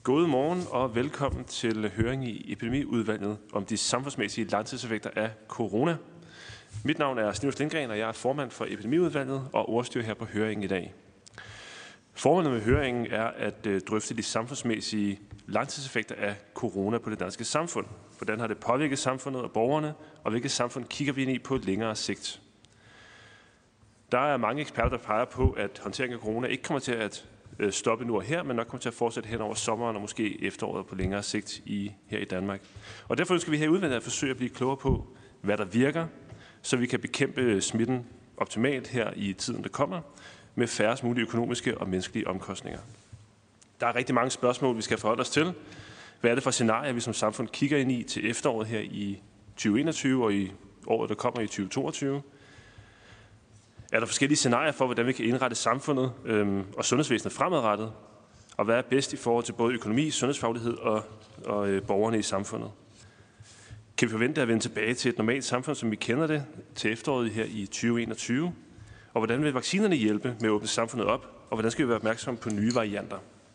God morgen og velkommen til høring i Epidemiudvalget om de samfundsmæssige langtidseffekter af corona. Mit navn er Stinus Lindgren, og jeg er formand for Epidemiudvalget og ordstyrer her på høringen i dag. Formålet med høringen er at drøfte de samfundsmæssige langtidseffekter af corona på det danske samfund. Hvordan har det påvirket samfundet og borgerne, og hvilket samfund kigger vi ind i på et længere sigt? Der er mange eksperter, der peger på, at håndteringen af corona ikke kommer til at stoppe nu og her, men nok kommer til at fortsætte hen over sommeren og måske efteråret på længere sigt her i Danmark. Og derfor ønsker vi her i udvalget at forsøge at blive klogere på, hvad der virker, så vi kan bekæmpe smitten optimalt her i tiden, der kommer, med færrest mulige økonomiske og menneskelige omkostninger. Der er rigtig mange spørgsmål, vi skal forholde os til. Hvad er det for scenarier, vi som samfund kigger ind i til efteråret her i 2021 og i året, der kommer i 2022? Er der forskellige scenarier for, hvordan vi kan indrette samfundet og sundhedsvæsenet fremadrettet? Og hvad er bedst i forhold til både økonomi, sundhedsfaglighed og borgerne i samfundet? Kan vi forvente at vende tilbage til et normalt samfund, som vi kender det, til efteråret her i 2021? Og hvordan vil vaccinerne hjælpe med at åbne samfundet op? Og hvordan skal vi være opmærksomme på nye varianter?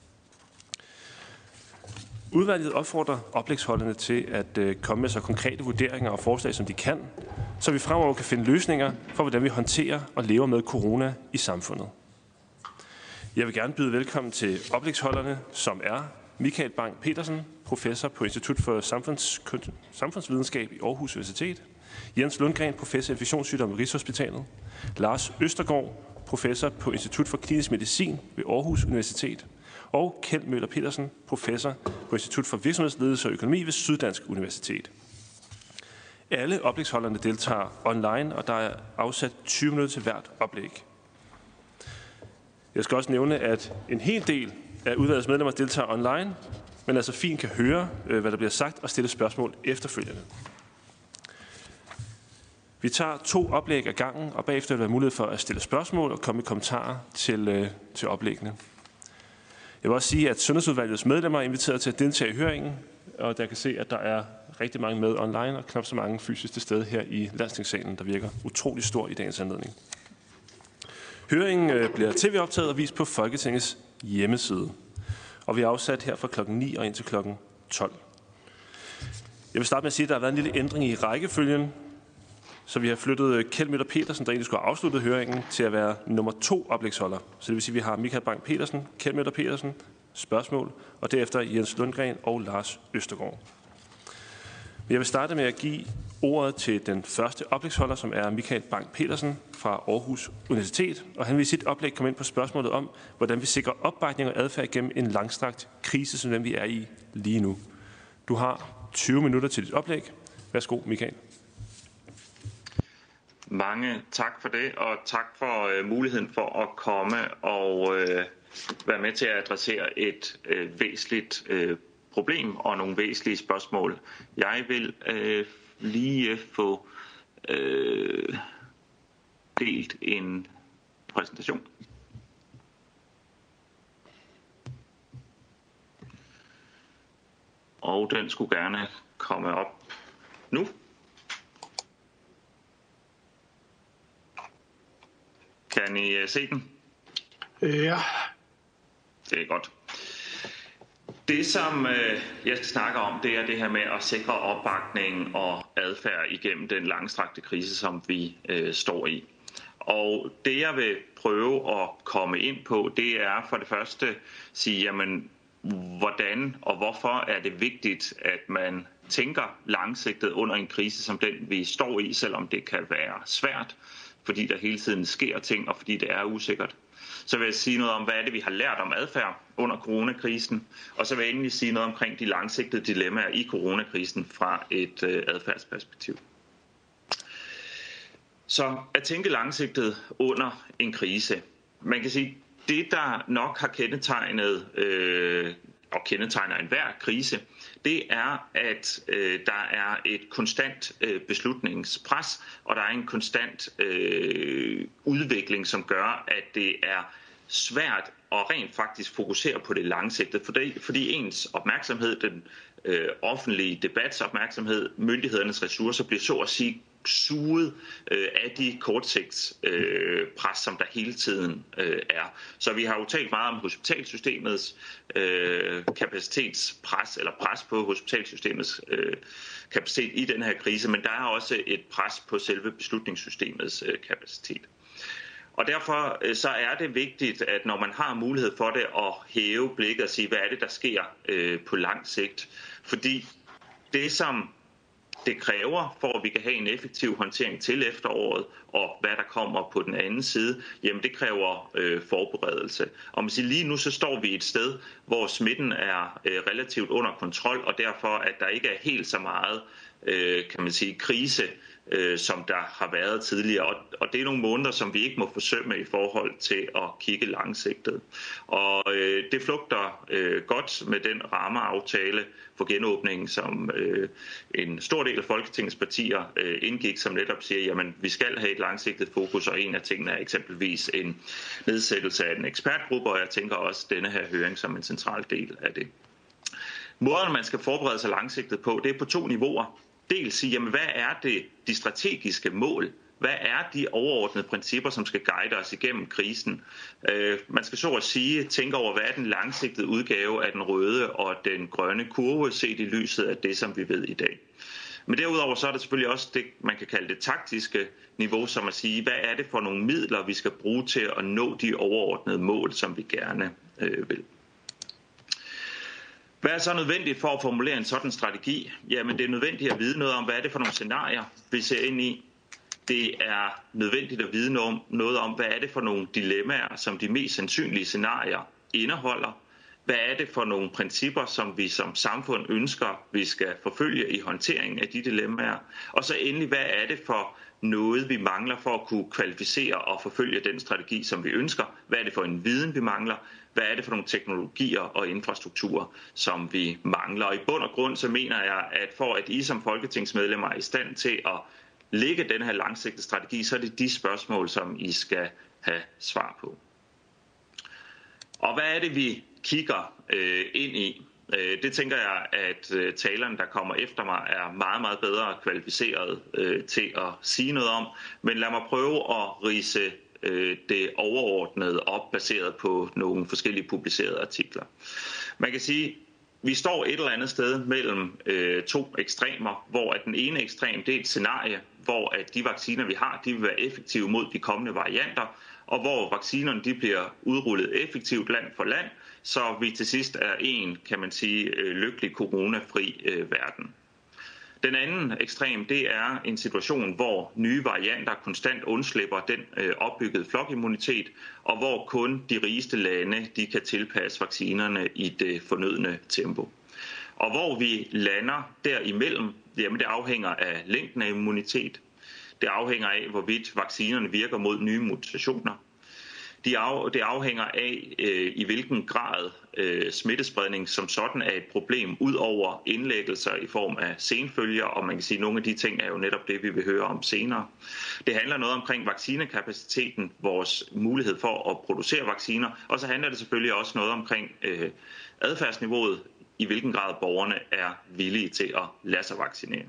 Udvalget opfordrer oplægsholderne til at komme med så konkrete vurderinger og forslag, som de kan, så vi fremover kan finde løsninger for, hvordan vi håndterer og lever med corona i samfundet. Jeg vil gerne byde velkommen til oplægsholderne, som er Michael Bang Petersen, professor på Institut for Samfundsvidenskab i Aarhus Universitet, Jens Lundgren, professor i infektionssygdomme ved Rigshospitalet, Lars Østergaard, professor på Institut for Klinisk Medicin ved Aarhus Universitet, og Kjeld Møller Petersen, professor på Institut for Virksomhedsledelse og Økonomi ved Syddansk Universitet. Alle oplægsholderne deltager online, og der er afsat 20 minutter til hvert oplæg. Jeg skal også nævne, at en hel del af udvalgets medlemmer deltager online, men altså fint kan høre, hvad der bliver sagt, og stille spørgsmål efterfølgende. Vi tager 2 oplæg ad gangen, og bagefter vil der være mulighed for at stille spørgsmål og komme med kommentarer til oplæggene. Jeg vil også sige, at Sundhedsudvalgets medlemmer er inviteret til at deltage i høringen, og der kan se, at der er rigtig mange med online og knap så mange fysisk til stede her i Landstingssalen, der virker utrolig stor i dagens anledning. Høringen bliver tv-optaget og vist på Folketingets hjemmeside, og vi er afsat her fra klokken 9 og indtil klokken 12. Jeg vil starte med at sige, at der har været en lille ændring i rækkefølgen, så vi har flyttet Kjeld Møller Petersen, der egentlig skulle have afsluttet høringen, til at være nummer 2 oplægsholder. Så det vil sige, at vi har Michael Bang Petersen, Kjeld Møller Petersen, spørgsmål, og derefter Jens Lundgren og Lars Østergaard. Jeg vil starte med at give ordet til den første oplægsholder, som er Michael Bang Petersen fra Aarhus Universitet, og han vil i sit oplæg komme ind på spørgsmålet om, hvordan vi sikrer opbakning og adfærd gennem en langstrakt krise, som den vi er i lige nu. Du har 20 minutter til dit oplæg. Værsgo, Michael. Mange tak for det, og tak for muligheden for at komme og være med til at adressere et væsentligt problem og nogle væsentlige spørgsmål. Jeg vil lige få delt en præsentation. Og den skulle gerne komme op nu. Kan I se den? Ja. Det er godt. Det, som jeg skal snakke om, det er det her med at sikre opbakning og adfærd igennem den langstrakte krise, som vi står i. Og det, jeg vil prøve at komme ind på, det er for det første at sige, jamen, hvordan og hvorfor er det vigtigt, at man tænker langsigtet under en krise som den, vi står i, selvom det kan være svært, fordi der hele tiden sker ting, og fordi det er usikkert. Så vil jeg sige noget om, hvad er det, vi har lært om adfærd under coronakrisen, og så vil jeg endelig sige noget omkring de langsigtede dilemmaer i coronakrisen fra et adfærdsperspektiv. Så at tænke langsigtet under en krise. Man kan sige, det der nok har kendetegnet og kendetegner enhver krise, det er, at der er et konstant beslutningspres, og der er en konstant udvikling, som gør, at det er svært at rent faktisk fokusere på det langsigtede, fordi ens opmærksomhed, den offentlige debats opmærksomhed, myndighedernes ressourcer bliver så at sige suget af de kortsigtspres, som der hele tiden er. Så vi har jo talt meget om hospitalsystemets kapacitetspres, eller pres på hospitalsystemets kapacitet i den her krise, men der er også et pres på selve beslutningssystemets kapacitet. Og derfor så er det vigtigt, at når man har mulighed for det, at hæve blikket og sige, hvad er det, der sker på lang sigt. Fordi det, som det kræver, for at vi kan have en effektiv håndtering til efteråret, og hvad der kommer på den anden side, jamen det kræver forberedelse. Og man siger, lige nu så står vi et sted, hvor smitten er relativt under kontrol, og derfor at der ikke er helt så meget, kan man sige, krise, som der har været tidligere. Og det er nogle måneder, som vi ikke må forsømme i forhold til at kigge langsigtet. Og det flugter godt med den rammeaftale for genåbningen, som en stor del af Folketingets partier indgik, som netop siger, jamen vi skal have et langsigtet fokus, og en af tingene er eksempelvis en nedsættelse af en ekspertgruppe, og jeg tænker også denne her høring som en central del af det. Måden, man skal forberede sig langsigtet på, det er på 2 niveauer. Dels sige, jamen, hvad er det de strategiske mål? Hvad er de overordnede principper, som skal guide os igennem krisen? Man skal så at sige tænke over, hvad er den langsigtede udgave af den røde og den grønne kurve, set i lyset af det, som vi ved i dag. Men derudover så er der selvfølgelig også det, man kan kalde det taktiske niveau, som at sige, hvad er det for nogle midler, vi skal bruge til at nå de overordnede mål, som vi gerne vil. Hvad er så nødvendigt for at formulere en sådan strategi? Jamen det er nødvendigt at vide noget om, hvad er det for nogle scenarier, vi ser ind i. Det er nødvendigt at vide noget om, hvad er det for nogle dilemmaer, som de mest sandsynlige scenarier indeholder. Hvad er det for nogle principper, som vi som samfund ønsker, vi skal forfølge i håndteringen af de dilemmaer? Og så endelig, hvad er det for noget, vi mangler for at kunne kvalificere og forfølge den strategi, som vi ønsker? Hvad er det for en viden, vi mangler? Hvad er det for nogle teknologier og infrastrukturer, som vi mangler? Og i bund og grund, så mener jeg, at for at I som folketingsmedlemmer er i stand til at lægge den her langsigtede strategi, så er det de spørgsmål, som I skal have svar på. Og hvad er det, vi kigger ind i? Det tænker jeg, at talerne, der kommer efter mig, er meget, meget bedre kvalificeret til at sige noget om. Men lad mig prøve at ridse det overordnede op, baseret på nogle forskellige publicerede artikler. Man kan sige, vi står et eller andet sted mellem 2 ekstremer, hvor at den ene ekstrem, det er et scenarie, hvor at de vacciner, vi har, de vil være effektive mod de kommende varianter, og hvor vaccinerne de bliver udrullet effektivt land for land, så vi til sidst er en, kan man sige, lykkelig coronafri verden. Den anden ekstrem, det er en situation, hvor nye varianter konstant undslipper den opbyggede flokimmunitet, og hvor kun de rigeste lande, de kan tilpasse vaccinerne i det fornødne tempo. Og hvor vi lander derimellem, jamen det afhænger af længden af immunitet. Det afhænger af, hvorvidt vaccinerne virker mod nye mutationer. Det afhænger af, i hvilken grad smittespredning som sådan er et problem, ud over indlæggelser i form af senfølger, og man kan sige, at nogle af de ting er jo netop det, vi vil høre om senere. Det handler noget omkring vaccinekapaciteten, vores mulighed for at producere vacciner, og så handler det selvfølgelig også noget omkring adfærdsniveauet, i hvilken grad borgerne er villige til at lade sig vaccinere.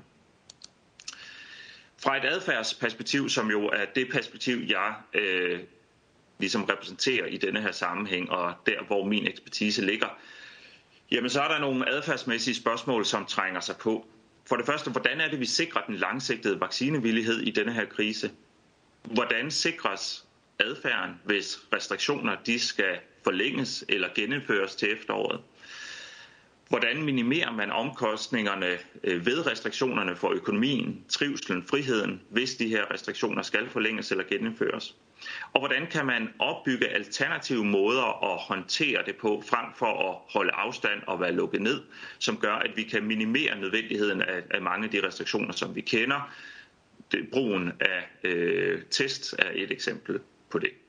Fra et adfærdsperspektiv, som jo er det perspektiv, jeg ligesom repræsenterer i denne her sammenhæng, og der, hvor min ekspertise ligger, jamen så er der nogle adfærdsmæssige spørgsmål, som trænger sig på. For det første, hvordan er det, vi sikrer den langsigtede vaccinevillighed i denne her krise? Hvordan sikres adfærden, hvis restriktioner de skal forlænges eller genindføres til efteråret? Hvordan minimerer man omkostningerne ved restriktionerne for økonomien, trivselen, friheden, hvis de her restriktioner skal forlænges eller genindføres? Og hvordan kan man opbygge alternative måder at håndtere det på, frem for at holde afstand og være lukket ned, som gør, at vi kan minimere nødvendigheden af mange af de restriktioner, som vi kender. Brugen af test er et eksempel på det.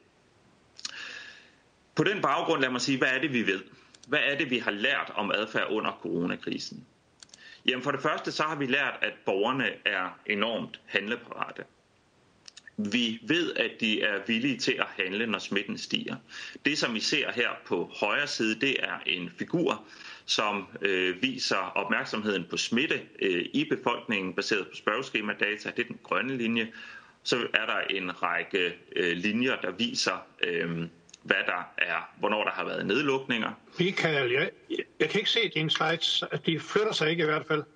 På den baggrund lad mig sige, hvad er det, vi ved? Hvad er det, vi har lært om adfærd under coronakrisen? Jamen for det første, så har vi lært, at borgerne er enormt handleparate. vi ved, at de er villige til at handle, når smitten stiger. Det, som vi ser her på højre side, det er en figur, som viser opmærksomheden på smitte i befolkningen, baseret på spørgeskema-data. Det er den grønne linje. Så er der en række linjer, der viser, hvornår der har været nedlukninger. Michael, jeg kan ikke se dine slides. De flytter sig ikke i hvert fald.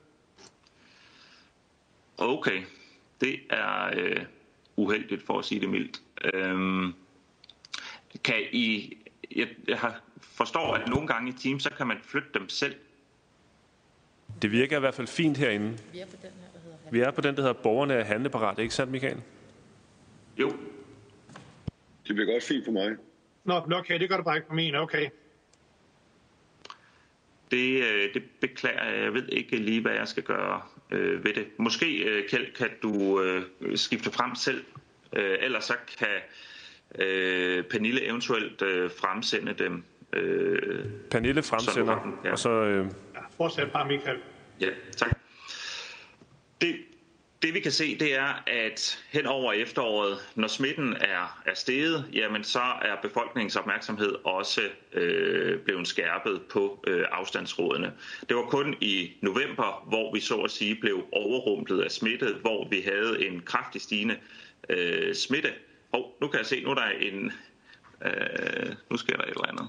Okay, det er uheldigt for at sige det mildt. Jeg forstår, at nogle gange i Teams, så kan man flytte dem selv. Det virker i hvert fald fint herinde. Vi er på den, der hedder borgerne er handleparat, ikke sandt, Michael? Jo. Det bliver godt fint for mig. Nå, okay, det gør det bare ikke på min, okay. Det beklager jeg. Jeg ved ikke lige, hvad jeg skal gøre ved det. Måske, Kjeld, kan du skifte frem selv, ellers så kan Pernille eventuelt fremsende dem. Pernille fremsender, ja. Og så... Ja, fortsæt bare, Michael. Ja, tak. Det vi kan se, det er, at hen over efteråret, når smitten er steget, jamen så er befolkningens opmærksomhed også blevet skærpet på afstandsrådene. Det var kun i november, hvor vi så at sige blev overrumplet af smitte, hvor vi havde en kraftig stigende smitte. Nu kan jeg se, nu er der nu sker der et eller andet.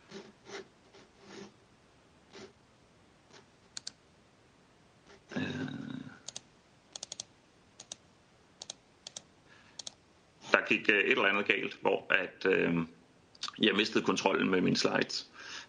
Der gik et eller andet galt, hvor jeg mistede kontrollen med mine slides.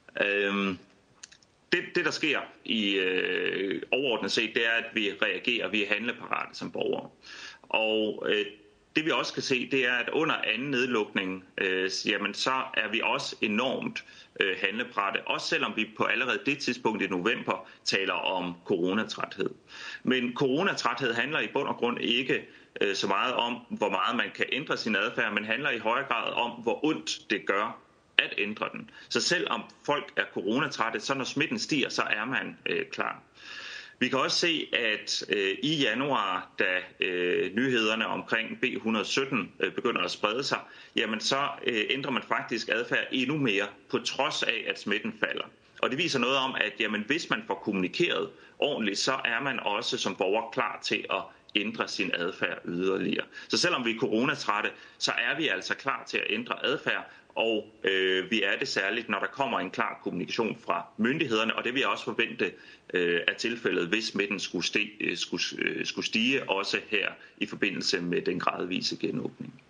Det der sker i overordnet set, det er, at vi reagerer, vi er handleparate som borgere. Og det vi også kan se, det er, at under anden nedlukning, jamen så er vi også enormt handleparate, også selvom vi på allerede det tidspunkt i november taler om coronatræthed. Men coronatræthed handler i bund og grund ikke så meget om, hvor meget man kan ændre sin adfærd, men handler i højere grad om, hvor ondt det gør at ændre den. Så selvom folk er coronatrætte, så når smitten stiger, så er man klar. Vi kan også se, at i januar, da nyhederne omkring B117 begynder at sprede sig, jamen så ændrer man faktisk adfærd endnu mere, på trods af, at smitten falder. Og det viser noget om, at jamen, hvis man får kommunikeret ordentligt, så er man også som borger klar til at ændre sin adfærd yderligere. Så selvom vi er coronatrætte, så er vi altså klar til at ændre adfærd, og vi er det særligt, når der kommer en klar kommunikation fra myndighederne, og det vil jeg også forvente af tilfældet, hvis smitten skulle stige, også her i forbindelse med den gradvise genåbning.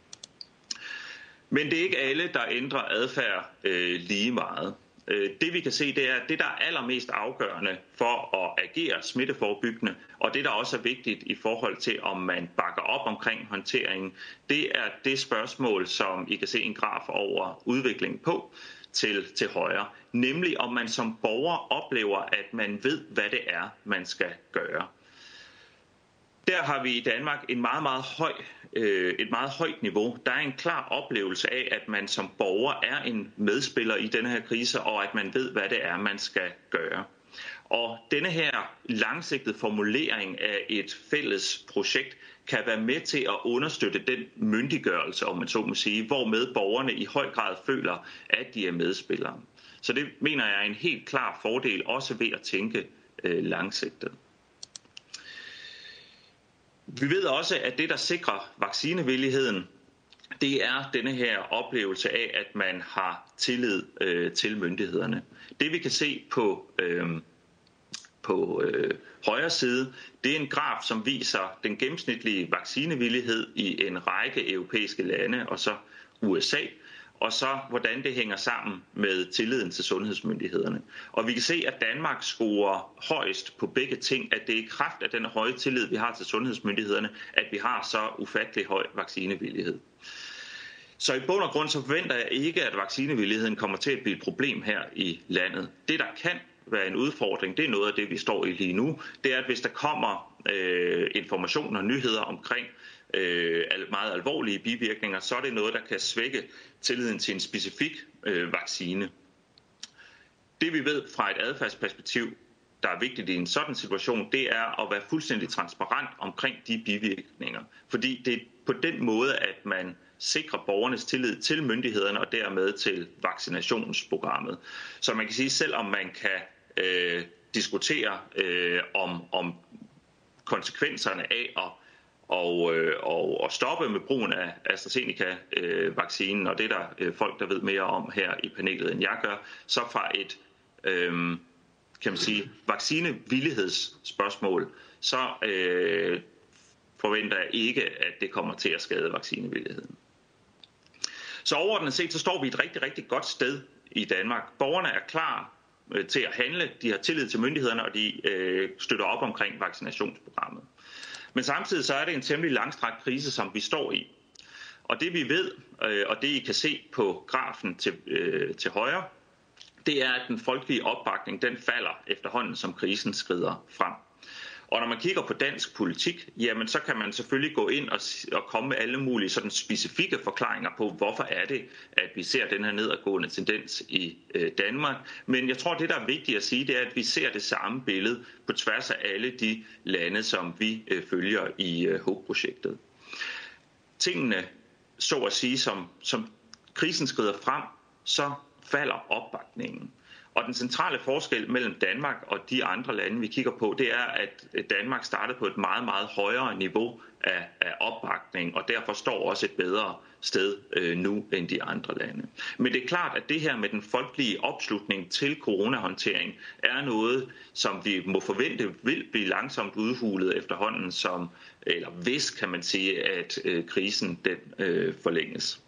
Men det er ikke alle, der ændrer adfærd lige meget. Det vi kan se, det er, at det, der er allermest afgørende for at agere smitteforebyggende, og det, der også er vigtigt i forhold til, om man bakker op omkring håndteringen, det er det spørgsmål, som I kan se en graf over udviklingen på til højre. Nemlig om man som borger oplever, at man ved, hvad det er, man skal gøre. Der har vi i Danmark et meget højt niveau. Der er en klar oplevelse af, at man som borger er en medspiller i denne her krise, og at man ved, hvad det er, man skal gøre. Og denne her langsigtede formulering af et fælles projekt kan være med til at understøtte den myndiggørelse, om man så må sige, hvormed borgerne i høj grad føler, at de er medspillere. Så det mener jeg er en helt klar fordel, også ved at tænke langsigtet. Vi ved også, at det, der sikrer vaccinevilligheden, det er denne her oplevelse af, at man har tillid til myndighederne. Det vi kan se på højre side, det er en graf, som viser den gennemsnitlige vaccinevillighed i en række europæiske lande, og så USA, og så hvordan det hænger sammen med tilliden til sundhedsmyndighederne. Og vi kan se, at Danmark scorer højst på begge ting, at det er i kraft af den høje tillid, vi har til sundhedsmyndighederne, at vi har så ufattelig høj vaccinevillighed. Så i bund og grund så forventer jeg ikke, at vaccinevilligheden kommer til at blive et problem her i landet. Det, der kan være en udfordring, det er noget af det, vi står i lige nu, det er, at hvis der kommer information og nyheder omkring meget alvorlige bivirkninger, så er det noget, der kan svække tilliden til en specifik vaccine. Det vi ved fra et adfærdsperspektiv, der er vigtigt i en sådan situation, det er at være fuldstændig transparent omkring de bivirkninger. Fordi det er på den måde, at man sikrer borgernes tillid til myndighederne og dermed til vaccinationsprogrammet. Så man kan sige, selvom man kan diskutere om konsekvenserne af at stoppe med brugen af AstraZeneca-vaccinen, og det er der folk, der ved mere om her i panelet, end jeg gør, så fra et kan man sige, vaccinevillighedsspørgsmål, så forventer jeg ikke, at det kommer til at skade vaccinevilligheden. Så overordnet set, så står vi et rigtig, rigtig godt sted i Danmark. Borgerne er klar til at handle, de har tillid til myndighederne, og de støtter op omkring vaccinationsprogrammet. Men samtidig så er det en temmelig langstrakt krise, som vi står i. Og det vi ved, og det I kan se på grafen til højre, det er, at den folkelige opbakning, den falder efterhånden, som krisen skrider frem. Og når man kigger på dansk politik, jamen så kan man selvfølgelig gå ind og komme med alle mulige sådan specifikke forklaringer på, hvorfor er det, at vi ser den her nedadgående tendens i Danmark. Men jeg tror, det der er vigtigt at sige, det er, at vi ser det samme billede på tværs af alle de lande, som vi følger i HOPE-projektet. Tingene, så at sige, som krisen skrider frem, så falder opbakningen. Og den centrale forskel mellem Danmark og de andre lande, vi kigger på, det er, at Danmark startede på et meget, meget højere niveau af opbakning, og derfor står også et bedre sted nu end de andre lande. Men det er klart, at det her med den folkelige opslutning til coronahåndtering er noget, som vi må forvente vil blive langsomt udhulet efterhånden, eller hvis, kan man sige, at krisen den forlænges.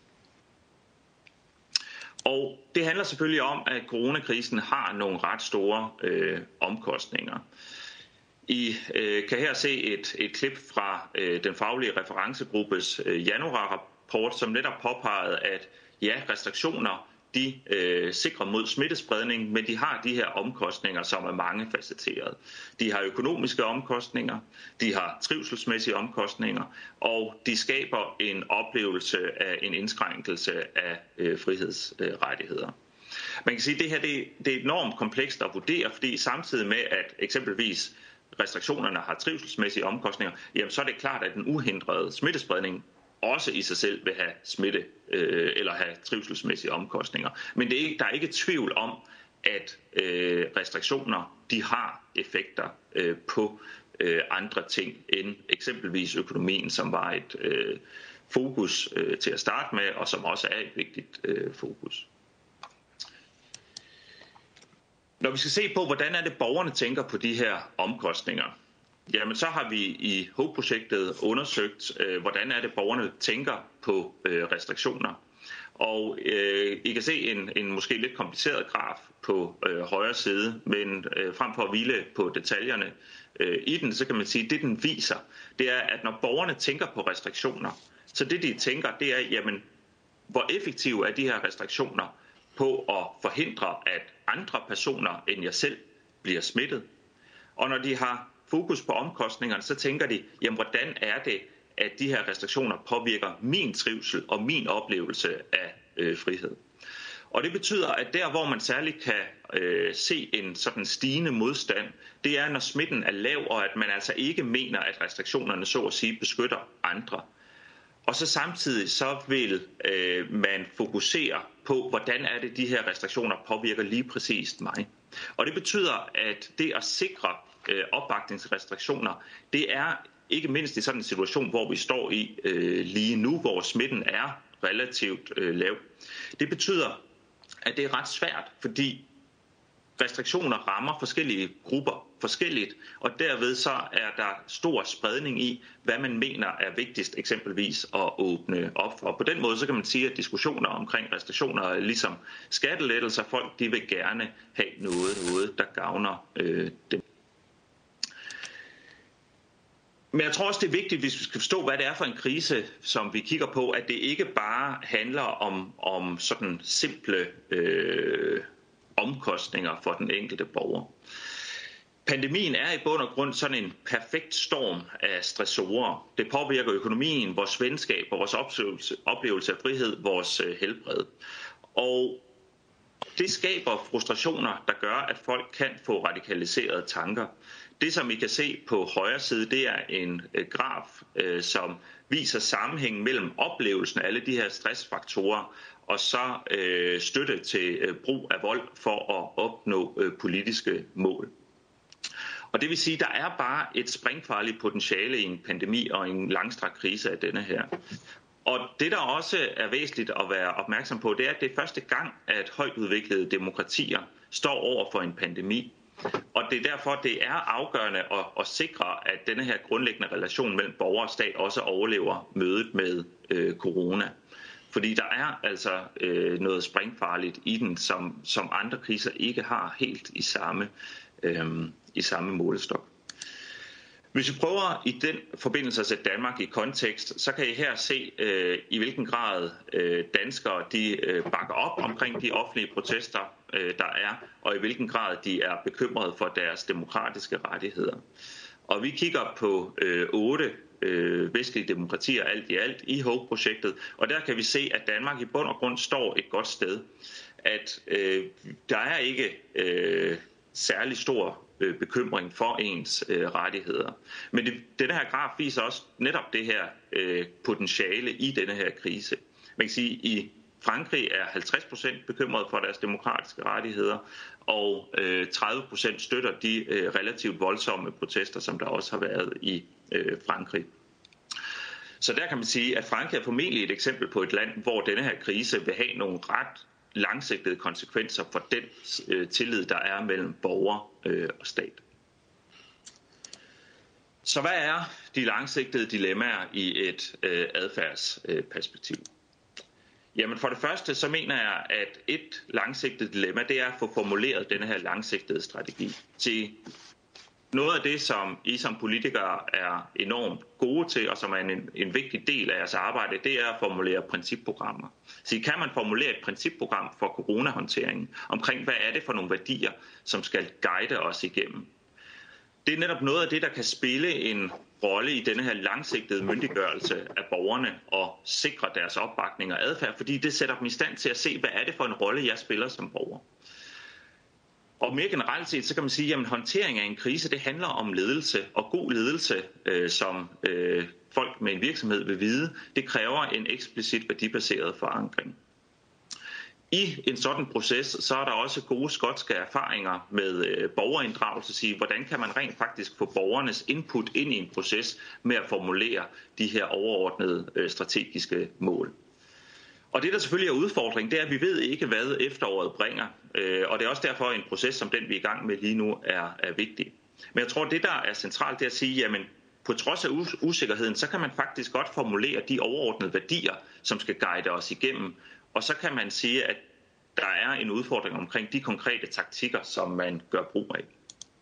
Og det handler selvfølgelig om, at coronakrisen har nogle ret store omkostninger. I kan her se et klip fra den faglige referencegruppes januarrapport, som netop påpegede, at ja, restriktioner de sikrer mod smittespredning, men de har de her omkostninger, som er mangefacetterede. De har økonomiske omkostninger, de har trivselsmæssige omkostninger, og de skaber en oplevelse af en indskrænkelse af frihedsrettigheder. Man kan sige, at det her det er enormt komplekst at vurdere, fordi samtidig med, at eksempelvis restriktionerne har trivselsmæssige omkostninger, jamen så er det klart, at den uhindrede smittespredning også i sig selv vil have smitte eller have trivselsmæssige omkostninger. Men der er ikke tvivl om, at restriktioner de har effekter på andre ting end eksempelvis økonomien, som var et fokus til at starte med, og som også er et vigtigt fokus. Når vi skal se på, hvordan er det borgerne tænker på de her omkostninger, jamen så har vi i HOPE-projektet undersøgt, hvordan er det borgerne tænker på restriktioner. Og I kan se en måske lidt kompliceret graf på højre side, men frem for at hvile på detaljerne i den, så kan man sige, at det den viser, det er, at når borgerne tænker på restriktioner, så det de tænker, det er, jamen, hvor effektive er de her restriktioner på at forhindre, at andre personer end jeg selv bliver smittet. Og når de har fokus på omkostningerne, så tænker de, jamen hvordan er det, at de her restriktioner påvirker min trivsel og min oplevelse af frihed. Og det betyder, at der, hvor man særligt kan se en sådan stigende modstand, det er, når smitten er lav, og at man altså ikke mener, at restriktionerne så at sige beskytter andre. Og så samtidig så vil man fokusere på, hvordan er det, de her restriktioner påvirker lige præcist mig. Og det betyder, at det at sikre opbakningsrestriktioner, det er ikke mindst i sådan en situation, hvor vi står i lige nu, hvor smitten er relativt lav. Det betyder, at det er ret svært, fordi restriktioner rammer forskellige grupper forskelligt, og derved så er der stor spredning i, hvad man mener er vigtigst eksempelvis at åbne op for. Og på den måde så kan man sige, at diskussioner omkring restriktioner er ligesom skattelettelser. Folk de vil gerne have noget der gavner dem. Men jeg tror også, det er vigtigt, hvis vi skal forstå, hvad det er for en krise, som vi kigger på, at det ikke bare handler om sådan simple omkostninger for den enkelte borger. Pandemien er i bund og grund sådan en perfekt storm af stressorer. Det påvirker økonomien, vores venskab, vores oplevelse af frihed, vores helbred. Og Det skaber frustrationer, der gør, at folk kan få radikaliserede tanker. Det, som I kan se på højre side, det er en graf, som viser sammenhængen mellem oplevelsen af alle de her stressfaktorer og så støtte til brug af vold for at opnå politiske mål. Og det vil sige, at der er bare et sprængfarligt potentiale i en pandemi og en langstrakt krise af denne her. Og det, der også er væsentligt at være opmærksom på, det er, at det er første gang, at højt udviklede demokratier står over for en pandemi. Og det er derfor, det er afgørende at sikre, at denne her grundlæggende relation mellem borger og stat også overlever mødet med corona. Fordi der er altså noget sprængfarligt i den, som andre kriser ikke har helt i samme målestok. Hvis vi prøver i den forbindelse at sætte Danmark i kontekst, så kan I her se, i hvilken grad danskere de bakker op omkring de offentlige protester, der er, og i hvilken grad de er bekymrede for deres demokratiske rettigheder. Og vi kigger på 8 vestlige demokratier alt i HOPE-projektet, og der kan vi se, at Danmark i bund og grund står et godt sted. At der er ikke særlig stor bekymring for ens rettigheder. Men denne her graf viser også netop det her potentiale i denne her krise. Man kan sige, at i Frankrig er 50% bekymret for deres demokratiske rettigheder, og 30% støtter de relativt voldsomme protester, som der også har været i Frankrig. Så der kan man sige, at Frankrig er formentlig et eksempel på et land, hvor denne her krise vil have nogle ret langsigtede konsekvenser for den tillid, der er mellem borger og stat. Så hvad er de langsigtede dilemmaer i et adfærdsperspektiv? Jamen for det første, så mener jeg, at et langsigtet dilemma, det er at få formuleret denne her langsigtede strategi. Så noget af det, som I som politikere er enormt gode til, og som er en vigtig del af jeres arbejde, det er at formulere principprogrammer. Så kan man formulere et principprogram for coronahåndteringen omkring, hvad er det for nogle værdier, som skal guide os igennem? Det er netop noget af det, der kan spille en rolle i denne her langsigtede myndiggørelse af borgerne og sikre deres opbakning og adfærd, fordi det sætter dem i stand til at se, hvad er det for en rolle, jeg spiller som borger. Og mere generelt set, så kan man sige, at håndtering af en krise, det handler om ledelse, og god ledelse, som folk med en virksomhed vil vide, det kræver en eksplicit værdibaseret forankring. I en sådan proces, så er der også gode skotske erfaringer med borgerinddragelse, sige, hvordan kan man rent faktisk få borgernes input ind i en proces med at formulere de her overordnede strategiske mål. Og det, der selvfølgelig er udfordring, det er, at vi ved ikke, hvad efteråret bringer. Og det er også derfor, at en proces som den, vi er i gang med lige nu, er vigtig. Men jeg tror, det, der er centralt, det er at sige, jamen på trods af usikkerheden, så kan man faktisk godt formulere de overordnede værdier, som skal guide os igennem. Og så kan man sige, at der er en udfordring omkring de konkrete taktikker, som man gør brug af.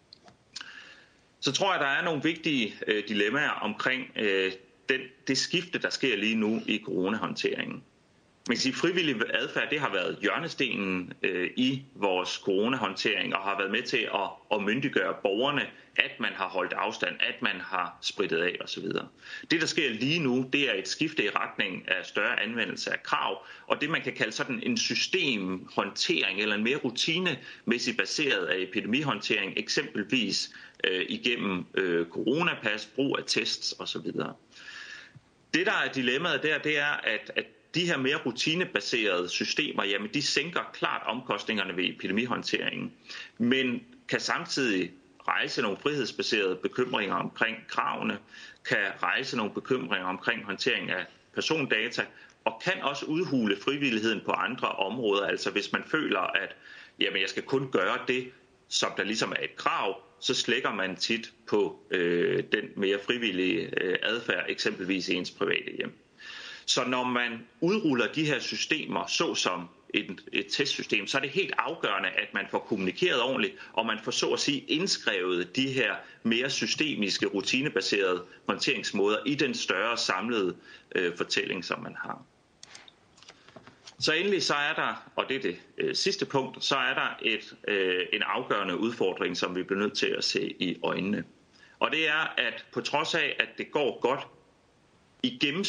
Så tror jeg, der er nogle vigtige dilemmaer omkring det skifte, der sker lige nu i coronahåndteringen. Man kan sige, at frivillig adfærd, det har været hjørnestenen i vores coronahåndtering og har været med til at myndiggøre borgerne, at man har holdt afstand, at man har spritet af osv. Det, der sker lige nu, det er et skifte i retning af større anvendelse af krav, og det, man kan kalde sådan en systemhåndtering eller en mere rutinemæssigt baseret af epidemihåndtering, eksempelvis igennem coronapas, brug af tests osv. Det, der er dilemmaet der, det er, at de her mere rutinebaserede systemer, jamen de sænker klart omkostningerne ved epidemihåndteringen, men kan samtidig rejse nogle frihedsbaserede bekymringer omkring kravene, kan rejse nogle bekymringer omkring håndtering af persondata, og kan også udhule frivilligheden på andre områder. Altså hvis man føler, at jamen, jeg skal kun gøre det, som der ligesom er et krav, så slækker man tit på den mere frivillige adfærd, eksempelvis i ens private hjem. Så når man udruller de her systemer, såsom et testsystem, så er det helt afgørende, at man får kommunikeret ordentligt, og man får så at sige indskrevet de her mere systemiske, rutinebaserede håndteringsmåder i den større samlede fortælling, som man har. Så endelig så er der, og det er det sidste punkt, så er der en afgørende udfordring, som vi bliver nødt til at se i øjnene. Og det er, at på trods af, at det går godt i gennemsnit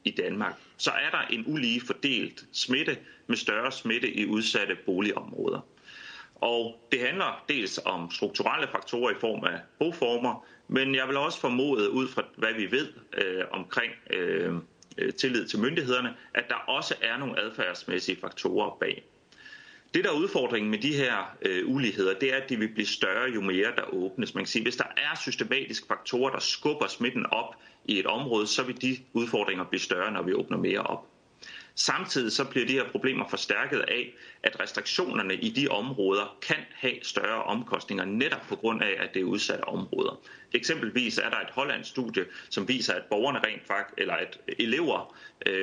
i Danmark, så er der en ulige fordelt smitte med større smitte i udsatte boligområder. Og det handler dels om strukturelle faktorer i form af boformer, men jeg vil også formode, ud fra hvad vi ved omkring tillid til myndighederne, at der også er nogle adfærdsmæssige faktorer bag. Det, der er udfordringen med de her uligheder, det er, at de vil blive større, jo mere der åbnes. Man kan sige, hvis der er systematiske faktorer, der skubber smitten op i et område, så vil de udfordringer blive større, når vi åbner mere op. Samtidig så bliver de her problemer forstærket af, at restriktionerne i de områder kan have større omkostninger, netop på grund af, at det er udsatte områder. Eksempelvis er der et hollandsk studie, som viser, at borgerne eller at elever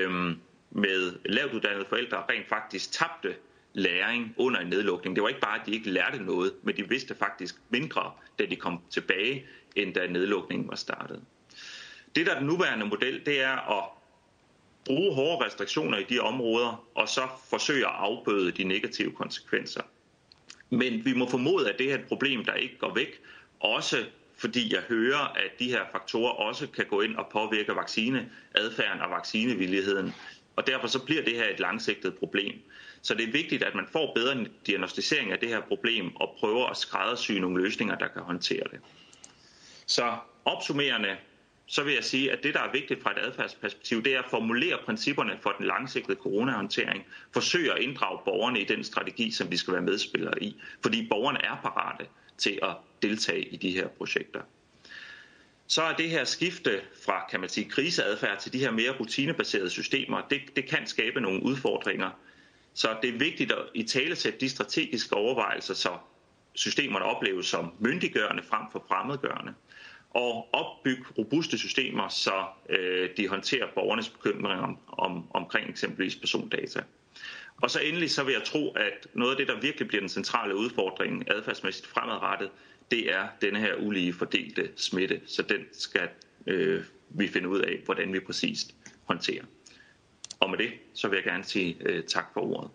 med lavt uddannede forældre rent faktisk tabte læring under en nedlukning. Det var ikke bare, at de ikke lærte noget, men de vidste faktisk mindre, da de kom tilbage, end da nedlukningen var startet. Det, der er den nuværende model, det er at bruge hårde restriktioner i de områder, og så forsøge at afbøde de negative konsekvenser. Men vi må formode, at det er et problem, der ikke går væk, også fordi jeg hører, at de her faktorer også kan gå ind og påvirke vaccineadfærden og vaccinevilligheden. Og derfor så bliver det her et langsigtet problem. Så det er vigtigt, at man får bedre diagnostisering af det her problem og prøver at skræddersy nogle løsninger, der kan håndtere det. Så opsummerende, så vil jeg sige, at det, der er vigtigt fra et adfærdsperspektiv, det er at formulere principperne for den langsigtede coronahåndtering, forsøge at inddrage borgerne i den strategi, som de skal være medspillere i, fordi borgerne er parate til at deltage i de her projekter. Så er det her skifte fra, kan man sige, kriseadfærd til de her mere rutinebaserede systemer, det kan skabe nogle udfordringer. Så det er vigtigt at italesætte de strategiske overvejelser, så systemerne opleves som myndiggørende frem for fremmedgørende, og opbygge robuste systemer, så de håndterer borgernes bekymringer omkring eksempelvis persondata. Og så endelig så vil jeg tro, at noget af det, der virkelig bliver den centrale udfordring adfærdsmæssigt fremadrettet, det er denne her ulige fordelte smitte, så den skal vi finde ud af, hvordan vi præcist håndterer. Og med det, så vil jeg gerne sige tak for ordet.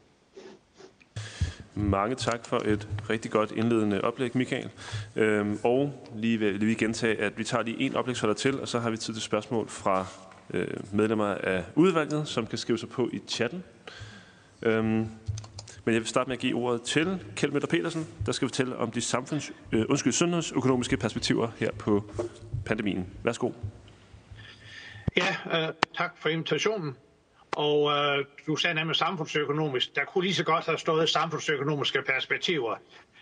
Mange tak for et rigtig godt indledende oplæg, Michael. Og lige vil vi gentage, at vi tager lige en oplægsholder til, og så har vi tid til spørgsmål fra medlemmer af udvalget, som kan skrive sig på i chatten. Men jeg vil starte med at give ordet til Kjeld Møller Petersen, der skal fortælle om de sundhedsøkonomiske perspektiver her på pandemien. Værsgo. Ja, tak for invitationen. Og du sagde nemlig samfundsøkonomisk. Der kunne lige så godt have stået samfundsøkonomiske perspektiver.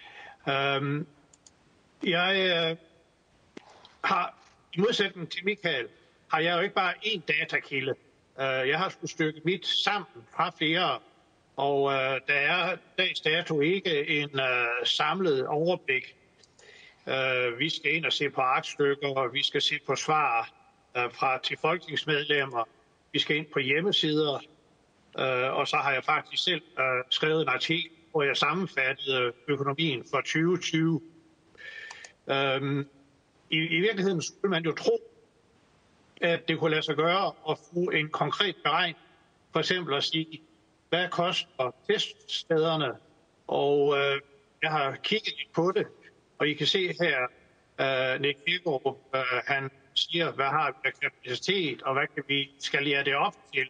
Jeg har, i modsætning til Michael, har jeg jo ikke bare én datakilde. Jeg har skulle stykke mit sammen fra flere, og der er dags dato ikke en samlet overblik. Vi skal ind og se på aktstykker, og vi skal se på svar til folketingsmedlemmer. Vi skal ind på hjemmesider, og så har jeg faktisk selv skrevet en artikel, hvor jeg sammenfattede økonomien for 2020. I virkeligheden skulle man jo tro, at det kunne lade sig gøre at få en konkret beregning. For eksempel at sige, hvad koster teststederne? Og jeg har kigget lidt på det, og I kan se her, Nick Kirkerup, han siger, hvad har vi af kapacitet, og hvad kan vi skalere det op til?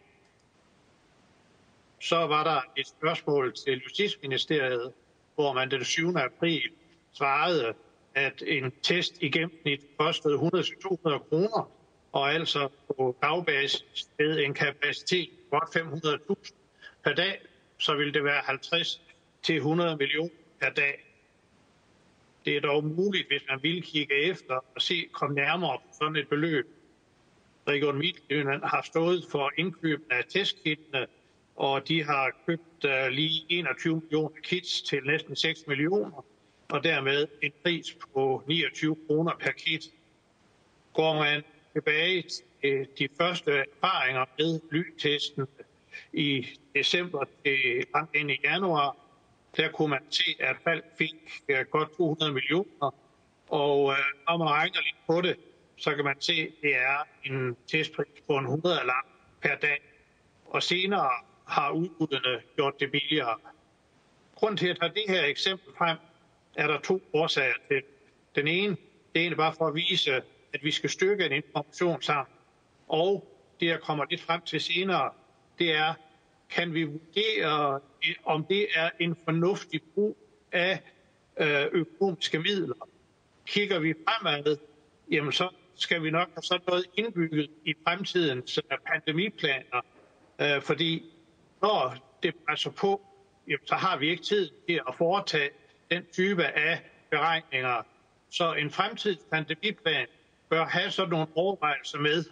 Så var der et spørgsmål til Justitsministeriet, hvor man den 7. april svarede, at en test i gennemsnit kostede 100-200 kroner, og altså på dagbasis med en kapacitet godt 500.000 per dag, så ville det være 50-100 millioner per dag. Det er dog muligt, hvis man vil kigge efter og komme nærmere på sådan et beløb. Region Midtjylland har stået for indkøben af testkitene, og de har købt lige 21 millioner kits til næsten 6 millioner, og dermed en pris på 29 kroner per kit. Går man tilbage til de første erfaringer med lyntesten i december til langt ind i januar, der kunne man se, at Falck fik godt 200 millioner, og når man regner lidt på det, så kan man se, at det er en testpris på en 100 lang per dag. Og senere har udbuddene gjort det billigere. Grunden til at tage det her eksempel frem, er der 2 årsager til. Den ene, det er bare for at vise, at vi skal stykke en information sammen. Og det jeg kommer lidt frem til senere, det er, kan vi vurdere, om det er en fornuftig brug af økonomiske midler. Kigger vi fremad, jamen så skal vi nok have sådan noget indbygget i fremtidens pandemiplaner, fordi når det presser på, jamen, så har vi ikke tid til at foretage den type af beregninger. Så en fremtidig pandemiplan bør have sådan nogle overvejelser med.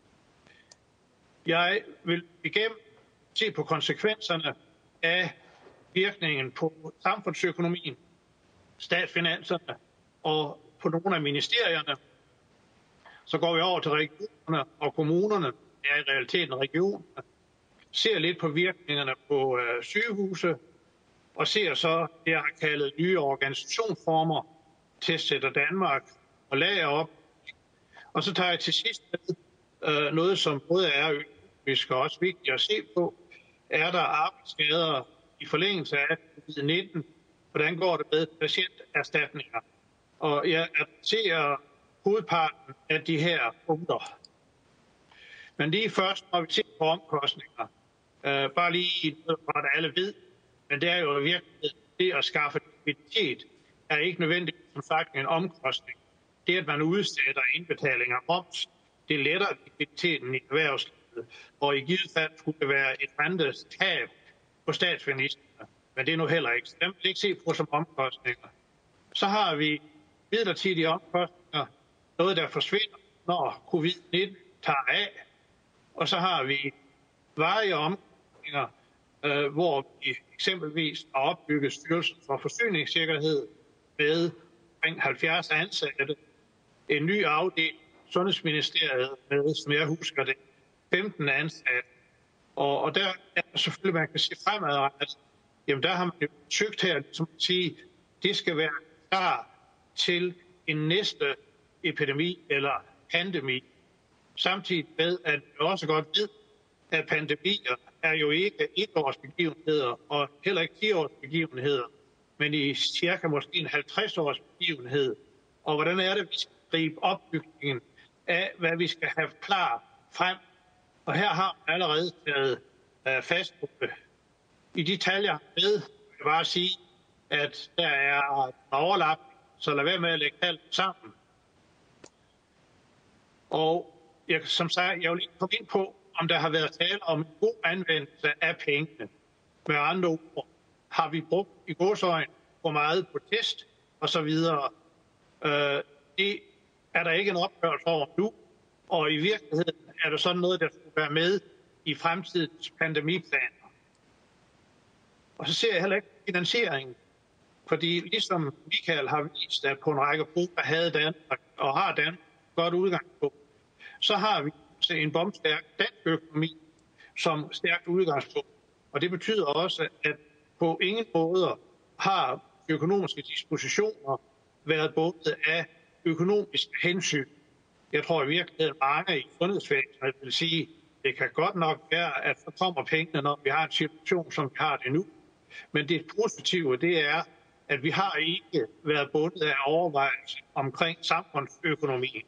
Jeg vil igennem se på konsekvenserne af virkningen på samfundsøkonomien, statsfinanserne og på nogle af ministerierne. Så går vi over til regionerne og kommunerne, det er i realiteten regionerne, ser lidt på virkningerne på sygehuse, og ser så det, jeg har kaldet nye organisationsformer, Testcenter Danmark og lager op. Og så tager jeg til sidst med noget, som både er økonomisk og også vigtigt at se på. Er der arbejdsskader i forlængelse af COVID-19? Hvordan går det med patienterstatninger? Og jeg adresserer hovedparten af de her punkter. Men lige først, når vi ser på omkostninger, bare lige noget, hvad alle ved, men det er jo i virkeligheden, det at skaffe likviditet er ikke nødvendigt som sagt en omkostning. Det, at man udsætter indbetaling af moms, det letter likviditeten i erhvervslivet, og i givet fald skulle det være et rentetab på statsfinanserne, men det er nu heller ikke. Så dem vil ikke se på som omkostninger. Så har vi midlertidige omkostninger, noget der forsvinder, når covid-19 tager af, og så har vi varige omkostninger, hvor vi eksempelvis har opbygget Styrelsen for Forsyningssikkerhed med omkring 70 ansatte, en ny afdeling, Sundhedsministeriet med, som jeg husker det, 15 ansatte. Og der er selvfølgelig, man kan se fremadrettet, jamen der har man jo søgt her, som at sige, det skal være klar til en næste epidemi eller pandemi. Samtidig med, at vi også godt ved, at pandemier er jo ikke etårsbegivenheder og heller ikke 10-årsbegivenheder, men i cirka måske en 50-års begivenhed. Og hvordan er det, vi skal gribe opbygningen af, hvad vi skal have klar frem? Og her har man allerede taget fast på det. I de tal, jeg har med, vil jeg bare sige, at der er overlap, så lad være med at lægge tallene sammen. Og som sagt, jeg vil lige komme ind på, om der har været tale om en god anvendelse af pengene. Med andre ord, har vi brugt i gåseøjne for meget på test og så videre. Det er der ikke en opgørelse over nu, og i virkeligheden er det sådan noget, der skulle være med i fremtidens pandemiplaner. Og så ser jeg heller ikke finansieringen, fordi ligesom Michael har vist, at på en række punkter havde Danmark og har Danmark godt udgangspunkt, så har vi en bombstærk dansk økonomi som stærkt udgangspunkt. Og det betyder også, at på ingen måder har økonomiske dispositioner været bundet af økonomiske hensyn. Jeg tror i virkeligheden mange i sundhedsvæsenet vil sige, at det kan godt nok være, at så kommer pengene, når vi har en situation, som vi har det nu. Men det positive, det er, at vi har ikke været bundet af overvejelser omkring samfundsøkonomien.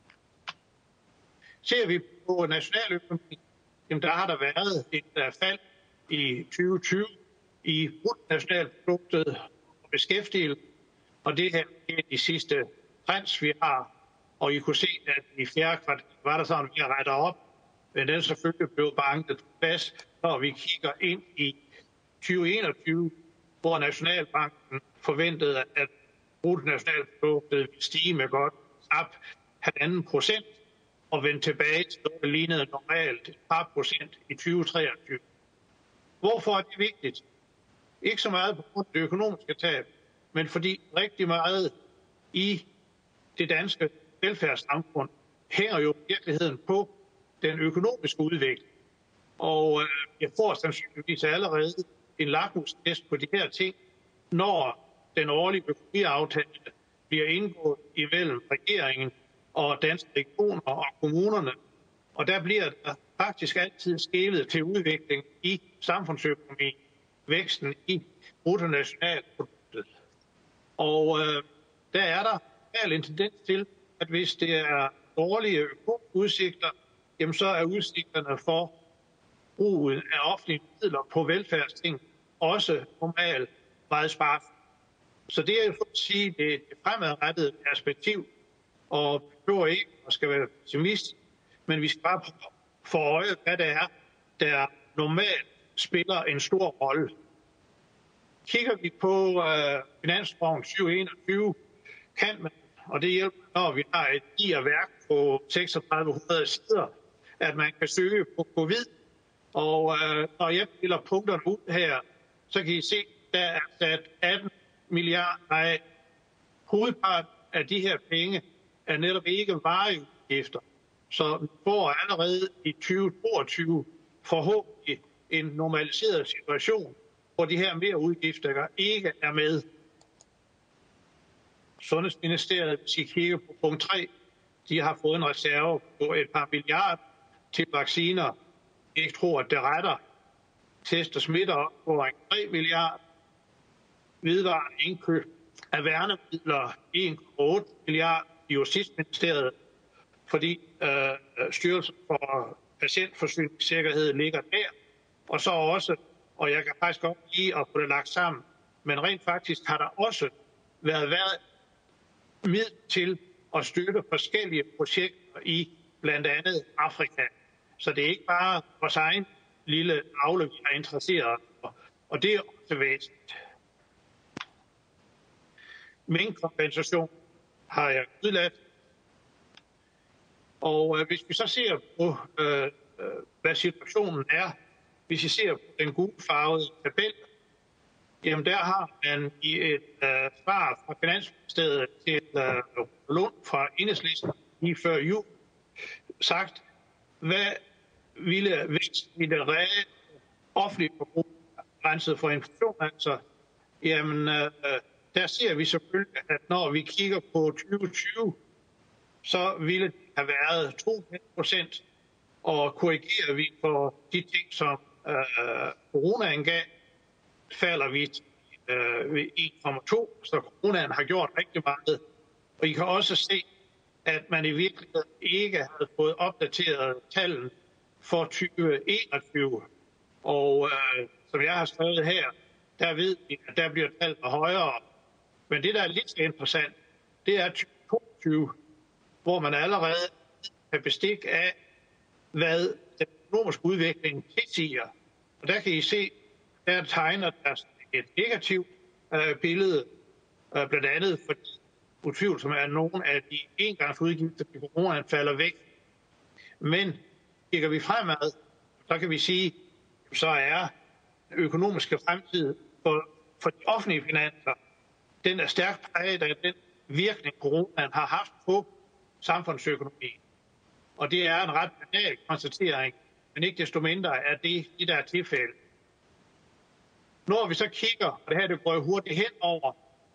Ser vi på nationaløkonomien, jamen der har der været et fald i 2020 i bruttonationalproduktet og beskæftigelse, og det her er de sidste trends, vi har. Og I kunne se, at i fjerde kvartal var der sådan, at vi retter op, men den selvfølgelig blev banket på plads, når vi kigger ind i 2021, hvor Nationalbanken forventede, at bruttonationalproduktet ville stige med godt op 1,5% og vende tilbage til noget, der lignede normalt et par procent i 2023. Hvorfor er det vigtigt? Ikke så meget på grund af det økonomiske tab, men fordi rigtig meget i det danske velfærdssamfund hænger jo i virkeligheden på den økonomiske udvikling. Og jeg får sandsynligvis allerede en lakmustest på de her ting, når den årlige økonomiaftale bliver indgået imellem regeringen og danske regioner og kommunerne. Og der bliver der faktisk altid skelet til udvikling i samfundsøkonomien, væksten i bruttonationalproduktet. Og der er der en tendens til, at hvis det er dårlige økonomiske udsigter, jamen så er udsigterne for brugen af offentlige midler på velfærdsting også normalt meget sparsomt. Så det er for at sige det fremadrettede perspektiv, og vi behøver ikke at skal være pessimist, men vi skal bare få øje, hvad det er, der normalt spiller en stor rolle. Kigger vi på finansloven 2021, kan man, og det hjælper, når vi har et værk på 3600 sider, at man kan søge på covid. Og når jeg piller punkterne ud her, så kan I se, der er sat 18 milliarder af. Hovedparten af de her penge er netop ikke varige udgifter. Så vi får allerede i 2022 forhåbentlig en normaliseret situation, hvor de her mere udgifter ikke er med. Sundhedsministeriet, hvis I kigger på punkt 3, de har fået en reserve på et par milliarder til vacciner. Jeg tror, at det retter. Test og smitter op på 3 milliarder. Vedvarende indkøb af værnemidler 1,8 milliarder i Justitsministeriet, fordi Styrelsen for Patientforsyningssikkerhed ligger der. Og så også, og jeg kan faktisk godt lide at få det lagt sammen, men rent faktisk har der også været middel til at støtte forskellige projekter i blandt andet Afrika. Så det er ikke bare vores egen lille avle, vi har interesseret os, og det er også væsentligt. Minkkompensation har jeg udladt. Og hvis vi så ser på, hvad situationen er, hvis vi ser på den gulfarvede tabel, jamen der har man i et svar fra Finansministeriet til Lund fra Enhedslisten lige før jul sagt, hvad ville væksten i det reelle offentlige forbrug renset for inflation, altså, jamen der ser vi selvfølgelig, at når vi kigger på 2020, så ville det have været 2,5%, og korrigerer vi for de ting, som coronaen gav, falder vi ved 1,2, så coronaen har gjort rigtig meget. Og I kan også se, at man i virkeligheden ikke havde fået opdateret tallene for 2021. Og som jeg har skrevet her, der ved vi, at der bliver tallene højere. Men det, der er lidt interessant, det er 2022, hvor man allerede kan bestik af, hvad den økonomiske udvikling tilsiger. Og der kan I se, der tegner der et negativt billede, blandt andet fordi utvivlsomt er nogle af de engangsudgifter til coronaen falder væk. Men kigger vi fremad, så kan vi sige, så er den økonomiske fremtid for de offentlige finanser, den er stærkt præget af den virkning, coronaen har haft på samfundsøkonomien. Og det er en ret banal konstatering, men ikke desto mindre er det der er tilfældet. Når vi så kigger, og det her det går hurtigt hen over,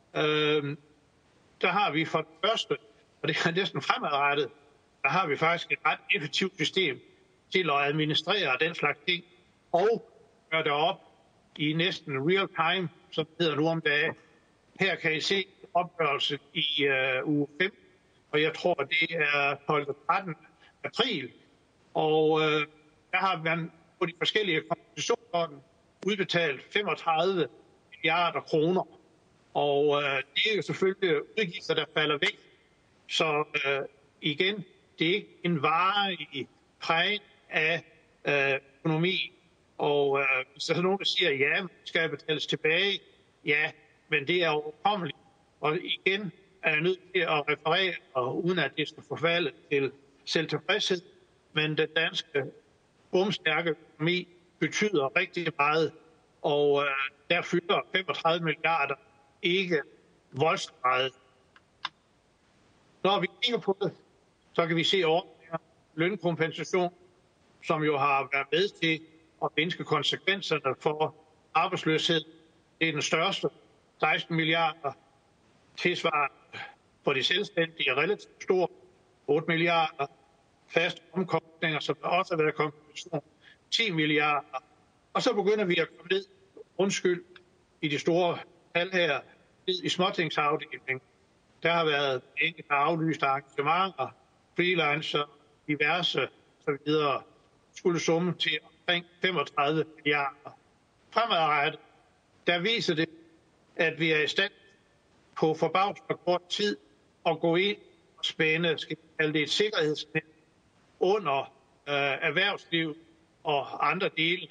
der har vi for det første, og det er næsten fremadrettet, der har vi faktisk et ret effektivt system til at administrere den slags ting, og gøre det op i næsten real time, som det hedder nu om dagen. Her kan I se opgørelse i uge 5, og jeg tror, det er 12. 13. april. Og der har man på de forskellige kompensationer udbetalt 35 milliarder kroner. Og det er jo selvfølgelig udgifter, der falder væk. Så igen, det er ikke en varig præg af økonomi. Og hvis der er nogen, der siger, ja, det skal betales tilbage, ja, men det er overkommeligt. Og igen er jeg nødt til at referere, og uden at det skal forfalde til selvtilfredshed, men den danske bomstærke økonomi betyder rigtig meget, og der fylder 35 milliarder ikke voldsomt meget. Når vi kigger på det, så kan vi se ordninger, lønkompensation, som jo har været med til at mindske konsekvenserne for arbejdsløshed. Det er den største, 16 milliarder, tilsvarende for de selvstændige er relativt stor, 8 milliarder, faste omkostninger, som der også har været kompensation, 10 milliarder. Og så begynder vi at komme ned, i de store tal her, ned i småtingsafdelingen. Der har været enkelte aflyste arrangementer, freelancer, diverse osv. skulle summe til omkring 35 milliarder. Fremadrettet, der viser det, at vi er i stand på forbavsende kort tid at gå ind og spænde, skal vi kalde det et sikkerhedsnet, under erhvervsliv og andre dele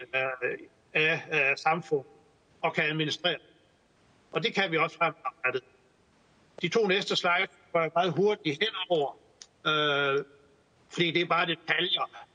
af samfundet og kan administrere. Og det kan vi også fremadrettet. De 2 næste slides går jeg meget hurtigt henover, fordi det er bare detaljer.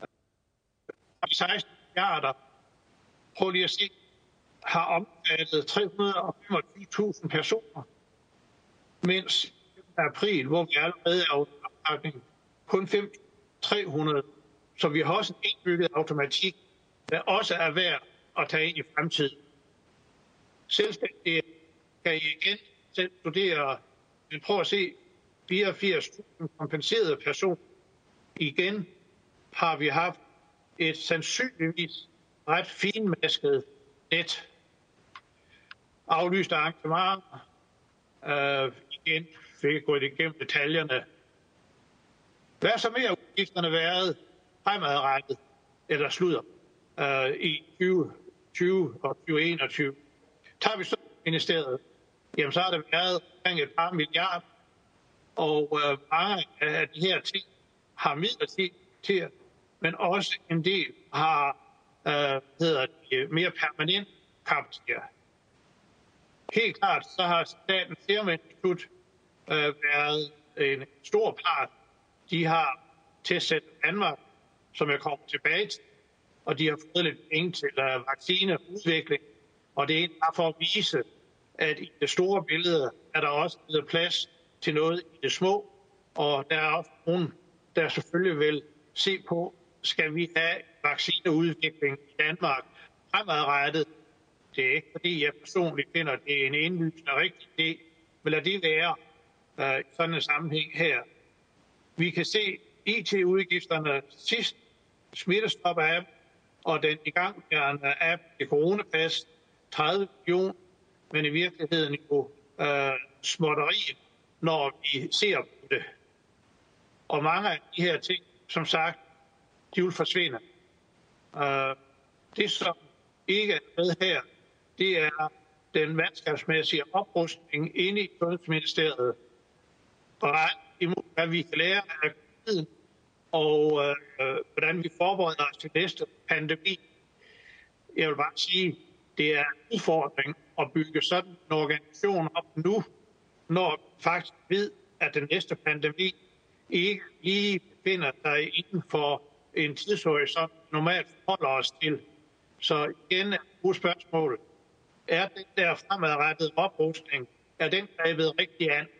De 16 milliarder, prøv lige at se, har omfattet 325.000 personer, mens i april, hvor vi allerede er under opbakning, kun 5.300. Så vi har også en indbygget automatik, der også er værd at tage ind i fremtiden. Selvstændige kan I igen selv studere, men prøv at se, 84.000 kompenserede personer. Igen har vi haft et sandsynligvis ret finmasket net. Aflyste arrangementer. Igen fik jeg gået igennem detaljerne. Hvad så mere udgifterne været fremadrettet, eller slutter, i 2020 og 2021? Tager vi så ministeriet, jamen så har det været omkring et par milliarder, og mange af de her ting har midlertidigt til, men også en del har mere permanent karakter. Helt klart, så har Statens Serum Institut været en stor part. De har testet Danmark, som jeg kommer tilbage til, og de har fået lidt penge til vaccineudvikling. Og det er bare for at vise, at i det store billede er der også blevet plads til noget i det små. Og der er også nogen, der selvfølgelig vil se på, skal vi have vaccineudvikling i Danmark fremadrettet. Det er ikke fordi, jeg personligt finder, at det er en indlysende rigtig idé, men lad det være i sådan en sammenhæng her. Vi kan se IT-udgifterne sidst, Smittestop-app og den igangværende app i Coronapas, 30 millioner, men i virkeligheden jo småtteri, når vi ser på det. Og mange af de her ting, som sagt, de vil forsvinde. Det, som ikke er med her, det er den mandskabsmæssige oprustning inde i Sundhedsministeriet. Og imod, hvad vi kan lære af tiden, og hvordan vi forbereder os til næste pandemi. Jeg vil bare sige, det er en udfordring at bygge sådan en organisation op nu, når vi faktisk ved, at den næste pandemi ikke lige befinder sig inden for en tidshorisont, normalt forholder os til. Så igen er spørgsmålet, er den der fremadrettede oprustning, er den grebet rigtig an?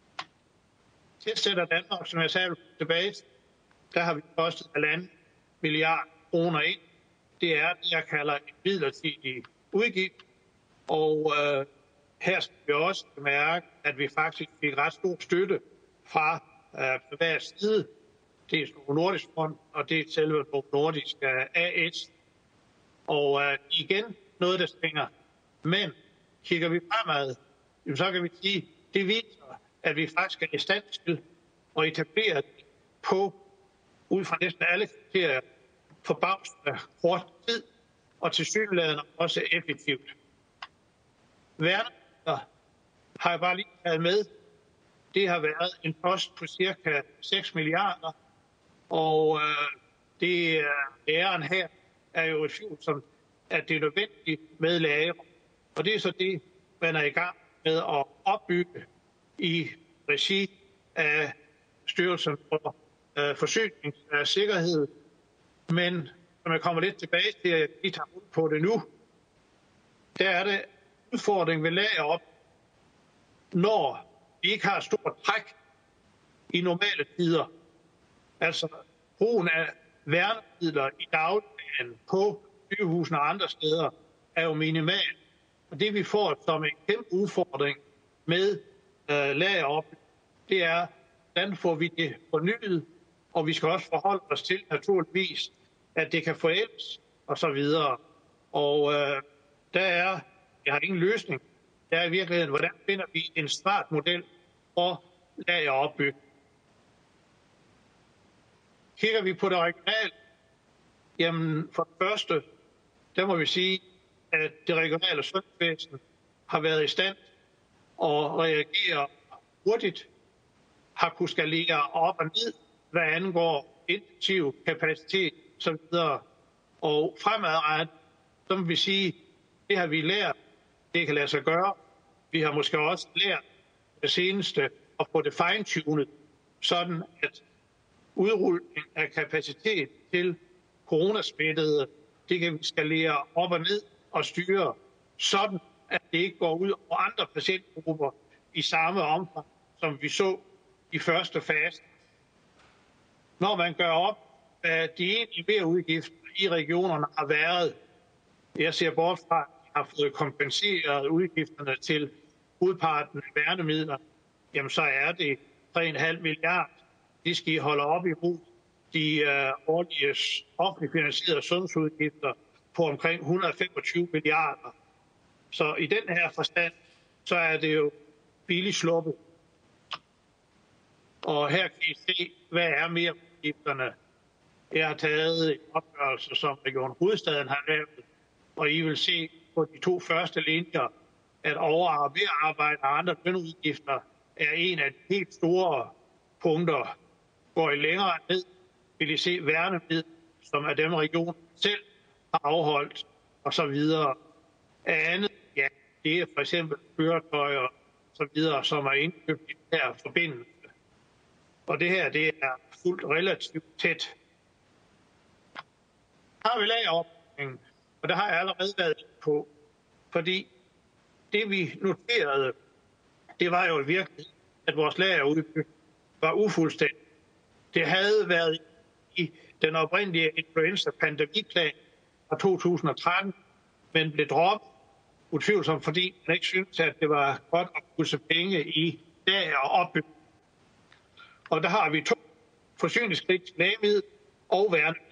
Tilsætter Danmark, som jeg sagde tilbage, der har vi kostet 1,5 milliard kroner ind. Det er det, jeg kalder en midlertidig udgift. Og her skal vi også mærke, at vi faktisk fik ret stor støtte fra privat side. Det er Novo Nordisk Fond, og det er selve Novo Nordisk AS. Og igen noget, der springer. Men kigger vi fremad, så kan vi sige, det viser, at vi faktisk er i stand til at etablere det på, ud fra næsten alle kriterier, forbavsende kort tid, og tilsyneladende også effektivt. Værnemidler har jeg bare lige taget med. Det har været en post på cirka 6 milliarder, og det æren her er jo et tvivl, som at det er nødvendigt med lager. Og det er så det, man er i gang med at opbygge i regi af Styrelsen for Forsyningssikkerhed. Men når man kommer lidt tilbage til, at vi tager ud på det nu, der er det udfordring ved lager op, når vi ikke har stort træk i normale tider. Altså brugen af værnemidler i dagligdagen på sygehusene og andre steder er jo minimal. Og det vi får som en kæmpe udfordring med lager op, det er, hvordan får vi det fornyet, og vi skal også forholde os til naturligvis, at det kan forældes og så videre. Og jeg har ingen løsning. Der er i virkeligheden, hvordan finder vi en smart model for lageropbygning. Kigger vi på det regionale, jamen for det første, der må vi sige, at det regionale sundhedsvæsen har været i stand at reagere hurtigt, har kunnet skalere op og ned, hvad angår intensiv kapacitet osv. Og fremadrettet, så må vi sige, det har vi lært, det kan lade sig gøre. Vi har måske også lært det seneste at få det fine-tunet, sådan at udrulning af kapacitet til coronasmittede, det kan vi skalere op og ned og styre, sådan at det ikke går ud over andre patientgrupper i samme omfang, som vi så i første fase. Når man gør op, at de egentlige merudgifter i regionerne har været, jeg ser bort fra, at de har fået kompenseret udgifterne til hovedparten af værnemidler, jamen så er det 3,5 milliarder. De skal I holde op imod de årlige offentligt finansierede sundhedsudgifter på omkring 125 milliarder. Så i den her forstand, så er det jo billigt sluppet. Og her kan I se, hvad er merudgifterne. Jeg har taget en opgørelse, som Region Hovedstaden har lavet, og I vil se på de 2 første linjer, at over- og merarbejde og andre lønudgifter er en af de helt store punkter. Går I længere ned, vil I se værnemiddel, som er dem regionen selv har afholdt, og så videre. Andet, ja, det er for eksempel køretøjer, så videre, som er indkøbt i den her forbindelse. Og det her, det er fuldt relativt tæt. Har vi lageropbygningen, og der har jeg allerede været på, fordi det vi noterede, det var jo virkelig, at vores lagerudbygning var ufuldstændig. Det havde været i den oprindelige influenza-pandemiplan fra 2013, men blev droppet utvivlsomt, fordi man ikke syntes, at det var godt at pusse penge i lager og opbygning. Og der har vi 2 forsyningskritiske lægemidler og værnemidler.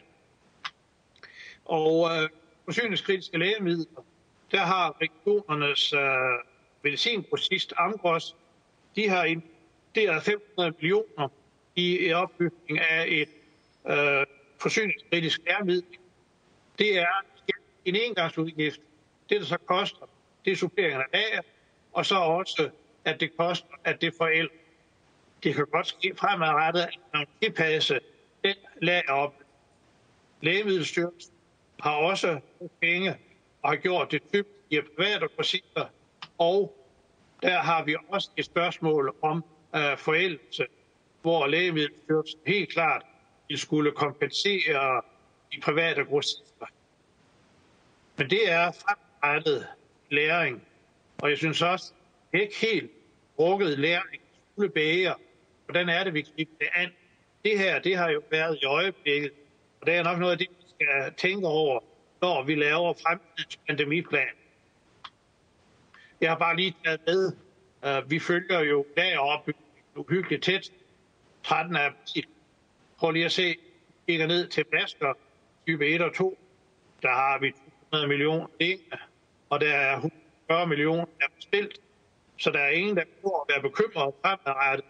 Og forsyningskritiske lægemidler, der har regionernes medicingrossist Amgros, de har investeret 500 millioner i opbygning af et forsyningskritisk lægemiddel. Det er en engangsudgift. Det, der så koster, det er suppleringen af lager, og så også, at det koster, at det forældre. Det kan godt ske fremadrettet, at man tilpasse den lager op. Lægemiddelstyrelsen har også penge og har gjort det typisk i private grossister, og der har vi også et spørgsmål om forældelse, hvor Lægemiddelstyrelsen helt klart vil skulle kompensere de private grossister. Men det er fremadrettet læring, og jeg synes også, det er ikke helt brukket læring skulle bære, hvordan er det, vi griber det an. Det her, det har jo været i øjeblikket, og det er nok noget af det, vi skal tænke over, når vi laver fremtidens pandemiplan. Jeg har bare lige taget med, vi følger jo lageropbygningen uhyggeligt tæt. 13. april. Prøv lige at se, kigger ned til masker, type 1 og 2. Der har vi 200 millioner liggende, og der er 140 millioner, der er bestilt. Så der er ingen, der går at være bekymret fremadrettet.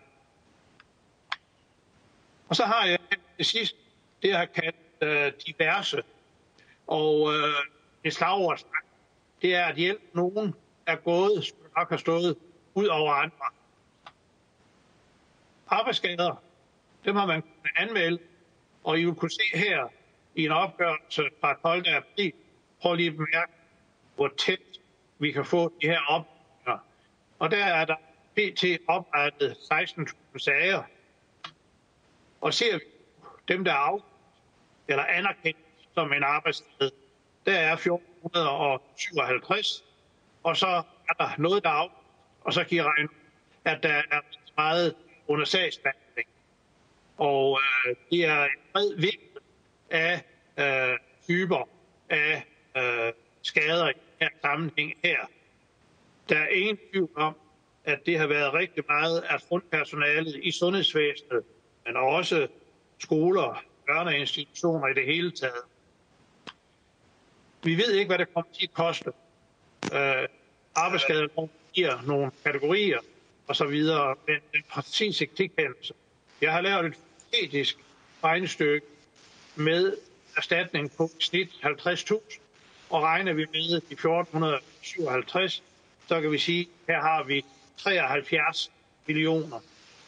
Og så har jeg det sidste, det har kaldt diverse. Og det slagord, det er, at hjælp nogen er gået, skulle nok have stået ud over andre. Arbejdsskader, dem har man kunnet anmelde, og I vil kunne se her i en opgørelse fra 12. april, prøv lige at bemærke, hvor tæt vi kan få de her opgørelser. Og der er der pt. Oprettet 16.000 sager. Og ser vi dem, der er eller anerkendt som en arbejdssted, der er 1457, og så er der noget, der er og så kan I regne, at der er meget under sagsbehandling. Og det er en bred vinkel af typer af skader i den her sammenhæng her. Der er ingen tvivl om, at det har været rigtig meget af frontpersonalet i sundhedsvæsenet, men også skoler, børneinstitutioner i det hele taget. Vi ved ikke, hvad det kommer til at koste. Arbejdsskader giver nogle kategorier og så videre, men den præcise tilkendelse. Jeg har lavet et strategisk regnestykke med erstatning på snit 50.000, og regner vi med de 1457, så kan vi sige, at her har vi 73 millioner.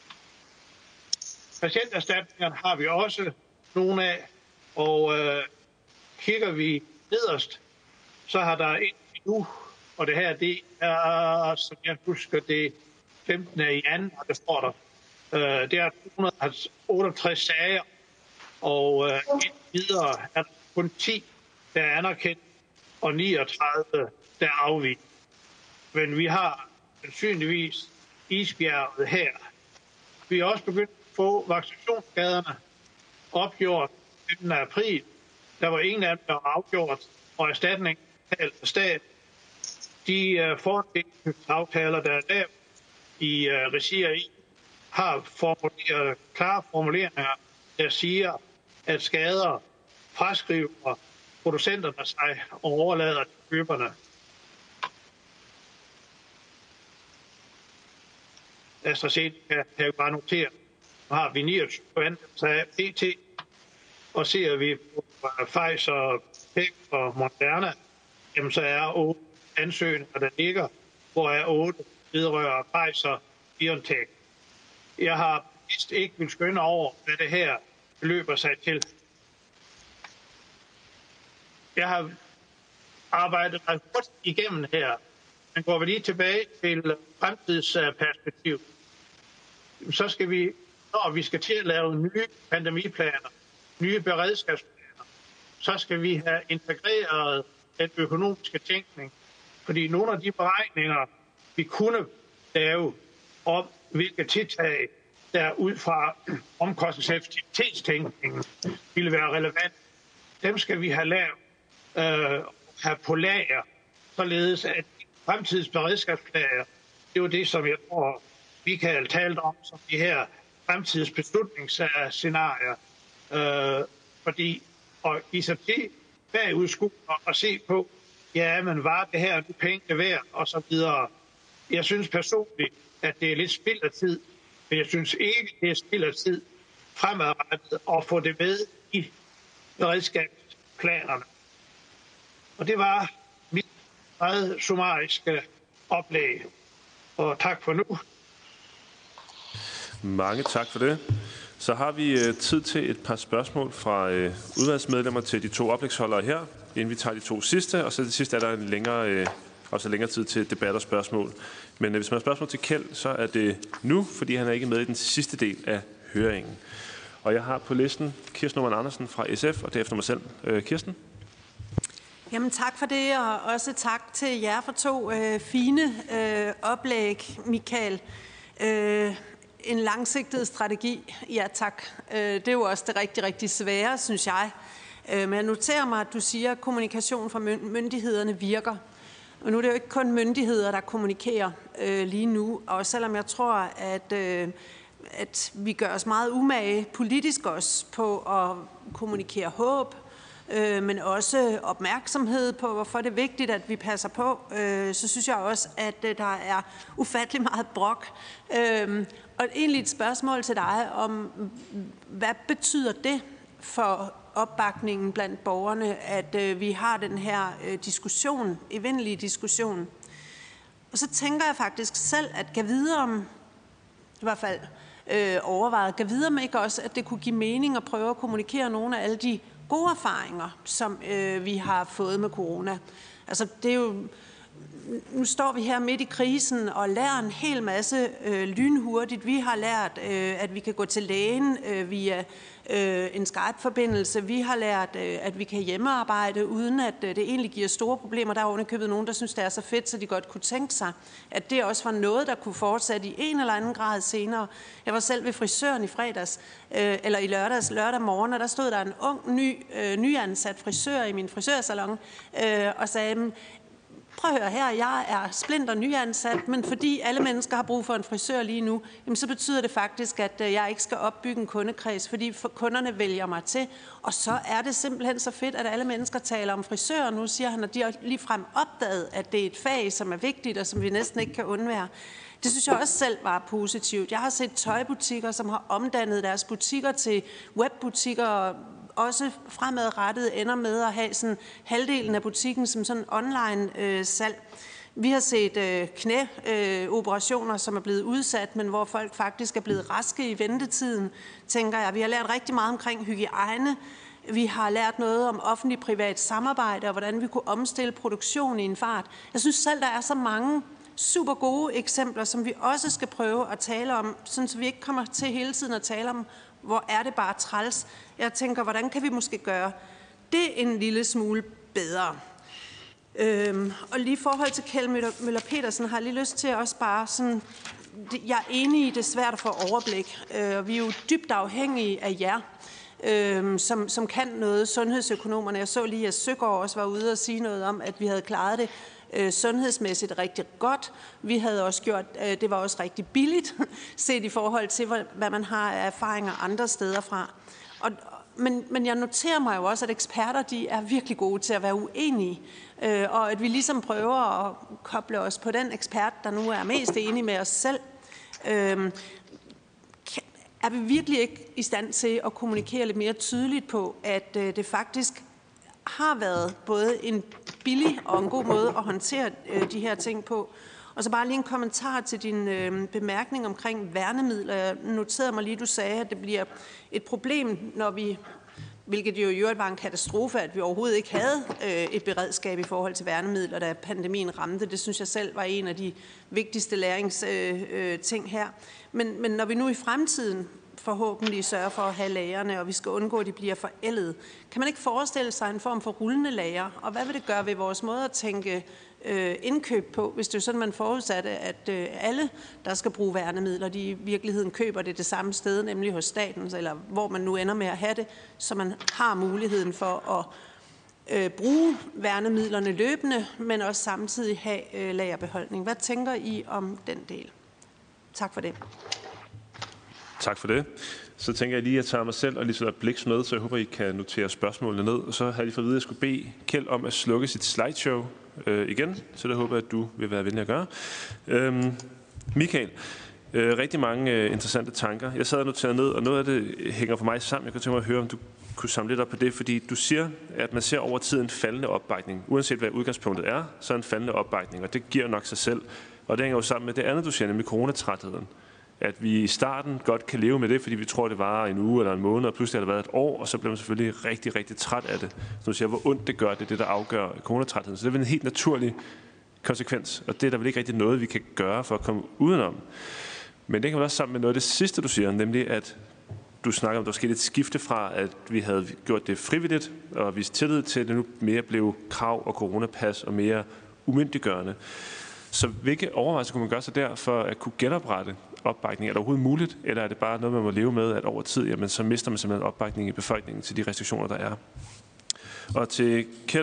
Patienterstatningerne har vi også nogle af, og kigger vi nederst, så har der indtil nu, og det her, det er, som jeg husker, det 15. i anden, og det står der, det er 268 sager, og videre er der kun 10, der er anerkendt, og 39, der er afvist. Men vi har sandsynligvis isbjerget her. Vi er også begyndt at få vaccinationsskaderne opgjort 15. april. Der var ingen af dem, der var afgjort, og erstatning af stat. De fordelaftaler, der er lavet i regi af EU, har formuleret klare formuleringer, der siger, at skader fraskriver producenterne sig og overlader til køberne. AstraZeneca kan jeg bare notere. Nu har vi 29 anvendelser af PT, og ser vi på Pfizer, Beck og Moderna, jamen så er 8 ansøgninger, der ligger, hvor er 8 vedrører Pfizer, BioNTech. Jeg har vist ikke vil skønne over, hvad det her beløber sig til. Jeg har arbejdet mig hurtigt igennem her, men går vi lige tilbage til fremtidsperspektiv, så skal vi, når vi skal til at lave nye pandemiplaner, nye beredskabsplaner, så skal vi have integreret den økonomiske tænkning. Fordi nogle af de beregninger, vi kunne lave om, hvilke tiltag, der ud fra omkostningseffektivitetstænkningen ville være relevant, dem skal vi have lavet have på lager, således at fremtidsberedskabslager, det var det, som jeg tror, Michael talte om, som de her fremtidsbeslutningsscenarier, fordi at give sig til bagudskue og se på, ja, men var det her nu penge værd, og så videre. Jeg synes personligt, at det er lidt spild af tid, men jeg synes ikke, det er spild af tid fremadrettet at få det med i beredskabsplanerne. Og det var mit meget summariske oplæg. Og tak for nu. Mange tak for det. Så har vi tid til et par spørgsmål fra udvalgsmedlemmer til de 2 oplægsholdere her, inden vi tager de 2 sidste, og så til sidst er der en længere tid til debat og spørgsmål. Men hvis man har spørgsmål til Kjeld, så er det nu, fordi han er ikke med i den sidste del af høringen. Og jeg har på listen Kirsten Normann Andersen fra SF, og derefter mig selv. Kirsten? Jamen tak for det, og også tak til jer for 2 fine oplæg, Michael. En langsigtet strategi, ja tak. Det er jo også det rigtig, rigtig svære, synes jeg. Men jeg noterer mig, at du siger, at kommunikation fra myndighederne virker. Og nu er det jo ikke kun myndigheder, der kommunikerer lige nu. Og selvom jeg tror, at vi gør os meget umage politisk også på at kommunikere håb, men også opmærksomhed på, hvorfor det er vigtigt, at vi passer på, så synes jeg også, at der er ufattelig meget brok. Og egentlig et spørgsmål til dig om, hvad betyder det for opbakningen blandt borgerne, at vi har den her diskussion, evindelige diskussion. Og så tænker jeg faktisk selv, at kan videre om, i hvert fald overvejet, kan videre med ikke også, at det kunne give mening at prøve at kommunikere nogle af alle de gode erfaringer, som vi har fået med corona. Altså det er jo, nu står vi her midt i krisen og lærer en hel masse lynhurtigt. Vi har lært, at vi kan gå til lægen via en Skype-forbindelse. Vi har lært, at vi kan hjemmearbejde, uden at det egentlig giver store problemer. Der er ovenikøbet nogen, der synes, det er så fedt, så de godt kunne tænke sig, at det også var noget, der kunne fortsætte i en eller anden grad senere. Jeg var selv ved frisøren i fredags, eller i lørdag morgen, og der stod der en ung, nyansat frisør i min frisørsalon, og sagde, prøv at høre her, jeg er splinter nyansat, men fordi alle mennesker har brug for en frisør lige nu, jamen så betyder det faktisk, at jeg ikke skal opbygge en kundekreds, fordi kunderne vælger mig til. Og så er det simpelthen så fedt, at alle mennesker taler om frisører. Nu siger han, at de har ligefrem opdaget, at det er et fag, som er vigtigt, og som vi næsten ikke kan undvære. Det synes jeg også selv var positivt. Jeg har set tøjbutikker, som har omdannet deres butikker til webbutikker, og også fremadrettet ender med at have sådan halvdelen af butikken som sådan online salg. Vi har set knæoperationer, som er blevet udsat, men hvor folk faktisk er blevet raske i ventetiden, tænker jeg. Vi har lært rigtig meget omkring hygiejne. Vi har lært noget om offentlig-privat samarbejde, og hvordan vi kunne omstille produktion i en fart. Jeg synes selv, der er så mange super gode eksempler, som vi også skal prøve at tale om, sådan så vi ikke kommer til hele tiden at tale om, hvor er det bare træls. Jeg tænker, hvordan kan vi måske gøre det en lille smule bedre? Og lige i forhold til Kjeld Møller Petersen har jeg lige lyst til også bare sådan, jeg er enig i, det er svært at få overblik. Vi er jo dybt afhængige af jer, som kan noget, sundhedsøkonomerne. Jeg så lige, at Søgaard også var ude og sige noget om, at vi havde klaret det sundhedsmæssigt rigtig godt. Vi havde også gjort, det var også rigtig billigt, set i forhold til, hvad man har af erfaringer andre steder fra. Men jeg noterer mig jo også, at eksperter de er virkelig gode til at være uenige, og at vi ligesom prøver at koble os på den ekspert, der nu er mest enig med os selv. Er vi virkelig ikke i stand til at kommunikere lidt mere tydeligt på, at det faktisk har været både en billig og en god måde at håndtere de her ting på? Og så bare lige en kommentar til din bemærkning omkring værnemidler. Jeg noterede mig lige, du sagde, at det bliver et problem, når vi, hvilket jo i øvrigt var en katastrofe, at vi overhovedet ikke havde et beredskab i forhold til værnemidler, da pandemien ramte. Det synes jeg selv var en af de vigtigste læringsting her. Men når vi nu i fremtiden forhåbentlig sørger for at have lagrene, og vi skal undgå, at de bliver forældet, kan man ikke forestille sig en form for rullende lager? Og hvad vil det gøre ved vores måde at tænke indkøb på, hvis det er sådan, man forudsatte, at alle, der skal bruge værnemidler, de i virkeligheden køber det samme sted, nemlig hos staten, eller hvor man nu ender med at have det, så man har muligheden for at bruge værnemidlerne løbende, men også samtidig have lagerbeholdning. Hvad tænker I om den del? Tak for det. Tak for det. Så tænker jeg lige, at jeg tager mig selv og Liselott Blix med, så jeg håber, I kan notere spørgsmålene ned. Og så har jeg lige fået at vide, at jeg skulle bede Kjeld om at slukke sit slideshow igen, så det håber jeg, at du vil være venlig at gøre. Michael, rigtig mange interessante tanker. Jeg sad og noterede ned, og noget af det hænger for mig sammen. Jeg kunne tænke mig at høre, om du kunne samle lidt op på det, fordi du siger, at man ser over tid en faldende opbakning. Uanset hvad udgangspunktet er, så er en faldende opbakning, og det giver nok sig selv. Og det hænger jo sammen med det andet, du siger, nemlig coronatrætheden. At vi i starten godt kan leve med det, fordi vi tror, det varer en uge eller en måned, og pludselig har det været et år, og så bliver man selvfølgelig rigtig, rigtig træt af det. Så du siger, hvor ondt det gør, det er det, der afgør coronatrætheden. Så det er vel en helt naturlig konsekvens, og det er der vel ikke rigtig noget, vi kan gøre for at komme udenom. Men det kan vel også sammen med noget af det sidste, du siger, nemlig at du snakker om, at der skete et skifte fra, at vi havde gjort det frivilligt, og vist tillid til, at det nu mere blev krav og coronapas og mere umyndiggørende. Så hvilke overvejelser kunne man gøre sig der for at kunne genoprette opbakning? Er det overhovedet muligt, eller er det bare noget, man må leve med, at over tid, jamen, så mister man simpelthen opbakning i befolkningen til de restriktioner, der er? Og til Kjeld,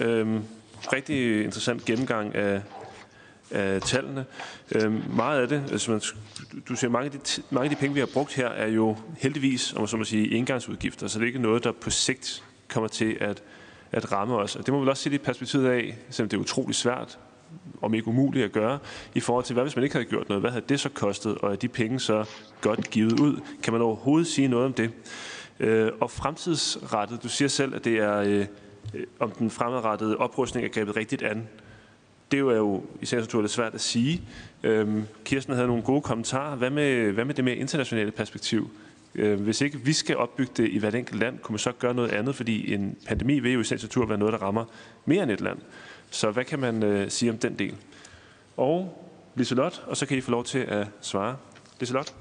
rigtig interessant gennemgang af tallene. Meget af det, altså du siger, mange af de penge, vi har brugt her, er jo heldigvis, om man sige, engangsudgifter, så det er ikke noget, der på sigt kommer til at ramme os. Og det må vi også se i perspektivet af, selvom det er utrolig svært, om ikke umuligt at gøre, i forhold til, hvad hvis man ikke havde gjort noget? Hvad havde det så kostet, og er de penge så godt givet ud? Kan man overhovedet sige noget om det? Og fremtidsrettet, du siger selv, at det er, om den fremadrettede oprustning er grebet rigtigt an. Det er jo i sagens natur lidt svært at sige. Kirsten havde nogle gode kommentarer. Hvad med det mere internationale perspektiv? Hvis ikke vi skal opbygge det i hvert enkelt land, kunne man så gøre noget andet, fordi en pandemi vil jo i sagens natur være noget, der rammer mere end et land. Så hvad kan man sige om den del? Og Liselott, og så kan I få lov til at svare. Liselott?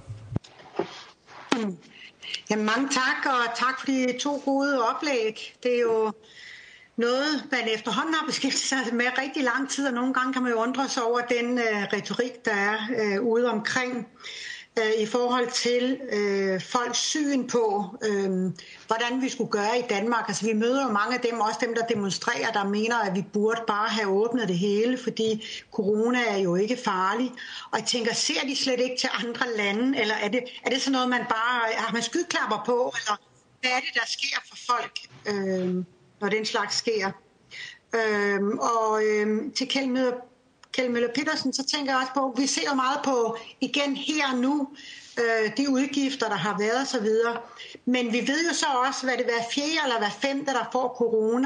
Jamen, mange tak, og tak for de 2 gode oplæg. Det er jo noget, man efterhånden har beskæftiget sig med rigtig lang tid, og nogle gange kan man jo undre sig over den retorik, der er ude omkring i forhold til folks syn på, hvordan vi skulle gøre i Danmark. Altså, vi møder jo mange af dem, også dem, der demonstrerer, der mener, at vi burde bare have åbnet det hele, fordi corona er jo ikke farlig. Og jeg tænker, ser de slet ikke til andre lande, eller er det sådan noget, man bare har man skyklapper på, eller hvad er det, der sker for folk, når den slags sker? Til Kjeld Kjeld Møller Petersen, så tænker jeg også på, vi ser jo meget på, igen her og nu, de udgifter, der har været osv. Men vi ved jo så også, hvad det hver fjerde eller hver femte, der får corona,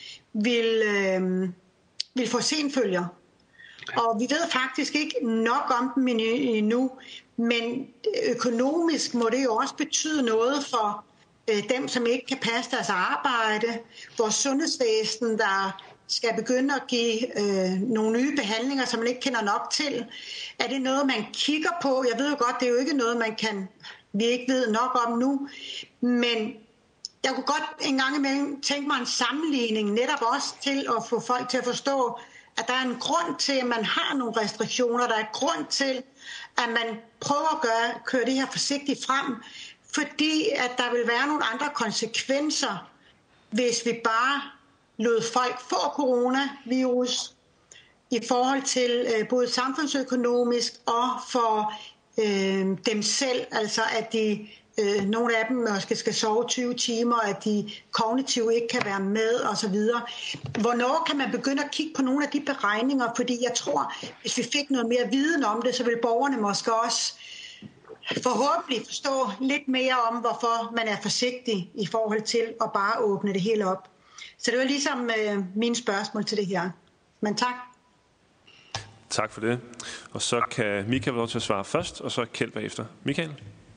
vil få senfølger. Og vi ved faktisk ikke nok om dem endnu, men økonomisk må det jo også betyde noget for dem, som ikke kan passe deres arbejde, vores sundhedsvæsen, der skal begynde at give nogle nye behandlinger, som man ikke kender nok til. Er det noget, man kigger på? Jeg ved jo godt, det er jo ikke noget, vi ikke ved nok om nu, men jeg kunne godt en gang imellem tænke mig en sammenligning, netop også til at få folk til at forstå, at der er en grund til, at man har nogle restriktioner, der er en grund til, at man prøver at køre det her forsigtigt frem, fordi at der vil være nogle andre konsekvenser, hvis vi bare lod folk få coronavirus i forhold til både samfundsøkonomisk og for dem selv, altså at nogle af dem måske skal sove 20 timer, at de kognitivt ikke kan være med osv. Hvornår kan man begynde at kigge på nogle af de beregninger? Fordi jeg tror, hvis vi fik noget mere viden om det, så vil borgerne måske også forhåbentlig forstå lidt mere om, hvorfor man er forsigtig i forhold til at bare åbne det hele op. Så det var ligesom mine spørgsmål til det her. Men tak. Tak for det. Og så kan Michael få lov til at svare først, og så Kjeld bagefter. Michael?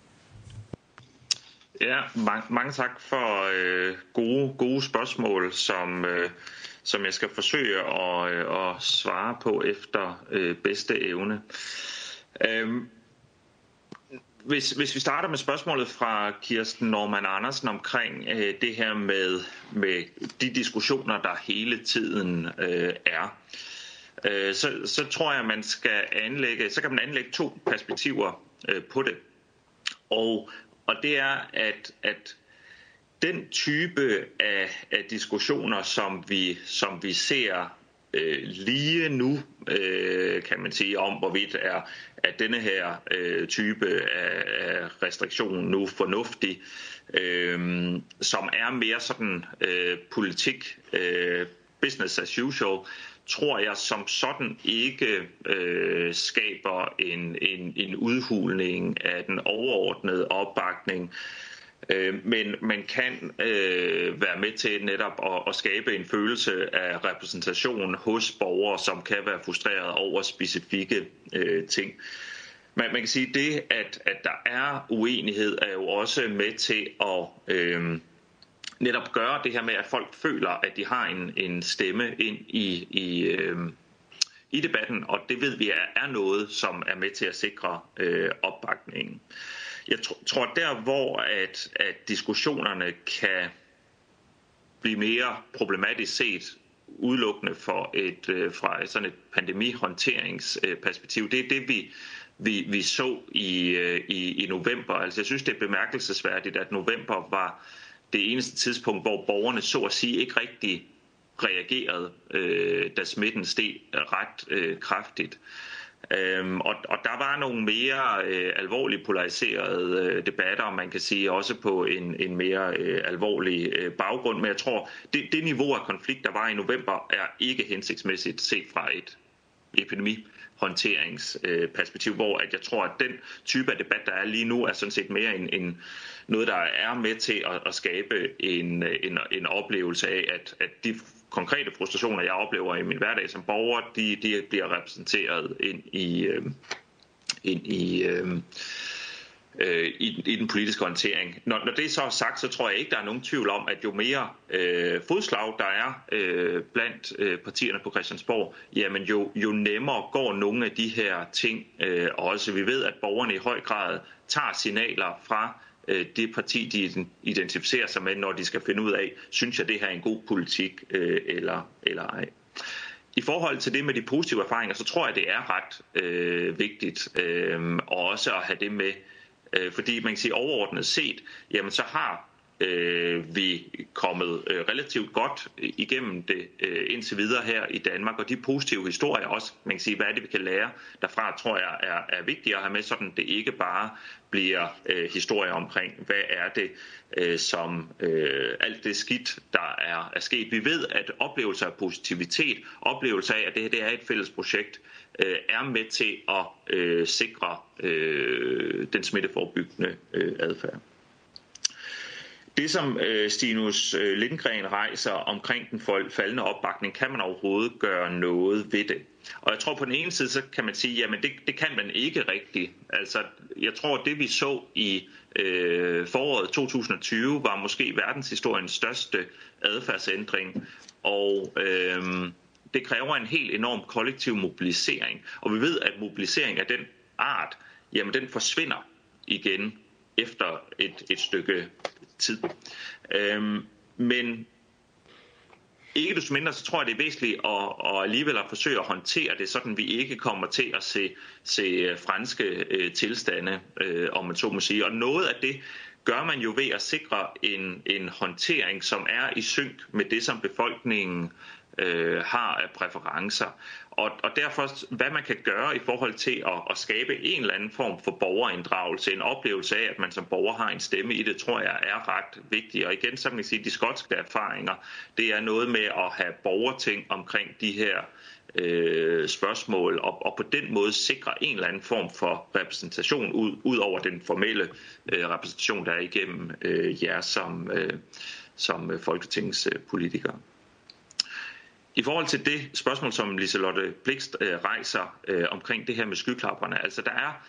Ja, mange tak for gode spørgsmål, som jeg skal forsøge at svare på efter bedste evne. Hvis vi starter med spørgsmålet fra Kirsten Normann Andersen omkring det her med de diskussioner, der hele tiden er, så tror jeg, man skal anlægge, så kan man anlægge 2 perspektiver på det. Og det er, at den type af diskussioner, som vi ser lige nu, kan man sige, om hvorvidt at denne her type af restriktion nu fornuftig, som er mere sådan politik, business as usual, tror jeg som sådan ikke skaber en udhulning af den overordnede opbakning, men man kan være med til netop at skabe en følelse af repræsentation hos borgere, som kan være frustreret over specifikke ting. Man kan sige, at det, at der er uenighed, er jo også med til at netop gøre det her med, at folk føler, at de har en stemme ind i debatten, og det ved vi er noget, som er med til at sikre opbakningen. Jeg tror der, hvor at diskussionerne kan blive mere problematisk set udelukkende fra sådan et pandemihåndteringsperspektiv, det er det, vi så i november. Altså jeg synes, det er bemærkelsesværdigt, at november var det eneste tidspunkt, hvor borgerne så at sige ikke rigtig reagerede, da smitten steg ret kraftigt. Og der var nogle mere alvorligt polariserede debatter, man kan sige også på en mere alvorlig baggrund. Men jeg tror, det niveau af konflikt, der var i november, er ikke hensigtsmæssigt set fra et epidemihåndteringsperspektiv, hvor at jeg tror, at den type af debat, der er lige nu, er sådan set mere en noget, der er med til at skabe en oplevelse af, at de konkrete frustrationer, jeg oplever i min hverdag som borger, de bliver repræsenteret ind i den politiske håndtering. Når det så er sagt, så tror jeg ikke, der er nogen tvivl om, at jo mere fodslag der er blandt partierne på Christiansborg, jamen jo nemmere går nogle af de her ting også. Vi ved, at borgerne i høj grad tager signaler fra det parti, de identificerer sig med, når de skal finde ud af, synes jeg, det her er en god politik eller ej. I forhold til det med de positive erfaringer, så tror jeg, det er ret vigtigt også at have det med, fordi man kan sige overordnet set, jamen så har vi kommet relativt godt igennem det indtil videre her i Danmark, og de positive historier også, man kan sige, hvad er det, vi kan lære derfra, tror jeg er vigtigt at have med, sådan det ikke bare bliver historier omkring, hvad er det, som alt det skidt, der er sket. Vi ved, at oplevelser af positivitet, oplevelser af, at det her er et fælles projekt, er med til at sikre den smitteforebyggende adfærd. Det, som Stinus Lindgren rejser omkring den faldende opbakning, kan man overhovedet gøre noget ved det? Og jeg tror på den ene side, så kan man sige, jamen det kan man ikke rigtigt. Altså, jeg tror, det vi så i foråret 2020 var måske verdenshistoriens største adfærdsændring, og det kræver en helt enorm kollektiv mobilisering. Og vi ved, at mobilisering af den art, jamen den forsvinder igen efter et stykke tid. Men ikke desto mindre, så tror jeg, det er væsentligt at alligevel at forsøge at håndtere det, sådan vi ikke kommer til at se franske tilstande, om man så må sige. Og noget af det gør man jo ved at sikre en håndtering, som er i synk med det, som befolkningen har af præferencer. Og derfor, hvad man kan gøre i forhold til at skabe en eller anden form for borgerinddragelse, en oplevelse af, at man som borger har en stemme i det, tror jeg er ret vigtigt. Og igen, så kan man sige, at de skotske erfaringer, det er noget med at have borgerting omkring de her spørgsmål, og på den måde sikre en eller anden form for repræsentation ud over den formelle repræsentation, der er igennem jer som folketingspolitikere. I forhold til det spørgsmål, som Liselotte Blixt rejser omkring det her med skyklapperne, altså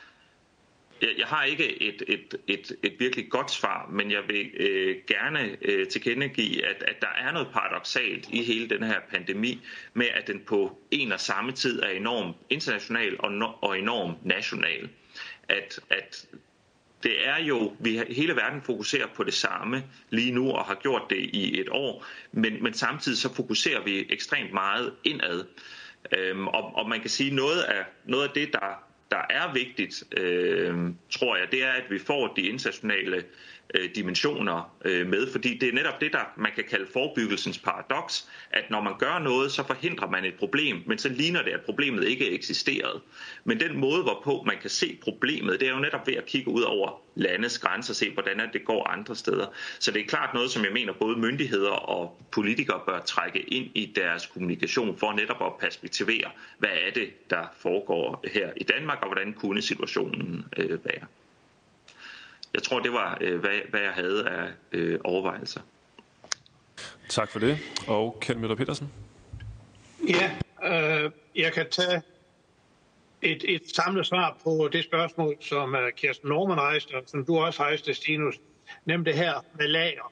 jeg har ikke et virkelig godt svar, men jeg vil gerne tilkendegive, at der er noget paradoksalt i hele den her pandemi, med at den på en og samme tid er enormt international og enormt national. At det er jo, hele verden fokuserer på det samme lige nu og har gjort det i et år, men samtidig så fokuserer vi ekstremt meget indad. Og man kan sige, noget af det, der er vigtigt, tror jeg, det er, at vi får de internationale dimensioner med, fordi det er netop det, der man kan kalde forebyggelsens paradoks, at når man gør noget, så forhindrer man et problem, men så ligner det, at problemet ikke eksisterede. Men den måde, hvorpå man kan se problemet, det er jo netop ved at kigge ud over landets grænser og se, hvordan det går andre steder. Så det er klart noget, som jeg mener, både myndigheder og politikere bør trække ind i deres kommunikation for netop at perspektivere, hvad er det, der foregår her i Danmark, og hvordan kunne situationen være. Jeg tror, det var, hvad jeg havde af overvejelser. Tak for det. Og Kjeld Møller Petersen? Ja, jeg kan tage et samlet svar på det spørgsmål, som Kirsten Normann rejste, og som du også rejste, Stinus, nemlig det her med lager.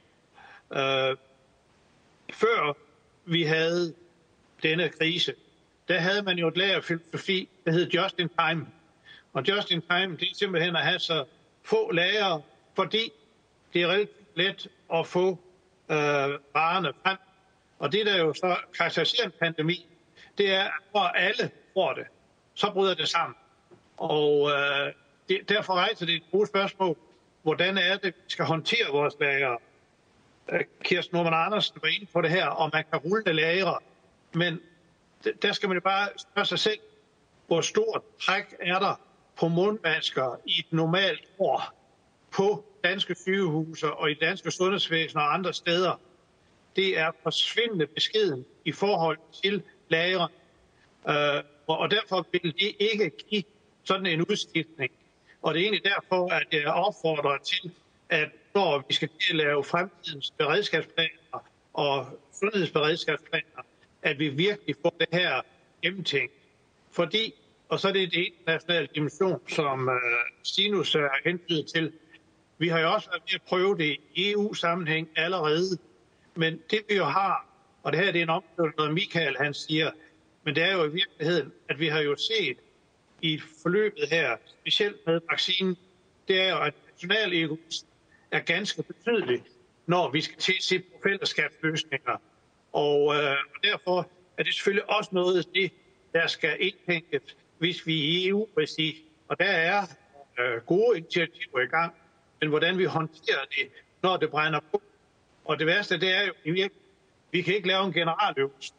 Før vi havde denne krise, der havde man jo et lagerfilosofi, der hed just in time. Og just in time, det er simpelthen at have så få lager, fordi det er relativt let at få varerne frem. Og det, der jo så karakteriserer en pandemi, det er, at når alle får det, så bryder det sammen. Og derfor rejser det et gode spørgsmål, hvordan er det, vi skal håndtere vores lager. Kirsten Normann Andersen var inde på det her, og man kan rulle lagre. Men der skal man jo bare spørge sig selv, hvor stort træk er der på mundmasker i et normalt år på danske sygehuse og i danske sundhedsvæsen og andre steder. Det er forsvindende beskeden i forhold til lagre. Og derfor vil det ikke give sådan en udskiftning. Og det er egentlig derfor, at jeg opfordrer til, at når vi skal til at lave fremtidens beredskabsplaner og sundhedsberedskabsplaner, at vi virkelig får det her gennemtænkt. Fordi, og så er det internationale dimension, som Stinus er hentydet til. Vi har jo også været ved at prøve det i EU-sammenhæng allerede. Men det vi jo har, og det her det er en omkring noget Michael han siger, men det er jo i virkeligheden, at vi har jo set i forløbet her, specielt med vaccinen, det er jo, at national egoisme er ganske betydeligt, når vi skal til at se på fællesskabsløsninger. Og derfor er det selvfølgelig også noget af det, der skal indtænkes, hvis vi i EU-regi, og der er gode initiativer i gang, men hvordan vi håndterer det, når det brænder på, Og det værste, det er jo, vi kan ikke lave en generaløvelse,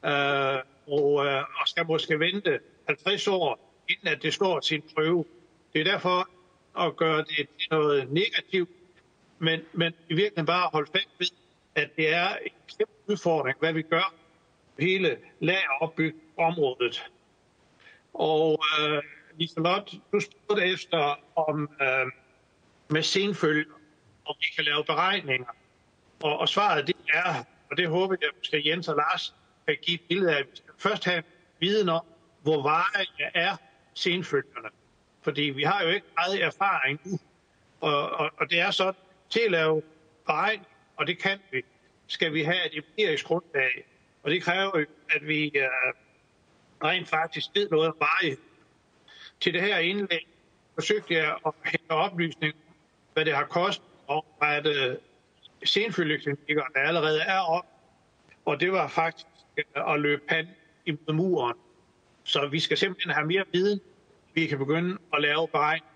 og skal måske vente 50 år, inden at det står sin prøve. Det er derfor at gøre det til noget negativt, men i virkeligheden bare holde fast ved, at det er en kæmpe udfordring, hvad vi gør på hele lageropbygningsområdet. Og Liselotte, du spurgte efter om med senfølger, om vi kan lave beregninger. Og svaret det er, og det håber jeg, at Jens og Lars kan give et billede af, at vi skal først have viden om, hvor varige er senfølgerne. Fordi vi har jo ikke meget erfaring nu. Og det er så til at lave beregninger, og det kan vi, skal vi have et empirisk grundlag. Og det kræver jo, at vi rent faktisk ved noget om varighed. Til det her indlæg forsøgte jeg at hente oplysning, hvad det har kostet, og hvad senfølgeklinikker, der allerede er op. Og det var faktisk at løbe panden imod muren. Så vi skal simpelthen have mere viden, vi kan begynde at lave beregninger.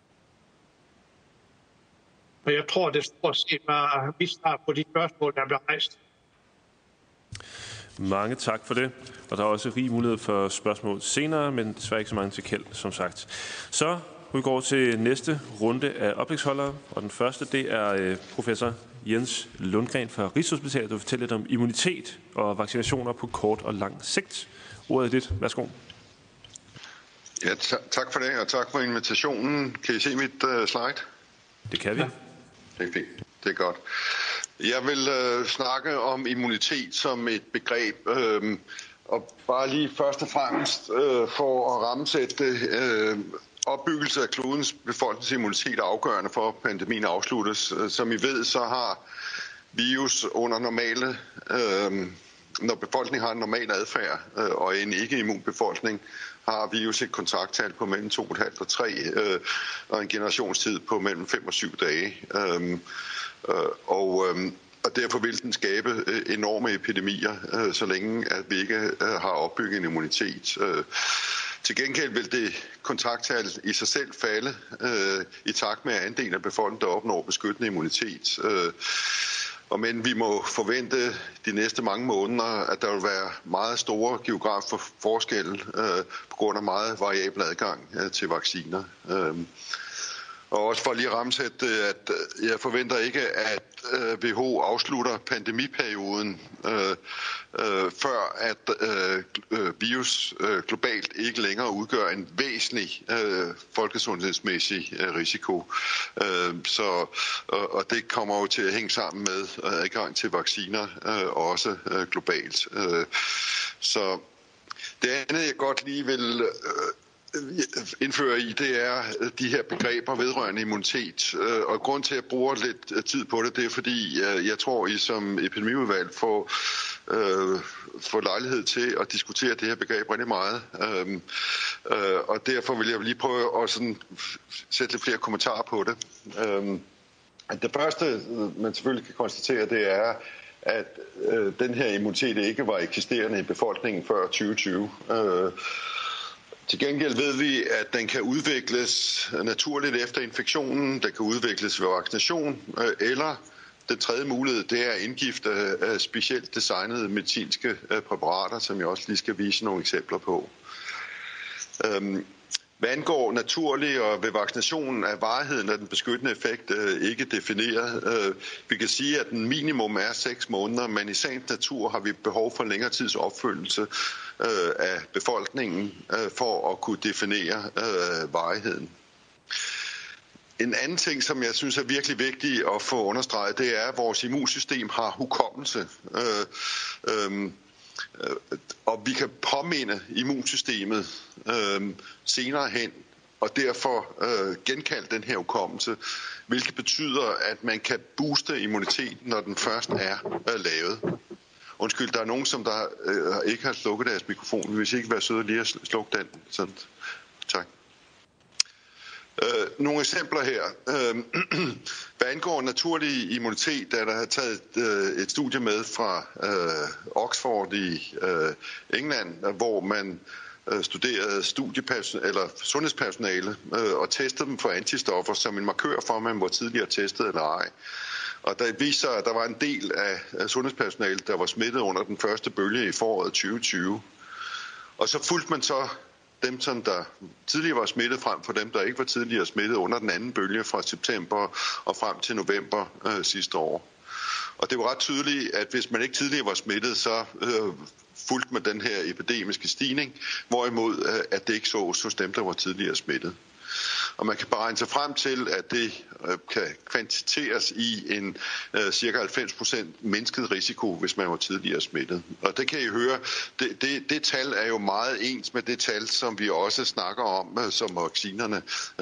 Og jeg tror, det stort set var mit svar på de spørgsmål, der blev rejst. Mange tak for det. Og der er også rig mulighed for spørgsmål senere, men desværre ikke så mange til Kjeld, som sagt. Så vi går til næste runde af oplægsholdere, og den første, det er professor Jens Lundgren fra Rigshospitalet, der vil fortælle lidt om immunitet og vaccinationer på kort og lang sigt. Ordet er dit. Værsgo. Ja, tak for det, og tak for invitationen. Kan I se mit slide? Det kan vi. Ja. Det er fint. Det er godt. Jeg vil snakke om immunitet som et begreb, og bare lige først og fremmest for at rammesætte det. Opbyggelse af klodens befolkningsimmunitet er afgørende for, at pandemien afsluttes. Som I ved, så har virus under normale, når befolkningen har en normal adfærd, og en ikke-immun befolkning, har virus et kontakttal på mellem 2,5 og 3, og en generationstid på mellem 5 og 7 dage. Og derfor vil den skabe enorme epidemier, så længe at vi ikke har opbygget en immunitet. Til gengæld vil det kontakttal i sig selv falde i takt med andelen af befolkningen, der opnår beskyttende immunitet. Men vi må forvente de næste mange måneder, at der vil være meget store geografiske forskelle på grund af meget variabel adgang til vacciner. Og også for lige at rammesætte, at jeg forventer ikke, at WHO afslutter pandemiperioden, før at virus globalt ikke længere udgør en væsentlig folkesundhedsmæssig risiko. Og det kommer jo til at hænge sammen med adgang til vacciner, også globalt. Så det andet, jeg godt lige vil indføre i, det er de her begreber vedrørende immunitet. Og grund til, at jeg bruger lidt tid på det, det er fordi, jeg tror, I som epidemiudvalg får lejlighed til at diskutere det her begreb rigtig meget. Og derfor vil jeg lige prøve at sådan sætte lidt flere kommentarer på det. Det første, man selvfølgelig kan konstatere, det er, at den her immunitet ikke var eksisterende i befolkningen før 2020. Til gengæld ved vi, at den kan udvikles naturligt efter infektionen, den kan udvikles ved vaccination, eller den tredje mulighed, det er indgift af specielt designede medicinske præparater, som jeg også lige skal vise nogle eksempler på. Hvad angår naturlig og ved vaccinationen er varigheden af den beskyttende effekt ikke defineret. Vi kan sige, at den minimum er 6 måneder, men i sagens natur har vi behov for længere tids opfølgelse af befolkningen for at kunne definere varigheden. En anden ting, som jeg synes er virkelig vigtigt at få understreget, det er, at vores immunsystem har hukommelse. Og vi kan påminde immunsystemet senere hen, og derfor genkalde den her hukommelse, hvilket betyder, at man kan booste immuniteten, når den først er lavet. Undskyld, der er nogen, som der ikke har slukket deres mikrofon. Hvis I ikke være søde lige at slukke den. Sådan. Tak. Nogle eksempler her. Hvad angår naturlig immunitet, der har taget et studie med fra Oxford i England, hvor man studerede sundhedspersonale og testede dem for antistoffer som en markør for, om man var tidligere testet eller ej. Og der viste sig, at der var en del af sundhedspersonalet, der var smittet under den første bølge i foråret 2020. Og så fulgte man så dem, som der tidligere var smittet, frem for dem, der ikke var tidligere smittet under den anden bølge fra september og frem til november sidste år. Og det var ret tydeligt, at hvis man ikke tidligere var smittet, så fulgte man den her epidemiske stigning, hvorimod at det ikke sås hos dem, der var tidligere smittet. Og man kan beregne sig frem til, at det kan kvantiteres i en cirka 90% mindsket risiko, hvis man var tidligere smittet. Og det kan I høre, det tal er jo meget ens med det tal, som vi også snakker om, som vaccinerne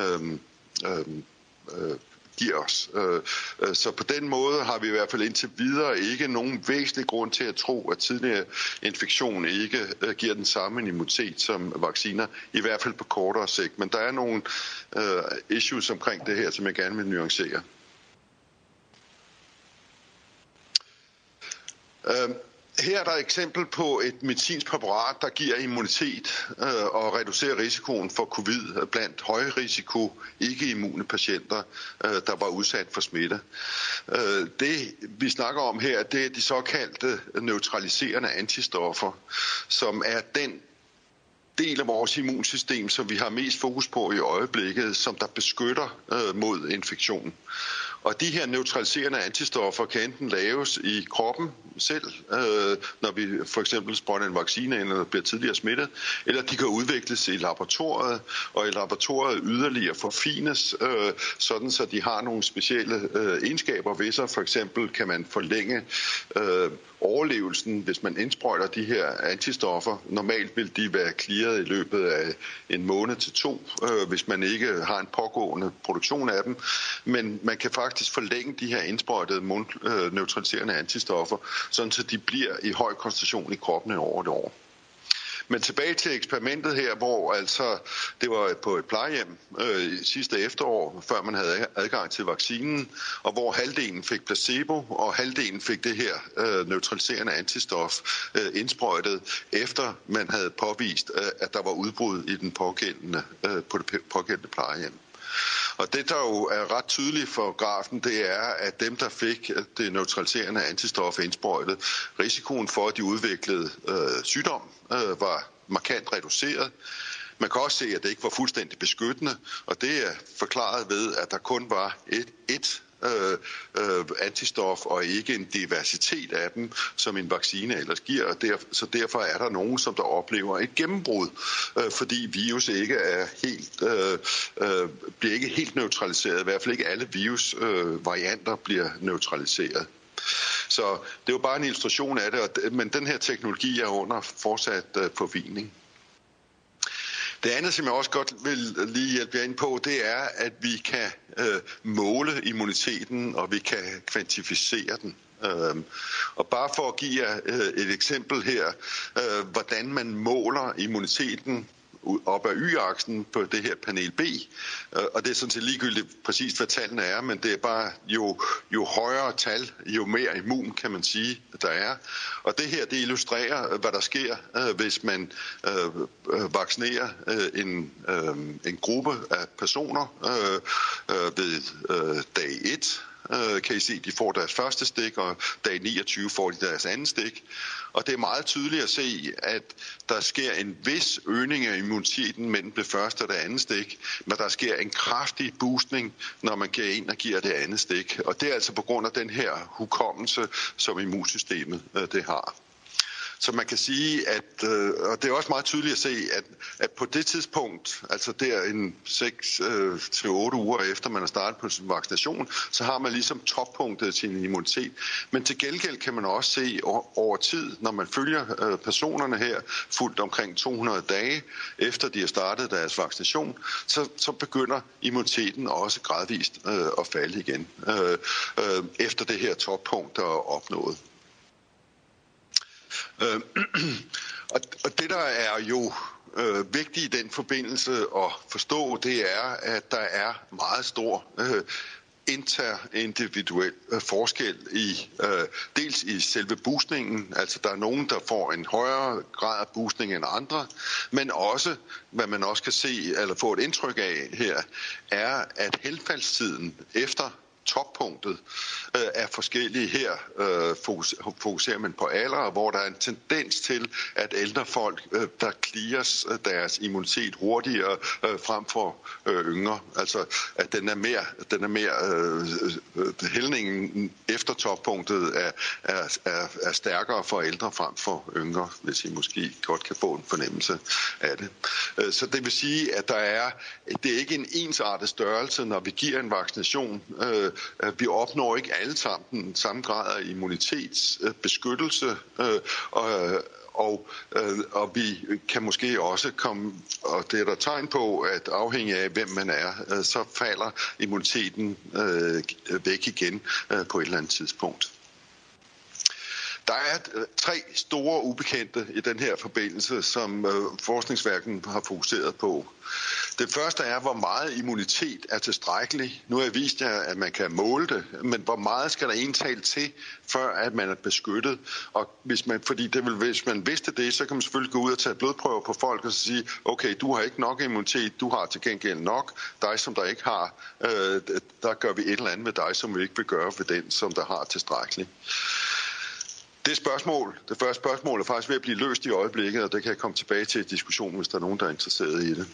giver os. Så på den måde har vi i hvert fald indtil videre ikke nogen væsentlig grund til at tro, at tidligere infektion ikke giver den samme immunitet som vacciner, i hvert fald på kortere sigt. Men der er nogle issues omkring det her, som jeg gerne vil nuancere. Her er der et eksempel på et medicinsk præparat, der giver immunitet og reducerer risikoen for covid blandt højrisiko ikke-immune patienter, der var udsat for smitte. Det vi snakker om her, det er de såkaldte neutraliserende antistoffer, som er den del af vores immunsystem, som vi har mest fokus på i øjeblikket, som der beskytter mod infektion. Og de her neutraliserende antistoffer kan enten laves i kroppen selv, når vi for eksempel sprøjter en vaccine ind, eller bliver tidligere smittet, eller de kan udvikles i laboratoriet, og i laboratoriet yderligere forfines, sådan så de har nogle specielle egenskaber ved sig. For eksempel kan man forlænge overlevelsen, hvis man indsprøjter de her antistoffer. Normalt vil de være clearet i løbet af en måned til 2, hvis man ikke har en pågående produktion af dem. Men man kan faktisk forlænge de her indsprøjtede neutraliserende antistoffer, sådan så de bliver i høj koncentration i kroppen over et år. Men tilbage til eksperimentet her, hvor altså det var på et plejehjem sidste efterår, før man havde adgang til vaccinen, og hvor halvdelen fik placebo, og halvdelen fik det her neutraliserende antistof indsprøjtet, efter man havde påvist, at der var udbrud i den pågældende, på det pågældende plejehjem. Og det, der jo er ret tydeligt for grafen, det er, at dem, der fik det neutraliserende antistof indsprøjtet, risikoen for, at de udviklede sygdom, var markant reduceret. Man kan også se, at det ikke var fuldstændig beskyttende, og det er forklaret ved, at der kun var et antistof og ikke en diversitet af dem, som en vaccine ellers giver. Så derfor er der nogen, som der oplever et gennembrud, fordi virus ikke er bliver ikke helt neutraliseret. I hvert fald ikke alle virusvarianter bliver neutraliseret. Så det er jo bare en illustration af det, men den her teknologi er under fortsat forfining. Det andet, som jeg også godt vil lige hjælpe jer ind på, det er, at vi kan måle immuniteten, og vi kan kvantificere den. Og bare for at give jer et eksempel her, hvordan man måler immuniteten op ad y-aksen på det her panel B, og det er sådan set ligegyldigt præcis, hvad tallene er, men det er bare jo højere tal, jo mere immun, kan man sige, der er. Og det her, det illustrerer, hvad der sker, hvis man vaccinerer en gruppe af personer ved dag 1, kan I se, de får deres første stik, og dag 29 får de deres anden stik. Og det er meget tydeligt at se, at der sker en vis øgning af immuniteten mellem det første og det andet stik, men der sker en kraftig boostning, når man går ind og giver det andet stik. Og det er altså på grund af den her hukommelse, som immunsystemet det har. Så man kan sige, at, og det er også meget tydeligt at se, at på det tidspunkt, altså der en 6-8 uger efter man har startet på sin vaccination, så har man ligesom toppunktet sin immunitet. Men til gengæld kan man også se over tid, når man følger personerne her, fuldt omkring 200 dage efter de har startet deres vaccination, så begynder immuniteten også gradvist at falde igen, efter det her toppunkt er opnået. Og det, der er jo vigtigt i den forbindelse at forstå, det er, at der er meget stor interindividuel forskel i dels i selve boostningen, altså der er nogen, der får en højere grad af boostning end andre, men også, hvad man også kan se, eller få et indtryk af her, er, at helfaldstiden efter toppunktet er forskellige. Her fokuserer man på alder, hvor der er en tendens til, at ældre folk, der clears deres immunitet hurtigere frem for yngre. Altså, at den er mere hældningen efter toppunktet er stærkere for ældre frem for yngre, hvis I måske godt kan få en fornemmelse af det. Så det vil sige, at det er ikke en ensartet størrelse, når vi giver en vaccination. Vi opnår ikke alle sammen samme grad af immunitetsbeskyttelse, og vi kan måske også komme, og det er der tegn på, at afhængig af hvem man er, så falder immuniteten væk igen på et eller andet tidspunkt. Der er 3 store ubekendte i den her forbindelse, som forskningsverdenen har fokuseret på. Det første er, hvor meget immunitet er tilstrækkelig. Nu har jeg vist jer, at man kan måle det, men hvor meget skal der indtalt til, før at man er beskyttet? Og hvis man vidste det, så kan man selvfølgelig gå ud og tage blodprøver på folk og sige, okay, du har ikke nok immunitet, du har til gengæld nok. Dig, som der ikke har, der gør vi et eller andet med dig, som vi ikke vil gøre ved den, som der har tilstrækkeligt. Det første spørgsmål er faktisk ved at blive løst i øjeblikket, og det kan jeg komme tilbage til i diskussionen, hvis der er nogen, der er interesseret i det.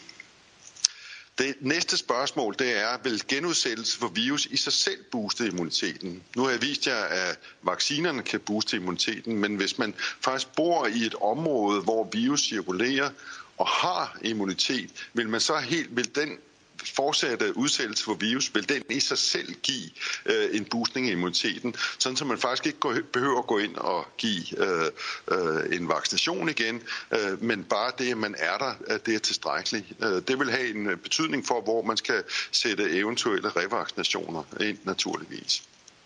Det næste spørgsmål, det er, vil genudsættelse for virus i sig selv booste immuniteten? Nu har jeg vist jer, at vaccinerne kan booste immuniteten, men hvis man faktisk bor i et område, hvor virus cirkulerer og har immunitet, vil den fortsatte udsættelse for virus, vil den i sig selv give en boostning af immuniteten, sådan så man faktisk ikke behøver at gå ind og give en vaccination igen, men bare det, at man er der, det er tilstrækkeligt. Det vil have en betydning for, hvor man skal sætte eventuelle revaccinationer ind, naturligvis.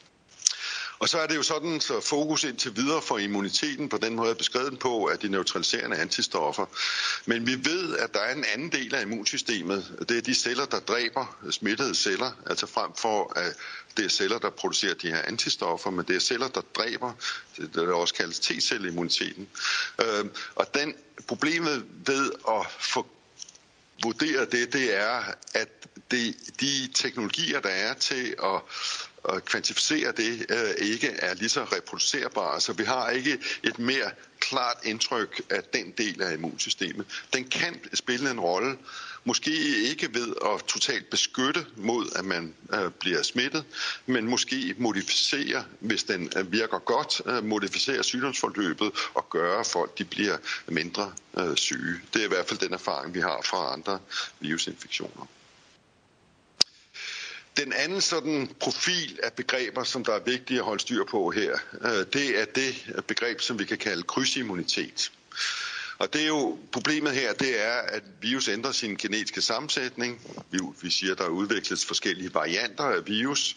Og så er det jo sådan, så fokus indtil videre for immuniteten på den måde er beskrevet på, at de neutraliserende antistoffer. Men vi ved, at der er en anden del af immunsystemet. Det er de celler, der dræber smittede celler, altså frem for at det er celler, der producerer de her antistoffer, men det er celler, der dræber, det der også kaldes T-celleimmuniteten. Og problemet ved at få vurderet det er, at de teknologier, der er til at kvantificere det, ikke er lige så reproducerbare, så vi har ikke et mere klart indtryk af den del af immunsystemet. Den kan spille en rolle, måske ikke ved at totalt beskytte mod, at man bliver smittet, men måske modificere, hvis den virker godt, modificere sygdomsforløbet og gøre, at folk de bliver mindre syge. Det er i hvert fald den erfaring, vi har fra andre virusinfektioner. Den anden sådan profil af begreber, som der er vigtigt at holde styr på her, det er det begreb, som vi kan kalde krydsimmunitet. Og det er jo problemet her, det er, at virus ændrer sin genetiske sammensætning. Vi siger, at der udvikles forskellige varianter af virus.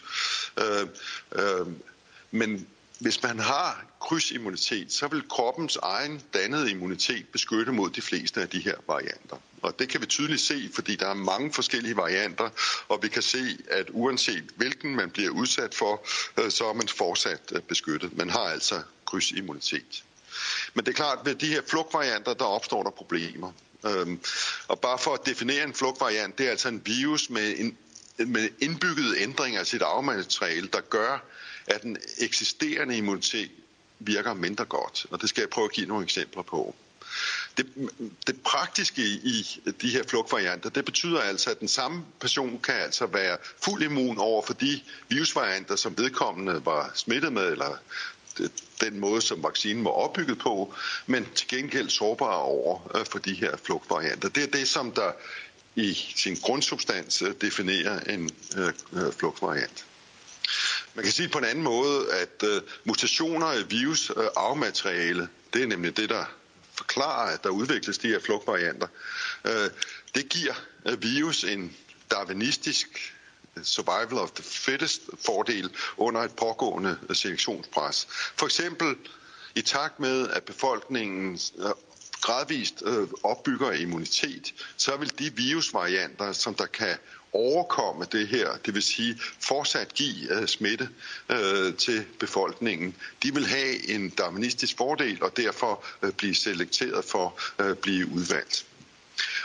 Men hvis man har krydsimmunitet, så vil kroppens egen dannede immunitet beskytte mod de fleste af de her varianter. Og det kan vi tydeligt se, fordi der er mange forskellige varianter, og vi kan se, at uanset hvilken man bliver udsat for, så er man fortsat beskyttet. Man har altså krydsimmunitet. Men det er klart, at ved de her flugtvarianter, der opstår der problemer. Og bare for at definere en flugtvariant, det er altså en virus med indbyggede ændringer af sit arvemateriale, der gør, at den eksisterende immunitet virker mindre godt. Og det skal jeg prøve at give nogle eksempler på. Det praktiske i de her flugtvarianter, det betyder altså, at den samme person kan altså være fuld immun over for de virusvarianter, som vedkommende var smittet med, eller den måde, som vaccinen var opbygget på, men til gengæld sårbare over for de her flugtvarianter. Det er det, som der i sin grundsubstans definerer en flugtvariant. Man kan sige på en anden måde, at mutationer i virus arvemateriale, det er nemlig det, der forklarer, at der udvikles de her flugtvarianter. Det giver virus en darwinistisk survival of the fittest fordel under et pågående selektionspres. For eksempel i takt med, at befolkningen gradvist opbygger immunitet, så vil de virusvarianter, som der kan overkomme det her, det vil sige fortsat give smitte til befolkningen, de vil have en darwinistisk fordel og derfor blive selekteret for at blive udvalgt.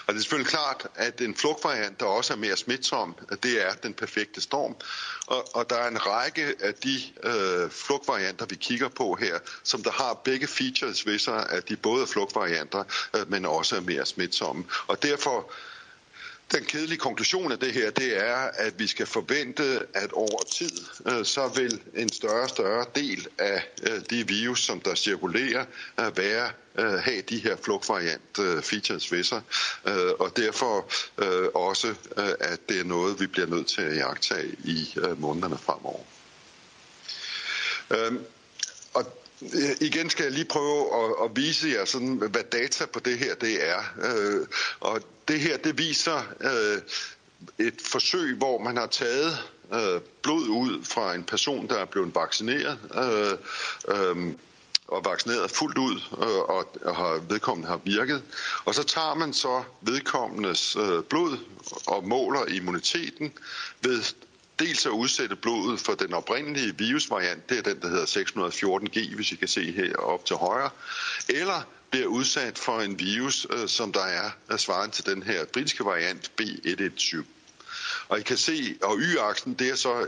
Og det er selvfølgelig klart, at en flugtvariant, der også er mere smitsom, det er den perfekte storm. Og der er en række af de flugtvarianter, vi kigger på her, som der har begge features ved sig, at de både er flugtvarianter, men også er mere smitsomme. Og derfor den kedelige konklusion af det her, det er, at vi skal forvente, at over tid, så vil en større og større del af de virus, som der cirkulerer, have de her flugtvariant features ved sig, og derfor også, at det er noget, vi bliver nødt til at iagttage i månederne fremover. Og igen skal jeg lige prøve at vise jer, sådan, hvad data på det her det er. Og det her det viser et forsøg, hvor man har taget blod ud fra en person, der er blevet vaccineret, og vaccineret fuldt ud, og vedkommende har virket. Og så tager man så vedkommendes blod og måler immuniteten ved dels at udsætte blodet for den oprindelige virusvariant, det er den, der hedder 614G, hvis I kan se her op til højre, eller bliver udsat for en virus, som der er svarende til den her britiske variant B117. Og I kan se, og y-aksen, det er så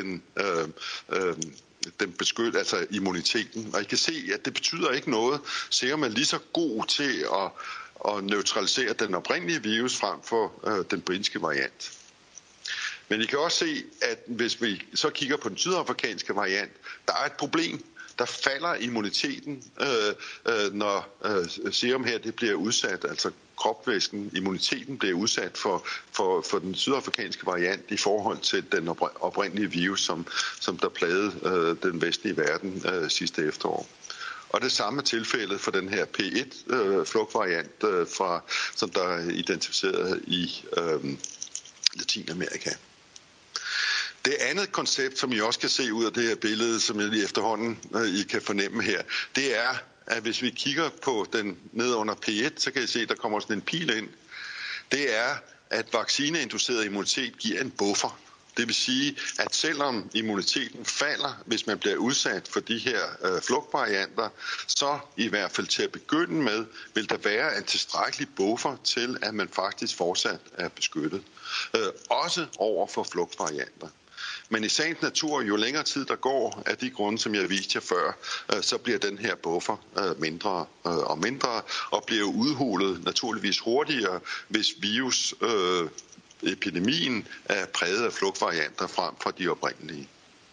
den beskytter, altså immuniteten. Og I kan se, at det betyder ikke noget. Serum er lige så god til at neutralisere den oprindelige virus frem for den britiske variant. Men I kan også se, at hvis vi så kigger på den sydafrikanske variant, der er et problem. Der falder immuniteten, når serum her det bliver udsat, altså kropsvæsken, immuniteten bliver udsat for den sydafrikanske variant i forhold til den oprindelige virus, som der plagede den vestlige verden sidste efterår. Og det samme tilfælde for den her P1-flugtvariant, som der er identificeret i Latinamerika. Det andet koncept, som I også kan se ud af det her billede, som jeg lige efterhånden I kan fornemme her, det er, at hvis vi kigger på den ned under P1, så kan I se, at der kommer sådan en pil ind. Det er, at vaccineinduceret immunitet giver en buffer. Det vil sige, at selvom immuniteten falder, hvis man bliver udsat for de her flugtvarianter, så i hvert fald til at begynde med, vil der være en tilstrækkelig buffer til, at man faktisk fortsat er beskyttet. Også over for flugtvarianter. Men i sagens natur, jo længere tid der går, af de grunde, som jeg viste jer før, så bliver den her buffer mindre og mindre, og bliver udhulet naturligvis hurtigere, hvis virusepidemien er præget af flugtvarianter frem for de oprindelige.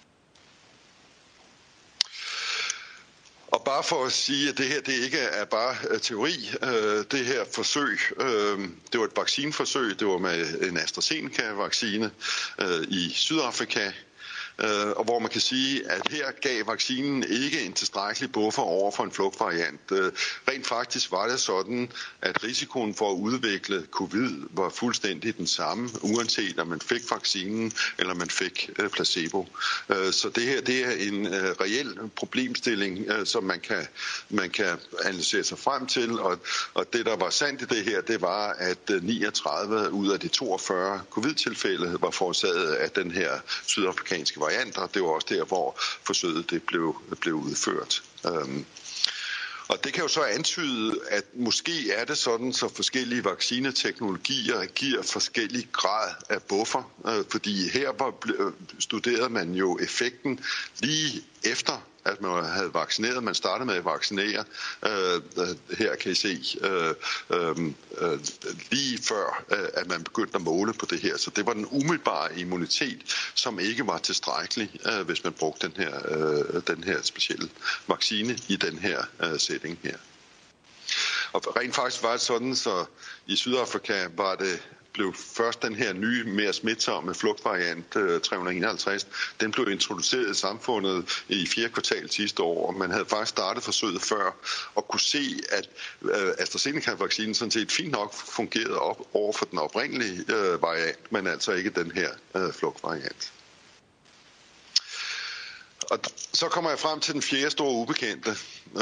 Og bare for at sige, at det her det ikke er bare teori, det her forsøg, det var et vaccineforsøg, det var med en AstraZeneca-vaccine i Sydafrika, og hvor man kan sige, at her gav vaccinen ikke en tilstrækkelig buffer over for en flugtvariant. Rent faktisk var det sådan, at risikoen for at udvikle covid var fuldstændig den samme, uanset om man fik vaccinen eller man fik placebo. Så det her det er en reel problemstilling, som man kan analysere sig frem til, og det der var sandt i det her, det var, at 39 ud af de 42 covid-tilfælde var forårsaget af den her sydafrikanske variant, og det var også der, hvor forsøget det blev udført. Og det kan jo så antyde, at måske er det sådan, så forskellige vaccineteknologier giver forskellig grad af buffer, fordi her studerede man jo effekten lige efter, at man havde vaccineret. Man startede med at vaccinere. Her kan I se lige før, at man begyndte at måle på det her. Så det var den umiddelbare immunitet, som ikke var tilstrækkelig, hvis man brugte den her specielle vaccine i den her setting her. Og rent faktisk var det sådan, så i Sydafrika blev først den her nye, mere smitsomme flugtvariant 351, den blev introduceret i samfundet i 4. kvartal sidste år, og man havde faktisk startet forsøget før, og kunne se, at AstraZeneca-vaccinen sådan set fint nok fungerede over for den oprindelige variant, men altså ikke den her flugtvariant. Og så kommer jeg frem til den fjerde store ubekendte.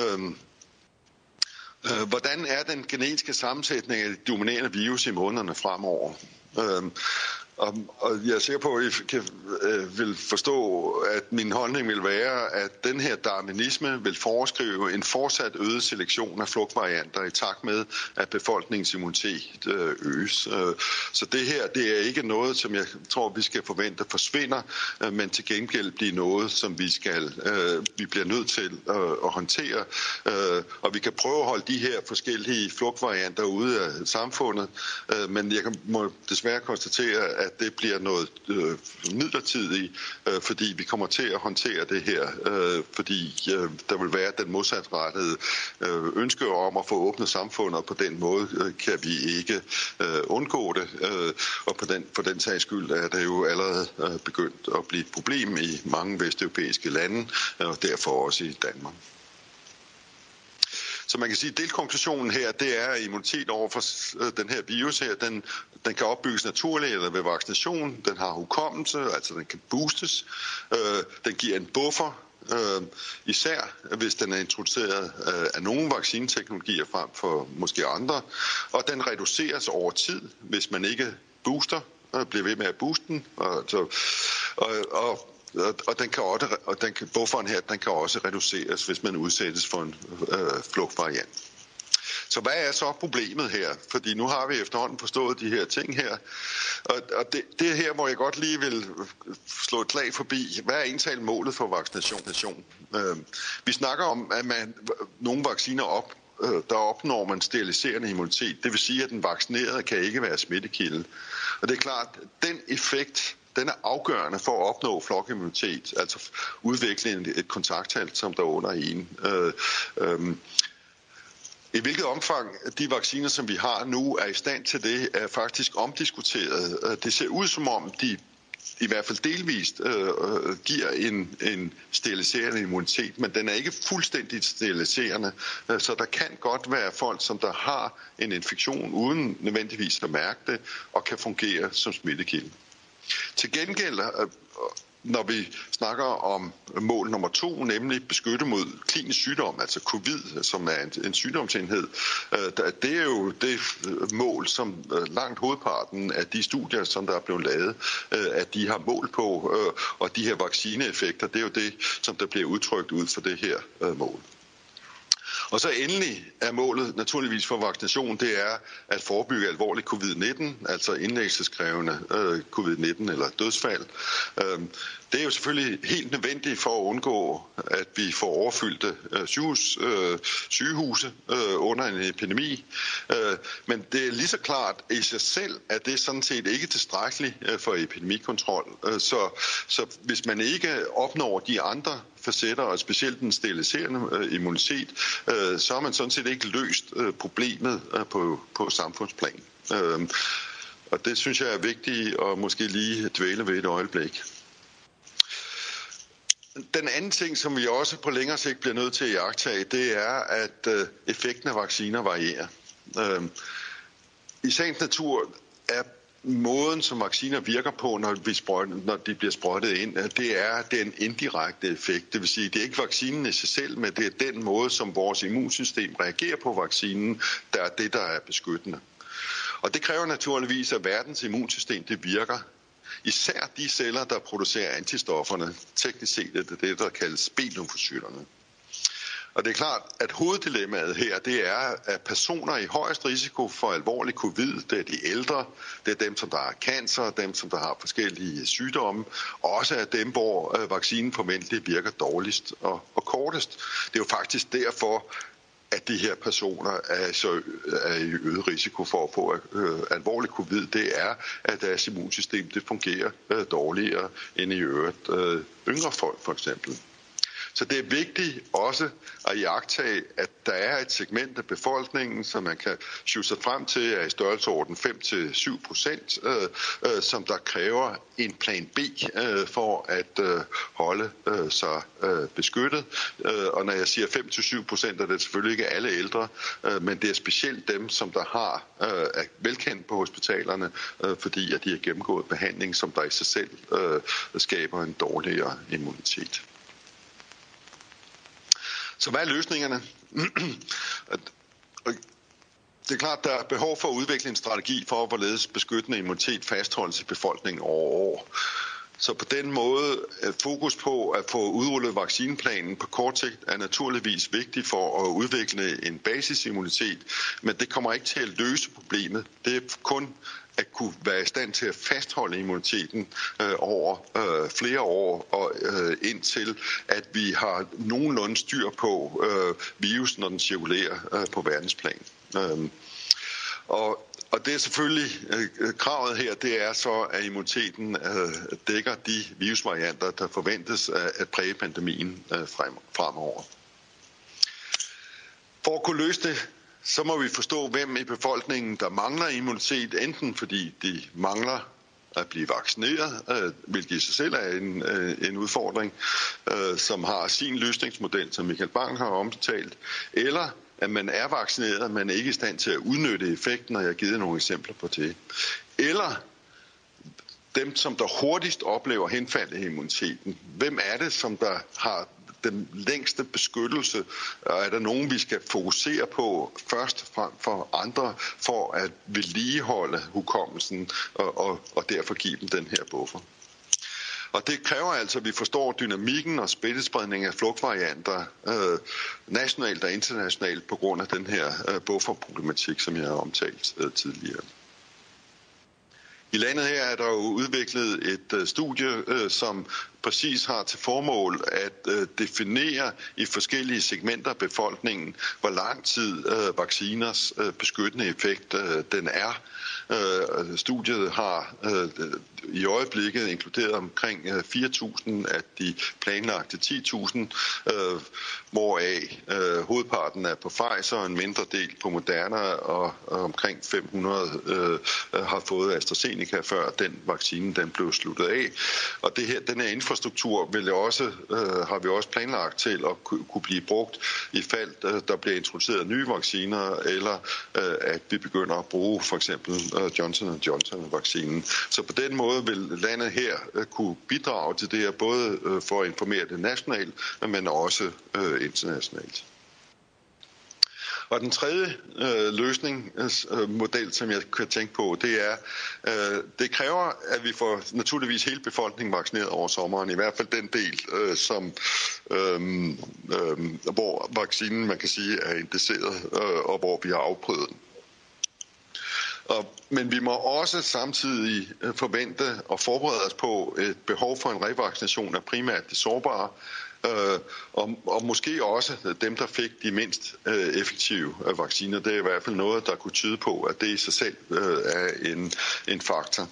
Hvordan er den genetiske sammensætning af de dominerende virus i månederne fremover? Og jeg er sikker på, at I vil forstå, at min holdning vil være, at den her darwinisme vil foreskrive en fortsat øget selektion af flugtvarianter i takt med, at befolkningens immunitet øges. Så det her, det er ikke noget, som jeg tror, vi skal forvente forsvinder, men til gengæld bliver noget, som vi bliver nødt til at håndtere. Og vi kan prøve at holde de her forskellige flugtvarianter ude af samfundet, men jeg må desværre konstatere, at det bliver noget midlertidigt, fordi vi kommer til at håndtere det her, fordi der vil være den modsatrettede ønske om at få åbnet samfundet, og på den måde kan vi ikke undgå det. Og for den sags skyld er det jo allerede begyndt at blive et problem i mange vesteuropæiske lande, og derfor også i Danmark. Så man kan sige, at delkonklusionen her, det er, at immunitet over for den her virus her, den kan opbygges naturligt eller ved vaccination. Den har hukommelse, altså den kan boostes. Den giver en buffer, især hvis den er introduceret af nogle vaccineteknologier frem for måske andre. Og den reduceres over tid, hvis man ikke booster, bliver ved med at booste den. Bufferen her, den kan også reduceres, hvis man udsættes for en flugtvariant. Så hvad er så problemet her? Fordi nu har vi efterhånden forstået de her ting her. Og det her, hvor jeg godt lige vil slå et slag forbi. Hvad er egentlig målet for vaccination? Vi snakker om, at nogle vacciner der opnår man steriliserende immunitet. Det vil sige, at den vaccinerede kan ikke være smittekilde. Og det er klart, at den effekt, den er afgørende for at opnå flokimmunitet, altså udvikle et kontakttal, som der er under en. I hvilket omfang de vacciner, som vi har nu, er i stand til det, er faktisk omdiskuteret. Det ser ud som om, de i hvert fald delvist giver en steriliserende immunitet, men den er ikke fuldstændigt steriliserende, så der kan godt være folk, som der har en infektion uden nødvendigvis at mærke det, og kan fungere som smittekilde. Til gengæld, når vi snakker om mål nummer 2, nemlig beskytte mod klinisk sygdom, altså covid, som er en sygdomsenhed, det er jo det mål, som langt hovedparten af de studier, som der er blevet lavet, at de har mål på, og de her vaccineeffekter, det er jo det, som der bliver udtrykt ud for det her mål. Og så endelig er målet naturligvis for vaccination, det er at forebygge alvorlig covid-19, altså indlæggelseskrævende covid-19 eller dødsfald. Det er jo selvfølgelig helt nødvendigt for at undgå, at vi får overfyldte sygehuse under en epidemi. Men det er lige så klart, at i sig selv er det sådan set ikke tilstrækkeligt for epidemikontrol. Så hvis man ikke opnår de andre facetter, og specielt den steriliserende immunitet, så har man sådan set ikke løst problemet på samfundsplan. Og det synes jeg er vigtigt at måske lige dvæle ved et øjeblik. Den anden ting, som vi også på længere sigt bliver nødt til at iagttage, det er, at effekten af vacciner varierer. I sagens natur er måden, som vacciner virker på, når de bliver sprøjtet ind, det er den indirekte effekt. Det vil sige, det er ikke vaccinen i sig selv, men det er den måde, som vores immunsystem reagerer på vaccinen, der er det, der er beskyttende. Og det kræver naturligvis, at verdens immunsystem det virker. Især de celler, der producerer antistofferne, teknisk set er det, der kaldes B-lymfocytterne. Og det er klart, at hoveddilemmaet her, det er, at personer i højest risiko for alvorlig covid, det er de ældre, det er dem, som der har cancer, dem, som der har forskellige sygdomme, og også er dem, hvor vaccinen forventeligt virker dårligst og kortest. Det er jo faktisk derfor, at de her personer er i øget risiko for at få alvorlig covid, det er, at deres immunsystem det fungerer dårligere end i øvrigt yngre folk for eksempel. Så det er vigtigt også at iagttage, at der er et segment af befolkningen, som man kan skyde sig frem til, er i størrelsesorden 5-7%, som der kræver en plan B for at holde sig beskyttet. Og når jeg siger 5-7%, er det selvfølgelig ikke alle ældre, men det er specielt dem, som der er velkendt på hospitalerne, fordi at de har gennemgået behandling, som der i sig selv skaber en dårligere immunitet. Så hvad er løsningerne? Det er klart, der er behov for at udvikle en strategi for, hvorledes beskyttende immunitet fastholdes i befolkningen over år. Så på den måde fokus på at få udrullet vaccineplanen på kort sigt er naturligvis vigtigt for at udvikle en basisimmunitet, men det kommer ikke til at løse problemet. Det er kun at kunne være i stand til at fastholde immuniteten over flere år og indtil at vi har nogenlunde styr på virusen, når den cirkulerer på verdensplan. Og det er selvfølgelig kravet her, det er så, at immuniteten dækker de virusvarianter, der forventes at præge pandemien fremover. For at kunne løse det, så må vi forstå, hvem i befolkningen, der mangler immunitet, enten fordi de mangler at blive vaccineret, hvilket i sig selv er en udfordring, som har sin løsningsmodel, som Michael Bang har omtalt, eller at man er vaccineret, men ikke i stand til at udnytte effekten, og jeg har givet nogle eksempler på det. Eller dem, som der hurtigst oplever henfald i immuniteten. Hvem er det, som der har den længste beskyttelse? Og er der nogen, vi skal fokusere på først frem for andre, for at vedligeholde hukommelsen og derfor give dem den her buffer? Og det kræver altså, at vi forstår dynamikken og smittespredning af flugtvarianter nationalt og internationalt på grund af den her bufferproblematik, som jeg har omtalt tidligere. I landet her er der jo udviklet et studie, som præcis har til formål at definere i forskellige segmenter af befolkningen, hvor lang tid vacciners beskyttende effekt den er. Studiet har i øjeblikket inkluderet omkring 4.000 af de planlagte 10.000, hvoraf hovedparten er på Pfizer og en mindre del på Moderna, og omkring 500 har fået AstraZeneca, før den vaccine den blev sluttet af. Og den her infrastruktur har vi også planlagt til at kunne blive brugt i fald der bliver introduceret nye vacciner, eller at vi begynder at bruge for eksempel Johnson & Johnson-vaccinen. Så på den måde vil landet her kunne bidrage til det her, både for at informere det nationalt, men også internationalt. Og den tredje løsningsmodel, som jeg kan tænke på, det er, det kræver, at vi får naturligvis hele befolkningen vaccineret over sommeren, i hvert fald den del, hvor vaccinen, man kan sige, er indiceret, og hvor vi har afprøvet den. Men vi må også samtidig forvente og forberede os på et behov for en revaccination af primært de sårbare, og måske også dem, der fik de mindst effektive vacciner. Det er i hvert fald noget, der kunne tyde på, at det i sig selv er en faktor.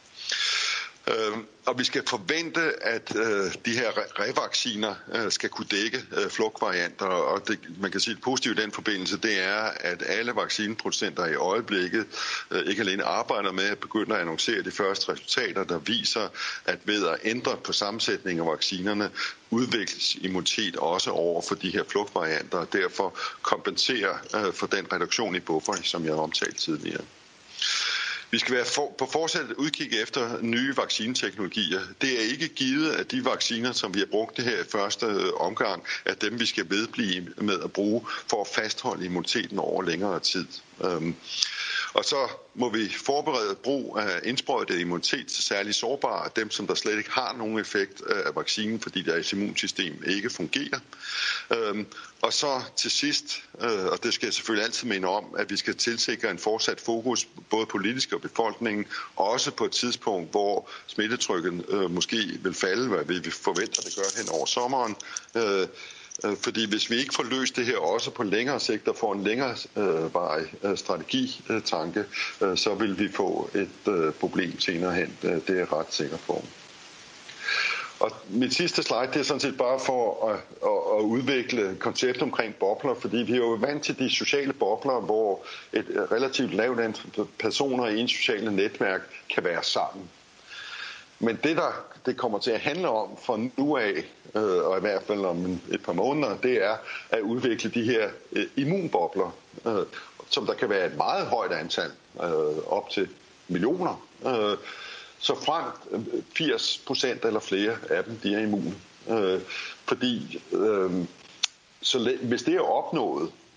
Og vi skal forvente, at de her revacciner skal kunne dække flugtvarianter, og man kan sige, at det positive i den forbindelse, det er, at alle vaccineproducenter i øjeblikket ikke alene arbejder med at begynde at annoncere de første resultater, der viser, at ved at ændre på sammensætningen af vaccinerne, udvikles immunitet også over for de her flugtvarianter, og derfor kompensere for den reduktion i buffer, som jeg har omtalt tidligere. Vi skal være på fortsat udkig efter nye vaccineteknologier. Det er ikke givet, at de vacciner, som vi har brugt det her i første omgang, er dem, vi skal vedblive med at bruge for at fastholde immuniteten over længere tid. Og så må vi forberede brug af indsprøjtet immunitet til særligt sårbare, dem som der slet ikke har nogen effekt af vaccinen, fordi deres immunsystem ikke fungerer. Og så til sidst, og det skal jeg selvfølgelig altid minde om, at vi skal tilsikre en fortsat fokus, både politisk og befolkningen, også på et tidspunkt, hvor smittetrykket måske vil falde, hvad vi forventer, det gør hen over sommeren. Fordi hvis vi ikke får løst det her også på længere sigt og får en længere varig strategitanke, så vil vi få et problem senere hen. Det er jeg ret sikker på. Og mit sidste slide, det er sådan set bare for at udvikle koncept omkring bobler, fordi vi er jo vant til de sociale bobler, hvor et relativt lavt antal personer i en sociale netværk kan være sammen. Men det kommer til at handle om fra nu af, og i hvert fald om et par måneder, det er at udvikle de her immunbobler, som der kan være et meget højt antal, op til millioner, så frem 80% eller flere af dem, de er immune. Fordi hvis det er opnået,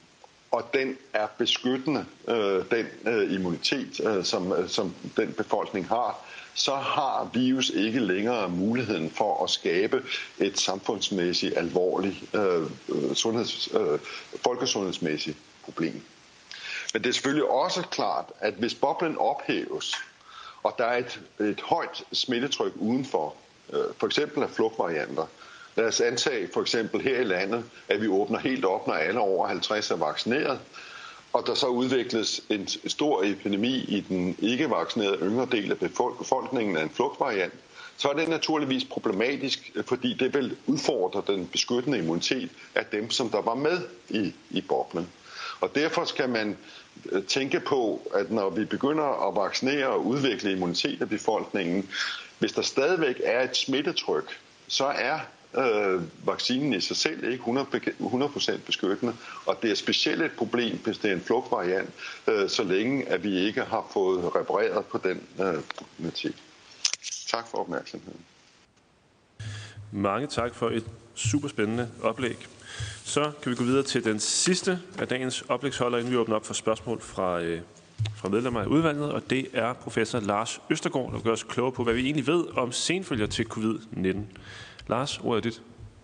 og den er beskyttende, den immunitet, som den befolkning har, så har virus ikke længere muligheden for at skabe et samfundsmæssigt alvorligt folkesundhedsmæssigt problem. Men det er selvfølgelig også klart, at hvis boblen ophæves, og der er et højt smittetryk udenfor, for eksempel af flugtvarianter. Lad os antage for eksempel her i landet, at vi åbner helt op, når alle over 50 er vaccineret, og der så udvikles en stor epidemi i den ikke-vaccinerede yngre del af befolkningen af en flugtvariant, så er det naturligvis problematisk, fordi det vil udfordre den beskyttende immunitet af dem, som der var med i boblen. Og derfor skal man tænke på, at når vi begynder at vaccinere og udvikle immunitet af befolkningen, hvis der stadigvæk er et smittetryk, så er vaccinen i sig selv ikke 100% beskyttende, og det er specielt et problem, hvis det er en flugtvariant, så længe at vi ikke har fået repareret på den problematik. Tak for opmærksomheden. Mange tak for et super spændende oplæg. Så kan vi gå videre til den sidste af dagens oplægsholder, inden vi åbner op for spørgsmål fra medlemmer af udvalget, og det er professor Lars Østergaard, der gør os klogere på, hvad vi egentlig ved om senfølger til covid-19. Lars, ordet er dit.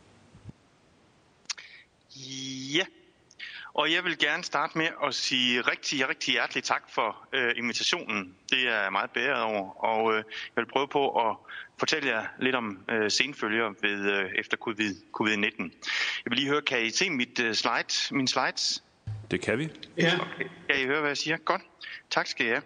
Ja, og jeg vil gerne starte med at sige rigtig hjertelig tak for invitationen. Det er jeg meget beæret over, og jeg vil prøve på at fortælle jer lidt om senfølger efter covid-19. Jeg vil lige høre, kan I se mine slides? Det kan vi. Ja. Okay. Kan I høre, hvad jeg siger? Godt. Tak skal I have.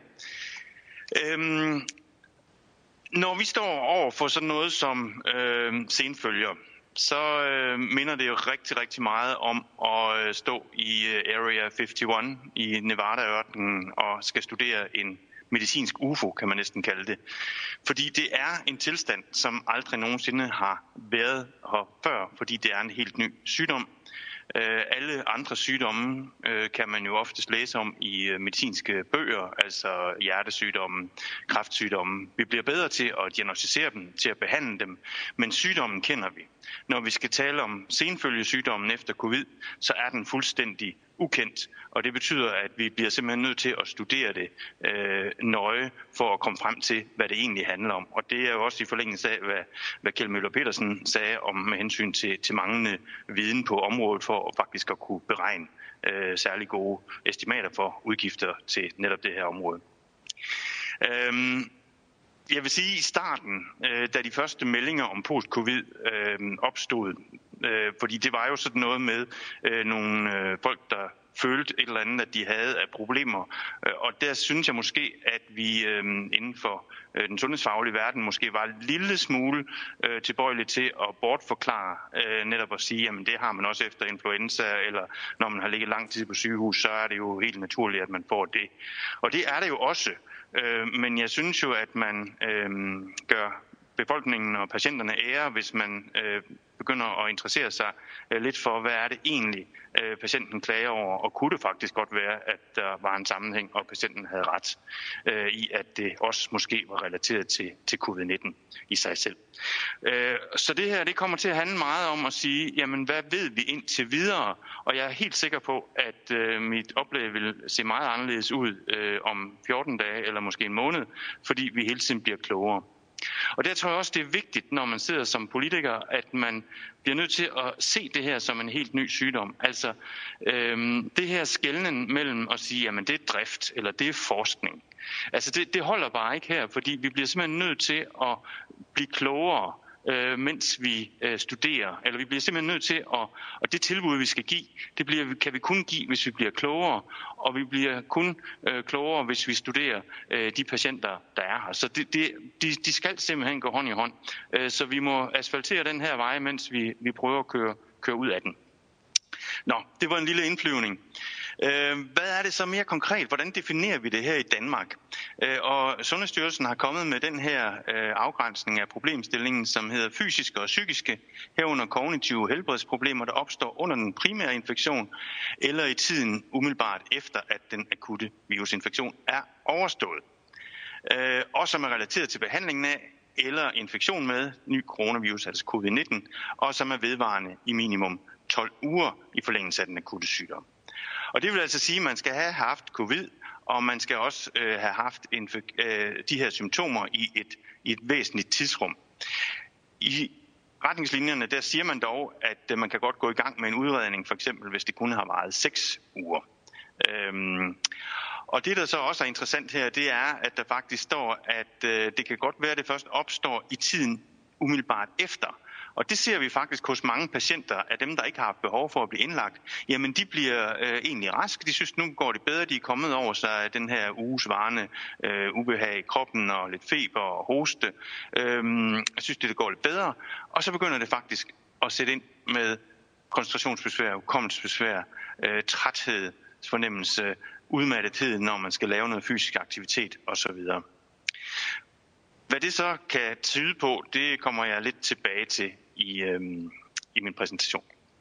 Når vi står over for sådan noget som senfølger, så minder det jo rigtig meget om at stå i Area 51 i Nevada-ørkenen og skal studere en medicinsk UFO, kan man næsten kalde det. Fordi det er en tilstand, som aldrig nogensinde har været her før, fordi det er en helt ny sygdom. Alle andre sygdomme kan man jo oftest læse om i medicinske bøger, altså hjertesygdomme, kræftsygdomme. Vi bliver bedre til at diagnosticere dem, til at behandle dem, men sygdommen kender vi. Når vi skal tale om senfølgesygdommen efter covid, så er den fuldstændig ukendt, og det betyder, at vi bliver simpelthen nødt til at studere det nøje for at komme frem til, hvad det egentlig handler om. Og det er jo også i forlængelse af, hvad Kjeld Møller Petersen sagde om med hensyn til manglende viden på området for faktisk at kunne beregne særlig gode estimater for udgifter til netop det her område. Jeg vil sige i starten, da de første meldinger om post-covid opstod, fordi det var jo sådan noget med nogle folk, der følte et eller andet, at de havde af problemer. Og der synes jeg måske, at vi inden for den sundhedsfaglige verden måske var en lille smule tilbøjelige til at bortforklare netop at sige, jamen det har man også efter influenza, eller når man har ligget lang tid på sygehus, så er det jo helt naturligt, at man får det. Og det er det jo også. Men jeg synes jo, at man gør befolkningen og patienterne ære, hvis man begynder at interessere sig lidt for, hvad er det egentlig, patienten klager over, og kunne det faktisk godt være, at der var en sammenhæng, og patienten havde ret i, at det også måske var relateret til covid-19 i sig selv. Så det her, det kommer til at handle meget om at sige, jamen hvad ved vi indtil videre? Og jeg er helt sikker på, at mit oplæg vil se meget anderledes ud om 14 dage, eller måske en måned, fordi vi hele tiden bliver klogere. Og der tror jeg også, det er vigtigt, når man sidder som politiker, at man bliver nødt til at se det her som en helt ny sygdom. Altså det her skelnen mellem at sige, jamen det er drift, eller det er forskning. Altså det holder bare ikke her, fordi vi bliver simpelthen nødt til at blive klogere, mens vi studerer. Eller vi bliver simpelthen nødt til og det tilbud, vi skal give, kan vi kun give, hvis vi bliver klogere. Og vi bliver kun klogere, hvis vi studerer de patienter, der er her. Så de skal simpelthen gå hånd i hånd. Så vi må asfaltere den her vej, mens vi prøver at køre ud af den. Nå, det var en lille indflyvning. Hvad er det så mere konkret? Hvordan definerer vi det her i Danmark? Og Sundhedsstyrelsen har kommet med den her afgrænsning af problemstillingen, som hedder fysiske og psykiske, herunder kognitive helbredsproblemer, der opstår under den primære infektion, eller i tiden umiddelbart efter, at den akutte virusinfektion er overstået. Og som er relateret til behandlingen af, eller infektion med ny coronavirus, altså covid-19, og som er vedvarende i minimum 12 uger i forlængelse af den akutte sygdom. Og det vil altså sige, at man skal have haft covid, og man skal også have haft de her symptomer i et væsentligt tidsrum. I retningslinjerne, der siger man dog, at man kan godt gå i gang med en udredning, for eksempel hvis det kun har varet 6 uger. Og det, der så også er interessant her, det er, at der faktisk står, at det kan godt være, at det først opstår i tiden umiddelbart efter. Og det ser vi faktisk hos mange patienter af dem, der ikke har haft behov for at blive indlagt. Jamen, de bliver egentlig raske. De synes, nu går det bedre. De er kommet over sig af den her uges varende ubehag i kroppen og lidt feber og hoste. Jeg synes, det går lidt bedre. Og så begynder det faktisk at sætte ind med koncentrationsbesvær, hukommelsesbesvær, træthed, fornemmelse, udmattethed, når man skal lave noget fysisk aktivitet osv. Hvad det så kan tyde på, det kommer jeg lidt tilbage til i min præsentation.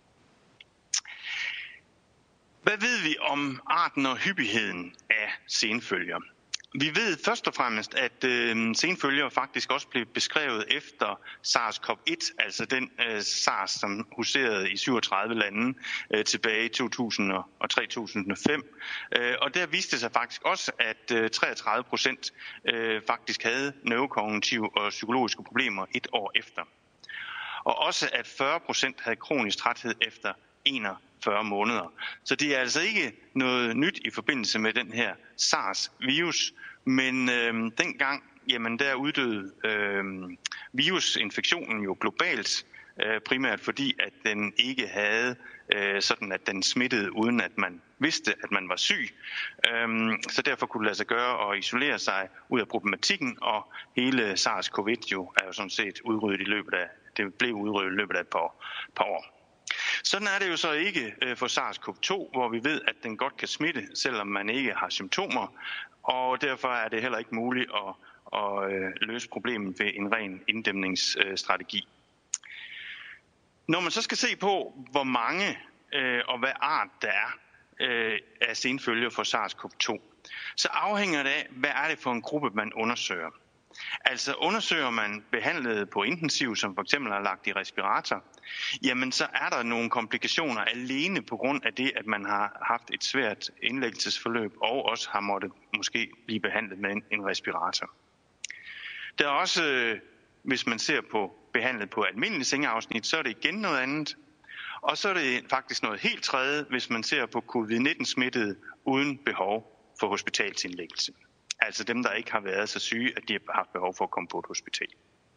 Hvad ved vi om arten og hyppigheden af senfølger? Vi ved først og fremmest, at senfølger faktisk også blev beskrevet efter SARS-CoV-1, altså den SARS, som huserede i 37 lande tilbage i 2000 og 2005. Og der viste sig faktisk også, at 33% faktisk havde neurokognitive og psykologiske problemer et år efter. Og også at 40% havde kronisk træthed efter 41 måneder. Så det er altså ikke noget nyt i forbindelse med den her SARS-virus, men dengang, jamen der uddøde virusinfektionen jo globalt, primært fordi at den ikke havde sådan, at den smittede uden at man vidste, at man var syg. Så derfor kunne det lade sig gøre at isolere sig ud af problematikken, og hele SARS-CoV-1 jo er jo sådan set udryddet det blev udryddet i løbet af et par år. Sådan er det jo så ikke for SARS-CoV-2, hvor vi ved, at den godt kan smitte, selvom man ikke har symptomer, og derfor er det heller ikke muligt at løse problemet ved en ren inddæmningsstrategi. Når man så skal se på, hvor mange og hvad art der er af senfølger for SARS-CoV-2, så afhænger det af, hvad er det for en gruppe, man undersøger. Altså undersøger man behandlet på intensiv, som for eksempel har lagt i respirator, jamen så er der nogle komplikationer alene på grund af det, at man har haft et svært indlæggelsesforløb og også har måttet måske blive behandlet med en respirator. Der er også, hvis man ser på behandlet på almindelig sengeafsnit, så er det igen noget andet. Og så er det faktisk noget helt tredje, hvis man ser på covid-19-smittede uden behov for hospitalsindlæggelse. Altså dem, der ikke har været så syge, at de har haft behov for at komme på et hospital.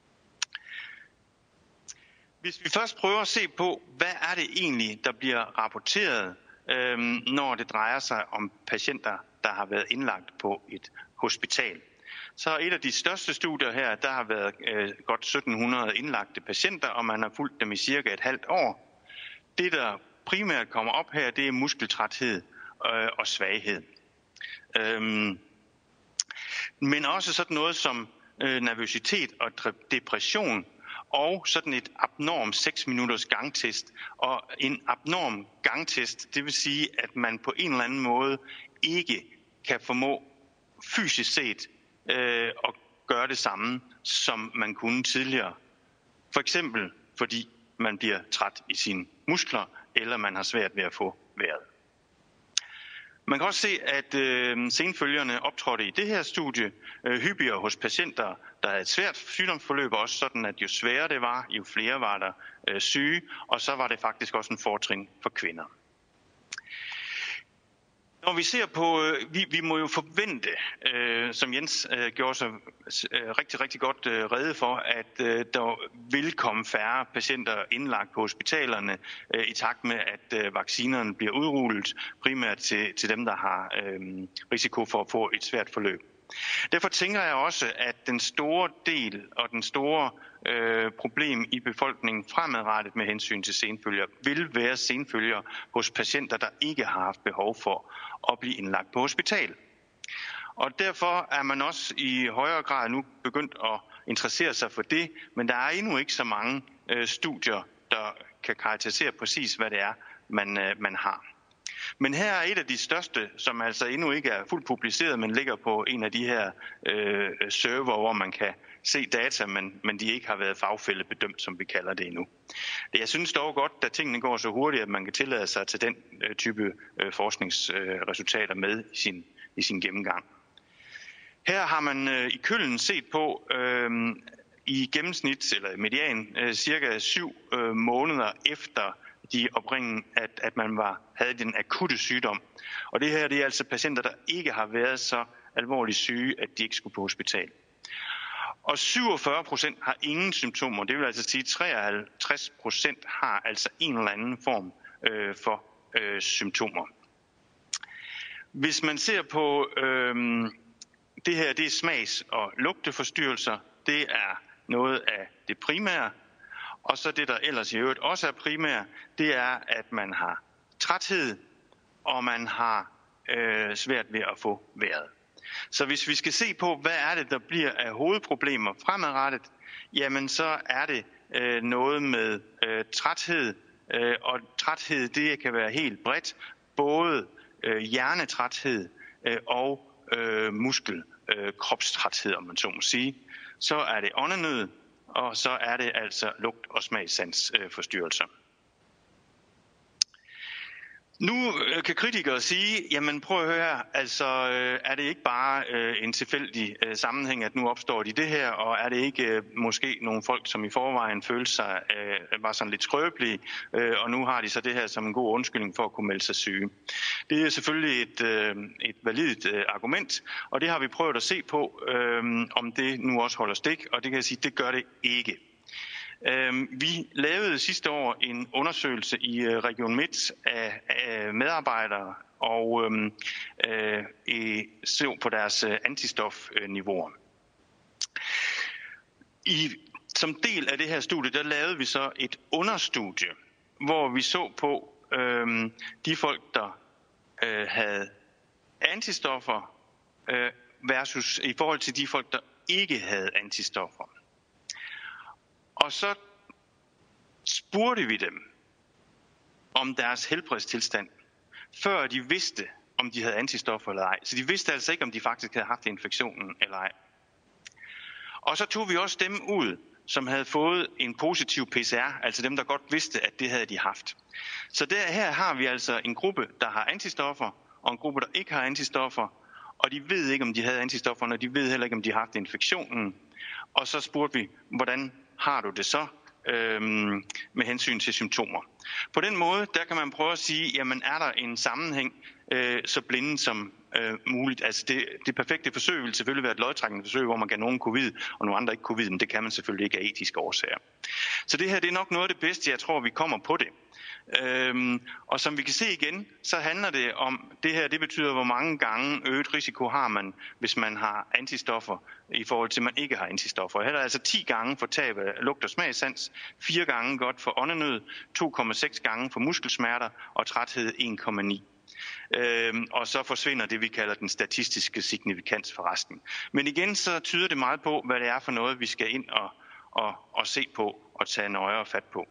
Hvis vi først prøver at se på, hvad er det egentlig, der bliver rapporteret, når det drejer sig om patienter, der har været indlagt på et hospital. Så et af de største studier her, der har været godt 1700 indlagte patienter, og man har fulgt dem i cirka et halvt år. Det, der primært kommer op her, det er muskeltræthed og svaghed. Men også sådan noget som nervøsitet og depression, og sådan et abnorm 6 minutters gangtest. Og en abnorm gangtest, det vil sige, at man på en eller anden måde ikke kan formå fysisk set at gøre det samme, som man kunne tidligere. For eksempel fordi man bliver træt i sine muskler, eller man har svært ved at få vejret. Man kan også se, at senfølgerne optrådte i det her studie hyppigere hos patienter, der havde et svært sygdomsforløb, også sådan, at jo sværere det var, jo flere var der syge, og så var det faktisk også en fortrin for kvinder. Når vi ser på, vi må jo forvente, som Jens gjorde sig rigtig, rigtig godt rede for, at der vil komme færre patienter indlagt på hospitalerne i takt med, at vaccinerne bliver udrullet, primært til dem, der har risiko for at få et svært forløb. Derfor tænker jeg også, at den store del og den store problem i befolkningen fremadrettet med hensyn til senfølger vil være senfølger hos patienter, der ikke har haft behov for at blive indlagt på hospital. Og derfor er man også i højere grad nu begyndt at interessere sig for det, men der er endnu ikke så mange studier, der kan karakterisere præcis, hvad det er, man har. Men her er et af de største, som altså endnu ikke er fuldt publiceret, men ligger på en af de her server, hvor man kan se data, men de ikke har været fagfællebedømt, som vi kalder det endnu. Jeg synes dog godt, at tingene går så hurtigt, at man kan tillade sig til den type forskningsresultater med i sin gennemgang. Her har man i Køln set på i gennemsnit, eller median, cirka 7 måneder efter de opringen, at man havde den akutte sygdom. Og det her det er altså patienter, der ikke har været så alvorligt syge, at de ikke skulle på hospital. Og 47% har ingen symptomer. Det vil altså sige, at 53% har altså en eller anden form for symptomer. Hvis man ser på det her, det er smags- og lugteforstyrrelser. Det er noget af det primære. Og så det, der ellers i øvrigt også er primært, det er, at man har træthed, og man har svært ved at få vejret. Så hvis vi skal se på, hvad er det, der bliver af hovedproblemer fremadrettet, jamen så er det noget med træthed, og træthed, det kan være helt bredt, både hjernetræthed og kropstræthed, om man så må sige. Så er det åndenød, og så er det altså lugt- og smagssansforstyrrelser. Nu kan kritikere sige, jamen prøv at høre her, altså er det ikke bare en tilfældig sammenhæng, at nu opstår de det her, og er det ikke måske nogle folk, som i forvejen følte sig var sådan lidt skrøbelige, og nu har de så det her som en god undskyldning for at kunne melde sig syge. Det er selvfølgelig et validt argument, og det har vi prøvet at se på, om det nu også holder stik, og det kan jeg sige, det gør det ikke. Vi lavede sidste år en undersøgelse i Region Midt af medarbejdere og så på deres antistofniveauer. Som del af det her studie, der lavede vi så et understudie, hvor vi så på de folk, der havde antistoffer versus i forhold til de folk, der ikke havde antistoffer. Og så spurgte vi dem om deres helbredstilstand, før de vidste, om de havde antistoffer eller ej. Så de vidste altså ikke, om de faktisk havde haft infektionen eller ej. Og så tog vi også dem ud, som havde fået en positiv PCR, altså dem, der godt vidste, at det havde de haft. Så her har vi altså en gruppe, der har antistoffer, og en gruppe, der ikke har antistoffer, og de ved ikke, om de havde antistofferne, og de ved heller ikke, om de har haft infektionen. Og så spurgte vi, hvordan har du det så med hensyn til symptomer? På den måde, der kan man prøve at sige, jamen er der en sammenhæng så blinde som muligt? Altså det perfekte forsøg vil selvfølgelig være et lodtrækkende forsøg, hvor man kan nogen covid og nogle andre ikke covid, men det kan man selvfølgelig ikke af etiske årsager. Så det her det er nok noget af det bedste, jeg tror, vi kommer på det. Og som vi kan se igen, så handler det om, det her det betyder, hvor mange gange øget risiko har man, hvis man har antistoffer, i forhold til, at man ikke har antistoffer. Her er altså 10 gange for tab af lugt- og smagssans, 4 gange godt for åndenød, 2,6 gange for muskelsmerter og træthed 1,9. Og så forsvinder det, vi kalder den statistiske signifikans for resten. Men igen, så tyder det meget på, hvad det er for noget, vi skal ind og se på og tage nøjere fat på.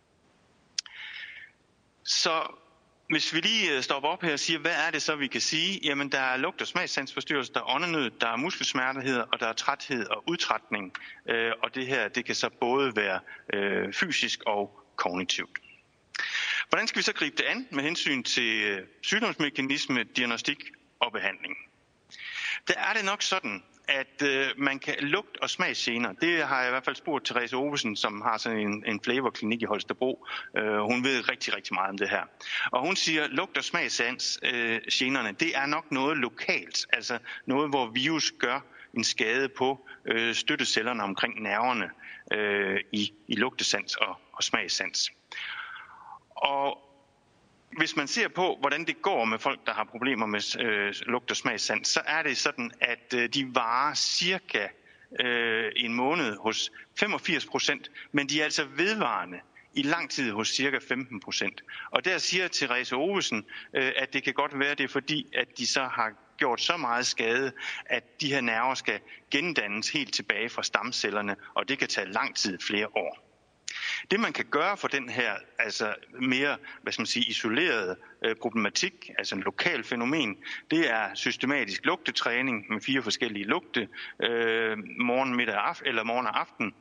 Så hvis vi lige stopper op her og siger, hvad er det så, vi kan sige? Jamen, der er lugt- og smagssansforstyrrelse, der er åndenød, der er muskelsmerter, og der er træthed og udtrætning. Og det her, det kan så både være fysisk og kognitivt. Hvordan skal vi så gribe det an med hensyn til sygdomsmekanisme, diagnostik og behandling? Der er det nok sådan, at man kan lugt- og smagsgener. Det har jeg i hvert fald spurgt Therese Ovesen, som har sådan en flavorklinik i Holstebro. Hun ved rigtig, rigtig meget om det her. Og hun siger, at lugt- og smagsgenerne, det er nok noget lokalt. Altså noget, hvor virus gør en skade på støttecellerne omkring nerverne i lugtesans og smagssans. Og hvis man ser på, hvordan det går med folk, der har problemer med lugt- og smagssans, så er det sådan, at de varer cirka en måned hos 85%, men de er altså vedvarende i lang tid hos cirka 15%. Og der siger Therese Ovesen, at det kan godt være, det er fordi, at de så har gjort så meget skade, at de her nerver skal gendannes helt tilbage fra stamcellerne, og det kan tage lang tid, flere år. Det man kan gøre for den her altså mere, isolerede problematik, altså en lokal fænomen, det er systematisk lugtetræning med 4 forskellige lugte, morgen, middag eller morgen og aften.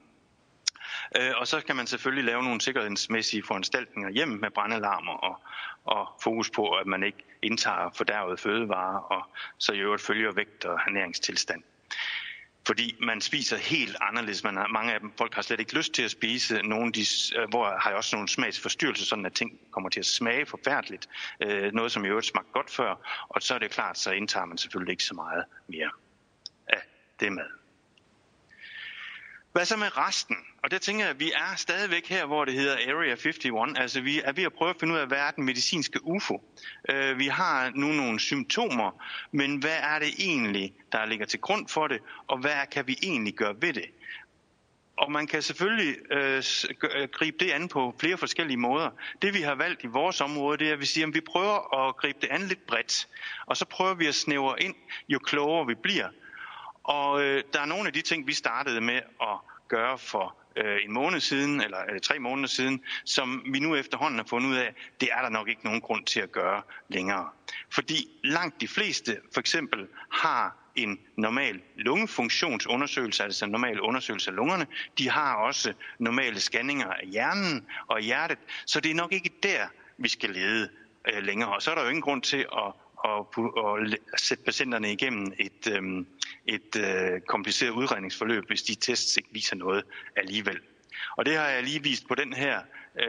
Og så kan man selvfølgelig lave nogle sikkerhedsmæssige foranstaltninger hjem med brandalarmer og fokus på, at man ikke indtager fordærvede fødevarer, og så i øvrigt følger vægt og ernæringstilstand. Fordi man spiser helt anderledes. Mange af folk har slet ikke lyst til at spise. Nogle hvor har også nogle smagsforstyrrelser, sådan at ting kommer til at smage forfærdeligt. Noget, som i øvrigt smagte godt før. Og så er det klart, så indtager man selvfølgelig ikke så meget mere af det mad. Hvad så med resten? Og der tænker jeg, at vi er stadigvæk her, hvor det hedder Area 51. Altså vi er ved at prøve at finde ud af, hvad er den medicinske UFO. Vi har nu nogle symptomer, men hvad er det egentlig, der ligger til grund for det, og hvad kan vi egentlig gøre ved det? Og man kan selvfølgelig gribe det an på flere forskellige måder. Det vi har valgt i vores område, det er, at vi siger, at vi prøver at gribe det an lidt bredt. Og så prøver vi at snævre ind, jo klogere vi bliver. Og der er nogle af de ting, vi startede med at gøre for en måned siden, eller 3 måneder siden, som vi nu efterhånden har fundet ud af, det er der nok ikke nogen grund til at gøre længere. Fordi langt de fleste for eksempel har en normal lungefunktionsundersøgelse, altså en normal undersøgelse af lungerne. De har også normale scanninger af hjernen og hjertet, så det er nok ikke der, vi skal lede længere. Og så er der jo ingen grund til at sætte patienterne igennem et kompliceret udredningsforløb, hvis de tests ikke viser noget alligevel. Og det har jeg lige vist på den her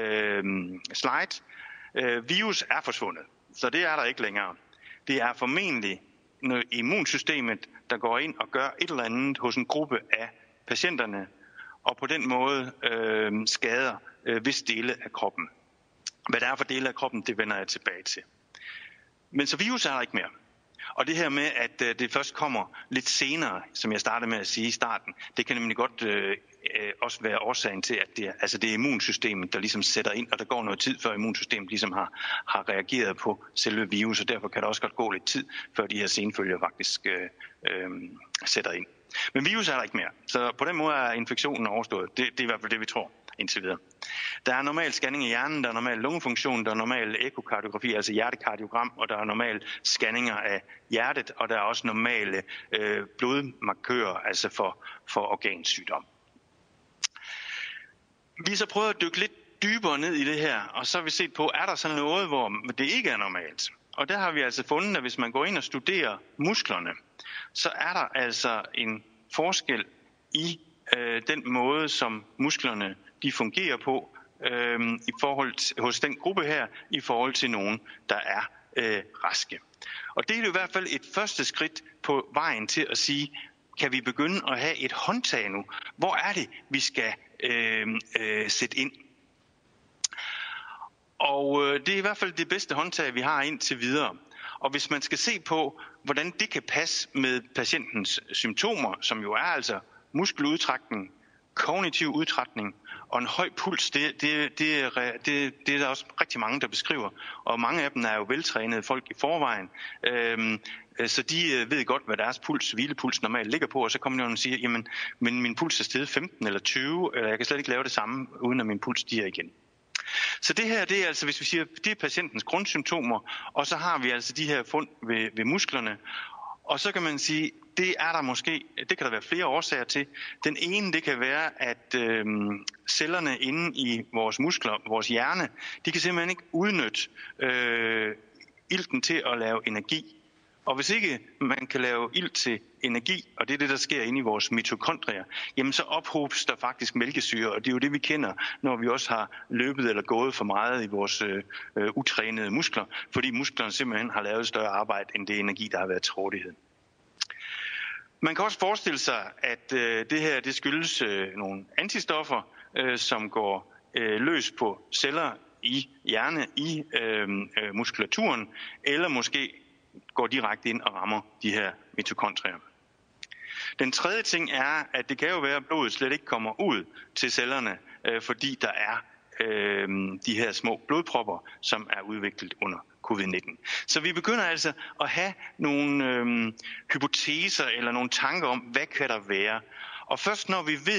slide. Virus er forsvundet, så det er der ikke længere. Det er formentlig immunsystemet, der går ind og gør et eller andet hos en gruppe af patienterne, og på den måde skader visse dele af kroppen. Hvad det er for dele af kroppen, det vender jeg tilbage til. Men så virus er der ikke mere. Og det her med, at det først kommer lidt senere, som jeg startede med at sige i starten, det kan nemlig godt også være årsagen til, at det er immunsystemet, der ligesom sætter ind, og der går noget tid, før immunsystemet ligesom har reageret på selve virus, og derfor kan der også godt gå lidt tid, før de her senfølger faktisk sætter ind. Men virus er der ikke mere, så på den måde er infektionen overstået. Det er i hvert fald det, vi tror indtil videre. Der er normal scanning i hjernen, der er normal lungefunktion, der er normal ekokardiografi, altså hjertekardiogram, og der er normal scanninger af hjertet, og der er også normale blodmarkører, altså for organsygdom. Vi har så prøvet at dykke lidt dybere ned i det her, og så har vi set på, er der så noget, hvor det ikke er normalt? Og der har vi altså fundet, at hvis man går ind og studerer musklerne, så er der altså en forskel i den måde, som musklerne de fungerer på i forhold hos den gruppe her, i forhold til nogen, der er raske. Og det er jo i hvert fald et første skridt på vejen til at sige, kan vi begynde at have et håndtag nu? Hvor er det, vi skal sætte ind? Og det er i hvert fald det bedste håndtag, vi har indtil videre. Og hvis man skal se på, hvordan det kan passe med patientens symptomer, som jo er altså muskeludtrækning, kognitiv udtrætning og en høj puls, det er der også rigtig mange, der beskriver. Og mange af dem er jo veltrænede folk i forvejen, så de ved godt, hvad deres hvilepuls normalt ligger på, og så kommer de og siger, jamen, men min puls er steget 15 eller 20, eller jeg kan slet ikke lave det samme, uden at min puls stiger igen. Så det her, det er altså, hvis vi siger, det er patientens grundsymptomer, og så har vi altså de her fund ved musklerne, og så kan man sige, det kan der være flere årsager til. Den ene, det kan være, at cellerne inde i vores muskler, vores hjerne, de kan simpelthen ikke udnytte ilten til at lave energi. Og hvis ikke man kan lave ilt til energi, og det er det, der sker inde i vores mitokondrier, jamen så ophobes der faktisk mælkesyre, og det er jo det, vi kender, når vi også har løbet eller gået for meget i vores utrænede muskler, fordi musklerne simpelthen har lavet større arbejde, end det energi, der har været til rådighed. Man kan også forestille sig, at det her det skyldes nogle antistoffer, som går løs på celler i hjerne, i muskulaturen, eller måske går direkte ind og rammer de her mitokondrier. Den tredje ting er, at det kan jo være, at blodet slet ikke kommer ud til cellerne, fordi der er de her små blodpropper, som er udviklet under covid-19. Så vi begynder altså at have nogle hypoteser eller nogle tanker om, hvad kan der være. Og først når vi ved,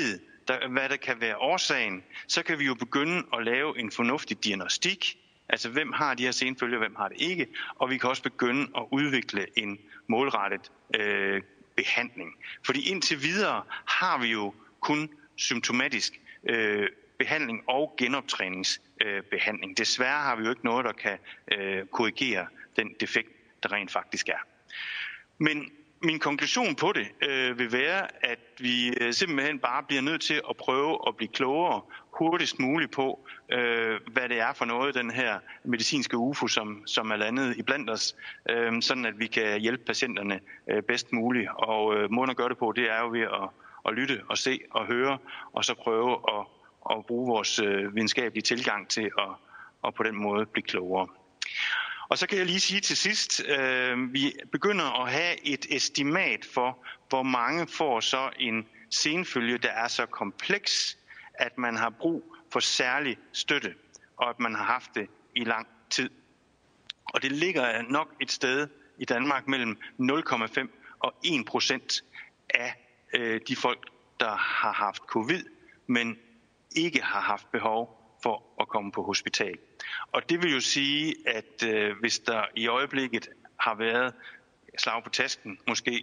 hvad der kan være årsagen, så kan vi jo begynde at lave en fornuftig diagnostik. Altså, hvem har de her senfølger, hvem har det ikke? Og vi kan også begynde at udvikle en målrettet behandling. Fordi indtil videre har vi jo kun symptomatisk behandling og genoptræningsbehandling. Desværre har vi jo ikke noget, der kan korrigere den defekt, der rent faktisk er. Men min konklusion på det vil være, at vi simpelthen bare bliver nødt til at prøve at blive klogere hurtigst muligt på, hvad det er for noget, den her medicinske UFO, som er landet iblandt os, sådan at vi kan hjælpe patienterne bedst muligt. Og måden at gøre det på, det er jo ved at lytte og se og høre, og så prøve at bruge vores videnskabelige tilgang til at på den måde blive klogere. Og så kan jeg lige sige til sidst, vi begynder at have et estimat for, hvor mange får så en senfølge, der er så kompleks, at man har brug for særlig støtte, og at man har haft det i lang tid. Og det ligger nok et sted i Danmark mellem 0,5 og 1% af de folk, der har haft covid, men ikke har haft behov for at komme på hospital. Og det vil jo sige, at hvis der i øjeblikket har været slag på tasken, måske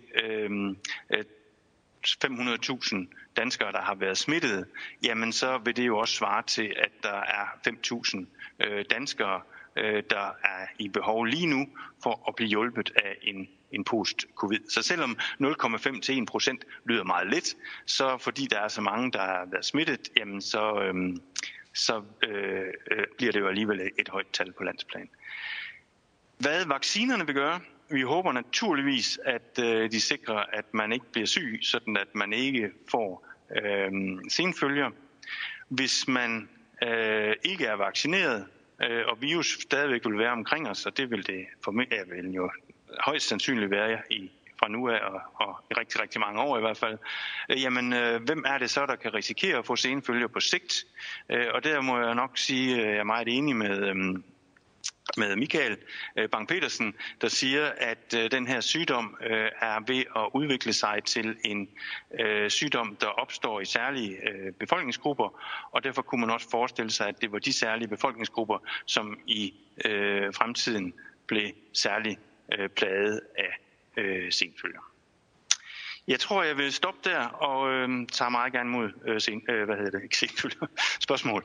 500.000 danskere, der har været smittet, jamen så vil det jo også svare til, at der er 5.000 danskere, der er i behov lige nu for at blive hjulpet af en post-covid. Så selvom 0,5 til 1% lyder meget lidt, så fordi der er så mange, der har været smittet, jamen så bliver det jo alligevel et højt tal på landsplan. Hvad vaccinerne vil gøre? Vi håber naturligvis, at de sikrer, at man ikke bliver syg, sådan at man ikke får senfølger. Hvis man ikke er vaccineret, og virus stadigvæk vil være omkring os, og det vil det vil jo højst sandsynligt være fra nu af og i rigtig, rigtig mange år i hvert fald, jamen hvem er det så, der kan risikere at få senfølger på sigt? Og der må jeg nok sige, at jeg er meget enig med Michael Bang-Petersen, der siger, at den her sygdom er ved at udvikle sig til en sygdom, der opstår i særlige befolkningsgrupper, og derfor kunne man også forestille sig, at det var de særlige befolkningsgrupper, som i fremtiden blev særligt plaget af senfølger. Jeg tror, jeg vil stoppe der og tager meget gerne mod spørgsmål.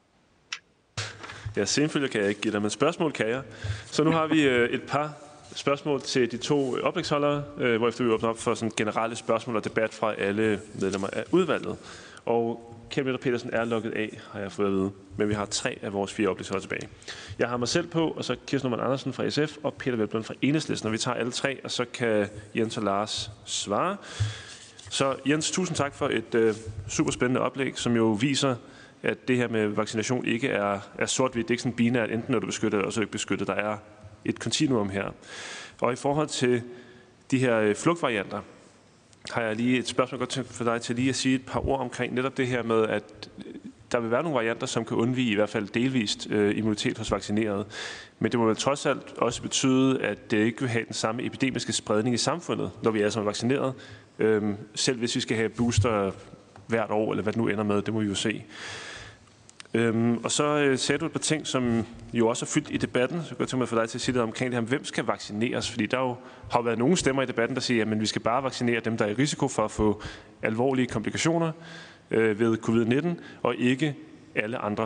Ja, senfølger kan jeg ikke give dig, men spørgsmål kan jeg. Så nu har vi et par spørgsmål til de to oplægsholdere, hvorefter vi åbner op for sådan generelle spørgsmål og debat fra alle medlemmer af udvalget. Og Kjeld Møller Petersen er logget af, har jeg fået at vide, men vi har 3 af vores 4 oplægsholdere tilbage. Jeg har mig selv på, og så Kirsten Normann Andersen fra SF og Peter Velblom fra Enhedslisten, og vi tager alle 3, og så kan Jens og Lars svare. Så Jens, tusind tak for et super spændende oplæg, som jo viser, at det her med vaccination ikke er sort-hvidt. Det er ikke sådan binært, enten når du beskytter eller også ikke beskyttet. Der er et kontinuum her. Og i forhold til de her flugtvarianter, har jeg lige et spørgsmål godt for dig til lige at sige et par ord omkring netop det her med, at der vil være nogle varianter, som kan undvige i hvert fald delvist immunitet hos vaccinerede. Men det må vel trods alt også betyde, at det ikke vil have den samme epidemiske spredning i samfundet, når vi er som vaccineret. Selv hvis vi skal have booster hvert år, eller hvad det nu ender med, det må vi jo se. Og så sagde du et par ting, som jo også er fyldt i debatten, så jeg godt tænke mig for dig til at sige lidt omkring det her, hvem skal vaccineres? Fordi der jo har været nogle stemmer i debatten, der siger, at vi skal bare vaccinere dem, der er i risiko for at få alvorlige komplikationer ved covid-19, og ikke alle andre.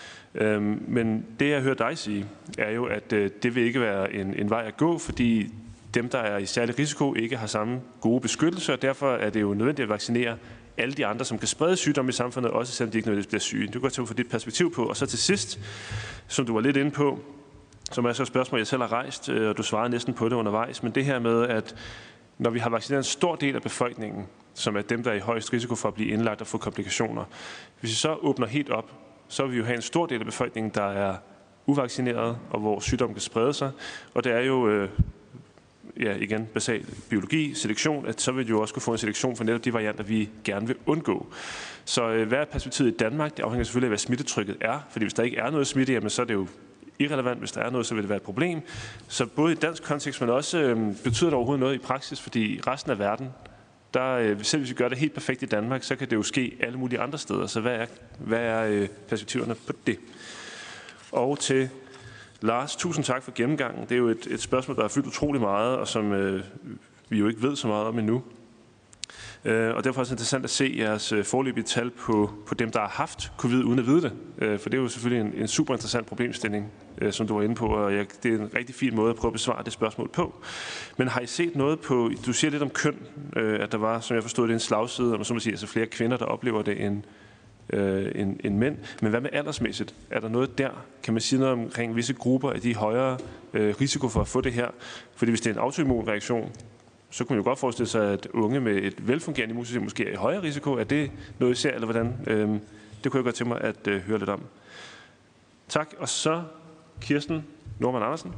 Men det, jeg hører dig sige, er jo, at det vil ikke være en vej at gå, fordi dem, der er i særlig risiko, ikke har samme gode beskyttelse, og derfor er det jo nødvendigt at vaccinere alle de andre, som kan sprede sygdom i samfundet, også selvom de ikke nødvendigvis bliver syge. Det kan godt tage for dit perspektiv på. Og så til sidst, som du var lidt inde på, som er så et spørgsmål, jeg selv har rejst, og du svarede næsten på det undervejs, men det her med, at når vi har vaccineret en stor del af befolkningen, som er dem, der er i højst risiko for at blive indlagt og få komplikationer, hvis vi så åbner helt op, så vil vi jo have en stor del af befolkningen, der er uvaccineret, og hvor sygdommen kan sprede sig. Og det er jo igen basal biologi, selektion, at så vil du jo også kunne få en selektion for netop de varianter, vi gerne vil undgå. Så hvad er perspektivet i Danmark? Det afhænger selvfølgelig af, hvad smittetrykket er, fordi hvis der ikke er noget smitte, jamen, så er det jo irrelevant. Hvis der er noget, så vil det være et problem. Så både i dansk kontekst, men også betyder det overhovedet noget i praksis, fordi resten af verden selv hvis vi gør det helt perfekt i Danmark, så kan det jo ske alle mulige andre steder. Så hvad er perspektiverne på det? Og til Lars, tusind tak for gennemgangen. Det er jo et spørgsmål, der har fyldt utrolig meget, og som vi jo ikke ved så meget om endnu. Og derfor er det også interessant at se jeres foreløbige tal på dem, der har haft covid uden at vide det. For det er jo selvfølgelig en super interessant problemstilling, som du var inde på, og det er en rigtig fin måde at prøve at besvare det spørgsmål på. Men har I set noget på, du siger lidt om køn, at der var, som jeg forstod det, en slagside, om så må sige, altså flere kvinder, der oplever det end mænd. Men hvad med aldersmæssigt? Er der noget der? Kan man sige noget omkring visse grupper af de højere risiko for at få det her? Fordi hvis det er en autoimmun reaktion, så kunne man jo godt forestille sig, at unge med et velfungerende immunsystem måske er i højere risiko. Er det noget, I ser, eller hvordan? Det kunne jeg godt tænke mig at høre lidt om. Tak. Og så Kirsten Normann Andersen.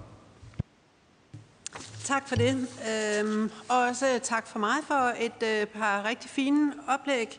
Tak for det. Også tak for mig for et par rigtig fine oplæg.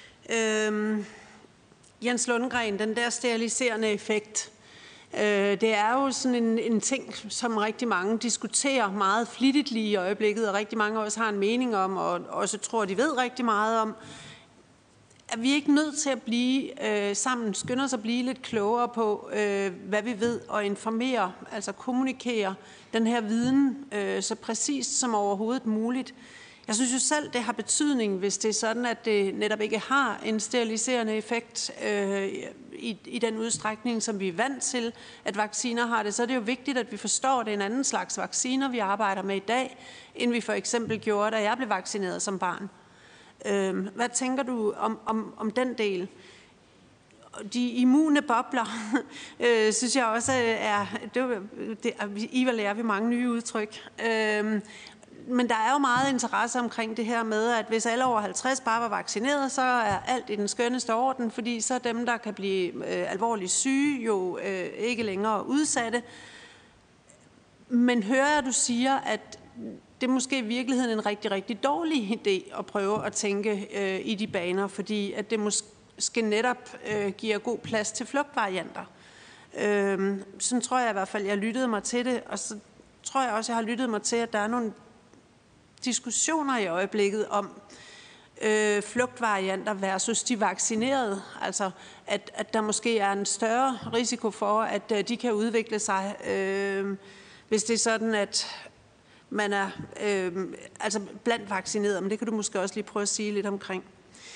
Jens Lundgren, den der steriliserende effekt. Det er jo sådan en ting, som rigtig mange diskuterer meget flittigt lige i øjeblikket, og rigtig mange også har en mening om, og også tror, de ved rigtig meget om. Er vi ikke nødt til at blive sammen, skynde os at blive lidt klogere på, hvad vi ved, og informere, altså kommunikere den her viden så præcist som overhovedet muligt? Jeg synes jo selv, det har betydning, hvis det er sådan, at det netop ikke har en steriliserende effekt i den udstrækning, som vi er vant til, at vacciner har det. Så er det jo vigtigt, at vi forstår, at det er en anden slags vacciner, vi arbejder med i dag, end vi for eksempel gjorde, da jeg blev vaccineret som barn. Hvad tænker du om den del? De immune bobler, synes jeg også er... I vil lære vi mange nye udtryk. Men der er jo meget interesse omkring det her med, at hvis alle over 50 bare var vaccineret, så er alt i den skønneste orden, fordi så dem, der kan blive alvorligt syge, jo ikke længere udsatte. Men hører jeg, du siger, at det er måske i virkeligheden en rigtig, rigtig dårlig idé at prøve at tænke i de baner, fordi at det måske netop giver god plads til flugtvarianter. Sådan tror jeg i hvert fald, jeg lyttede mig til det, og så tror jeg også, jeg har lyttet mig til, at der er nogle diskussioner i øjeblikket om flugtvarianter versus de vaccinerede. Altså, at der måske er en større risiko for, at de kan udvikle sig, hvis det er sådan, at man er altså blandt vaccinerede. Men det kan du måske også lige prøve at sige lidt omkring.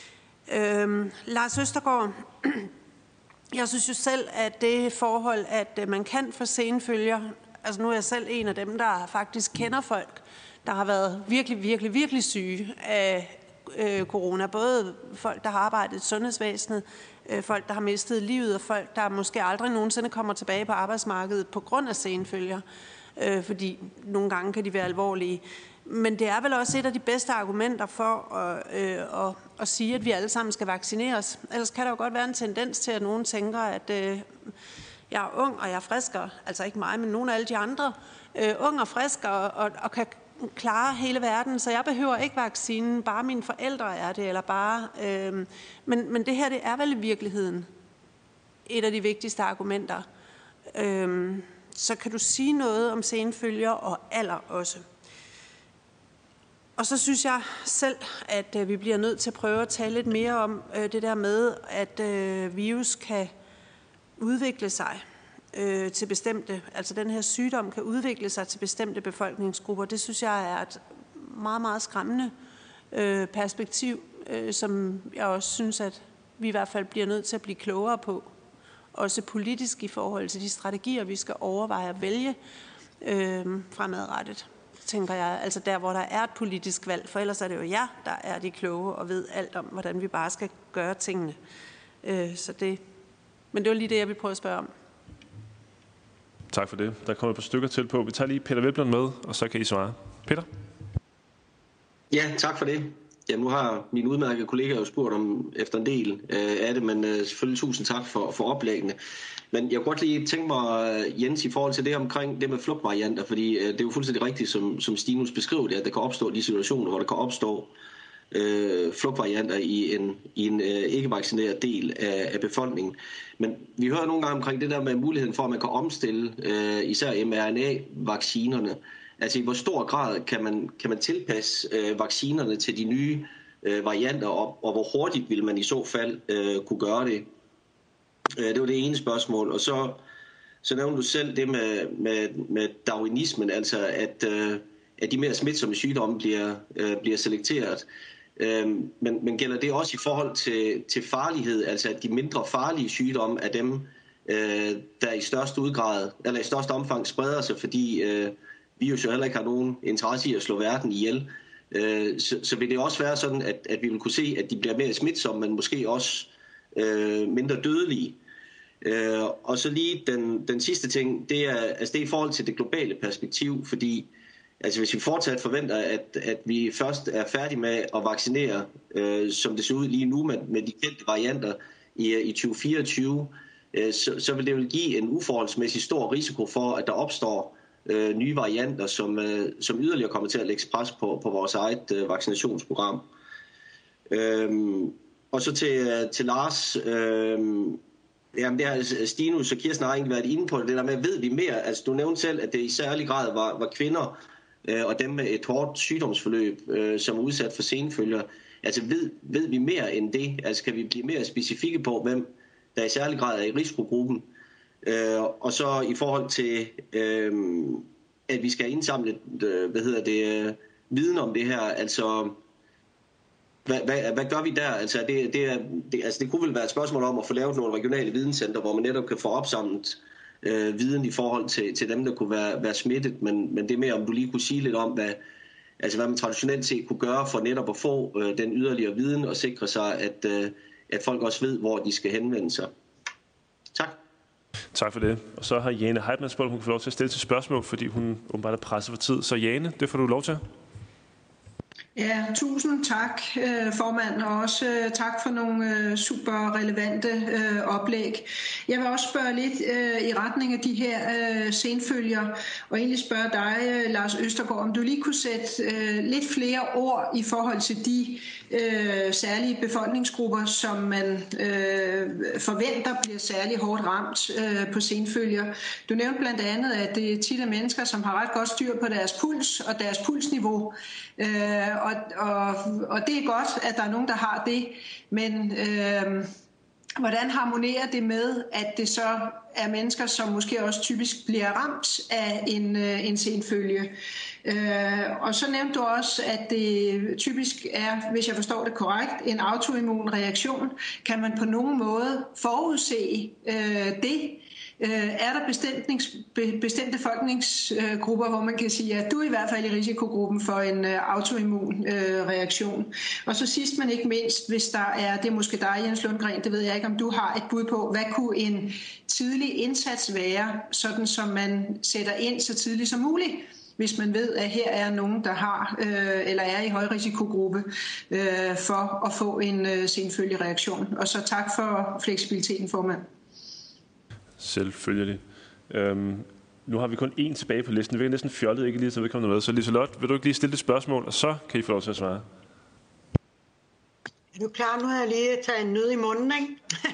Lars Østergaard, jeg synes jo selv, at det forhold, at man kan få senfølger, altså nu er jeg selv en af dem, der faktisk kender folk, der har været virkelig, virkelig, virkelig syge af corona. Både folk, der har arbejdet i sundhedsvæsenet, folk, der har mistet livet, og folk, der måske aldrig nogensinde kommer tilbage på arbejdsmarkedet på grund af senfølger, fordi nogle gange kan de være alvorlige. Men det er vel også et af de bedste argumenter for at sige, at vi alle sammen skal vaccineres. Ellers kan der jo godt være en tendens til, at nogen tænker, at jeg er ung, og jeg er friskere. Altså ikke mig, men nogle af alle de andre. Ung og friskere, og kan klare hele verden, så jeg behøver ikke vaccinen, bare mine forældre er det, eller bare... Men det her, det er vel i virkeligheden et af de vigtigste argumenter. Så kan du sige noget om senfølger og alder også? Og så synes jeg selv, at vi bliver nødt til at prøve at tale lidt mere om det der med, at virus kan udvikle sig til bestemte, altså den her sygdom kan udvikle sig til bestemte befolkningsgrupper. Det synes jeg er et meget, meget skræmmende perspektiv, som jeg også synes, at vi i hvert fald bliver nødt til at blive klogere på. Også politisk i forhold til de strategier, vi skal overveje at vælge fremadrettet, tænker jeg. Altså der, hvor der er et politisk valg, for ellers er det jo jer, der er de kloge og ved alt om, hvordan vi bare skal gøre tingene. Men det var lige det, jeg ville prøve at spørge om. Tak for det. Der kommer et par stykker til på. Vi tager lige Peter Velblom med, og så kan I svare. Peter? Ja, tak for det. Ja, nu har min udmærkede kollega jo spurgt om efter en del af det, men selvfølgelig tusind tak for oplæggene. Men jeg kunne godt lige tænke mig, Jens, i forhold til det omkring det med flugtvarianter, fordi det er jo fuldstændig rigtigt, som Stinus beskrev det, at der kan opstå de situationer, hvor der kan opstå flugtvarianter i en ikke-vaccineret del af befolkningen. Men vi hører nogle gange omkring det der med muligheden for, at man kan omstille især mRNA-vaccinerne. Altså i hvor stor grad kan man tilpasse vaccinerne til de nye varianter, og hvor hurtigt vil man i så fald kunne gøre det? Det var det ene spørgsmål. Og så nævnte du selv det med darwinismen, altså at de mere smitsomme sygdomme bliver selekteret. Men gælder det også i forhold til farlighed, altså at de mindre farlige sygdomme er dem, der i størst omfang spreder sig, fordi virus jo heller ikke har nogen interesse i at slå verden ihjel. Så vil det også være sådan, at vi vil kunne se, at de bliver mere smitsomme, men måske også mindre dødelige. Og så lige den sidste ting, det er i forhold til det globale perspektiv, fordi altså hvis vi fortsat forventer, at vi først er færdige med at vaccinere, som det ser ud lige nu med de kendte varianter i 2024, så vil det jo give en uforholdsmæssig stor risiko for, at der opstår nye varianter, som yderligere kommer til at lægge pres på vores eget vaccinationsprogram. Og så til Lars, jamen det har Stinus og Kirsten har egentlig været inde på det der med, ved vi mere? Altså du nævnte selv, at det i særlig grad var kvinder og dem med et hårdt sygdomsforløb, som er udsat for senfølger. Altså ved vi mere end det? Altså kan vi blive mere specifikke på, hvem der i særlig grad er i risikogruppen? Og så i forhold til, at vi skal indsamle, viden om det her, altså hvad gør vi der? Altså det kunne vel være et spørgsmål om at få lavet nogle regionale videnscenter, hvor man netop kan få opsamlet viden i forhold til dem, der kunne være smittet, men det er mere, om du lige kunne sige lidt om, hvad man traditionelt set kunne gøre for netop at få den yderligere viden og sikre sig, at folk også ved, hvor de skal henvende sig. Tak. Tak for det. Og så har Jane Heitmann spurgt, om hun kan få lov til at stille til spørgsmål, fordi hun åbenbart er presset for tid. Så Jane, det får du lov til. Ja, tusind tak, formand, og også tak for nogle super relevante oplæg. Jeg vil også spørge lidt i retning af de her senfølger, og egentlig spørge dig, Lars Østergaard, om du lige kunne sætte lidt flere ord i forhold til de særlige befolkningsgrupper, som man forventer bliver særlig hårdt ramt på senfølger. Du nævnte blandt andet, at det tit er mennesker, som har ret godt styr på deres puls og deres pulsniveau, og det er godt, at der er nogen, der har det, men hvordan harmonerer det med, at det så er mennesker, som måske også typisk bliver ramt af en senfølge? Og så nævnte du også, at det typisk er, hvis jeg forstår det korrekt, en autoimmun reaktion. Kan man på nogen måde forudse det? Er der bestemte befolkningsgrupper, hvor man kan sige, at du er i hvert fald i risikogruppen for en autoimmun reaktion? Og så sidst men ikke mindst, hvis der er, det er måske dig, Jens Lundgren, det ved jeg ikke, om du har et bud på, hvad kunne en tidlig indsats være, sådan som man sætter ind så tidligt som muligt, hvis man ved, at her er nogen, der har eller er i højrisikogruppe for at få en senfølgereaktion. Og så tak for fleksibiliteten, formand. Selvfølgelig. Nu har vi kun én tilbage på listen. Vi er næsten fjollet, ikke lige så vedkommende med. Så Liselotte, vil du ikke lige stille et spørgsmål, og så kan I få lov til at svare. Er du klar? Nu har jeg lige taget en nød i munden, ikke?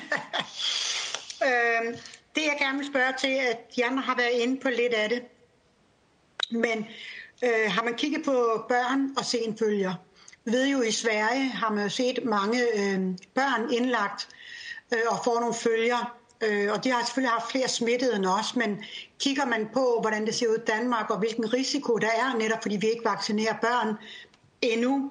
Det jeg gerne vil spørge til, at de andre har været inde på lidt af det. Men har man kigget på børn og senfølger? Vi ved jo, i Sverige har man jo set mange børn indlagt og får nogle følger. Og de har selvfølgelig haft flere smittede end os, men kigger man på, hvordan det ser ud i Danmark, og hvilken risiko der er, netop fordi vi ikke vaccinerer børn endnu,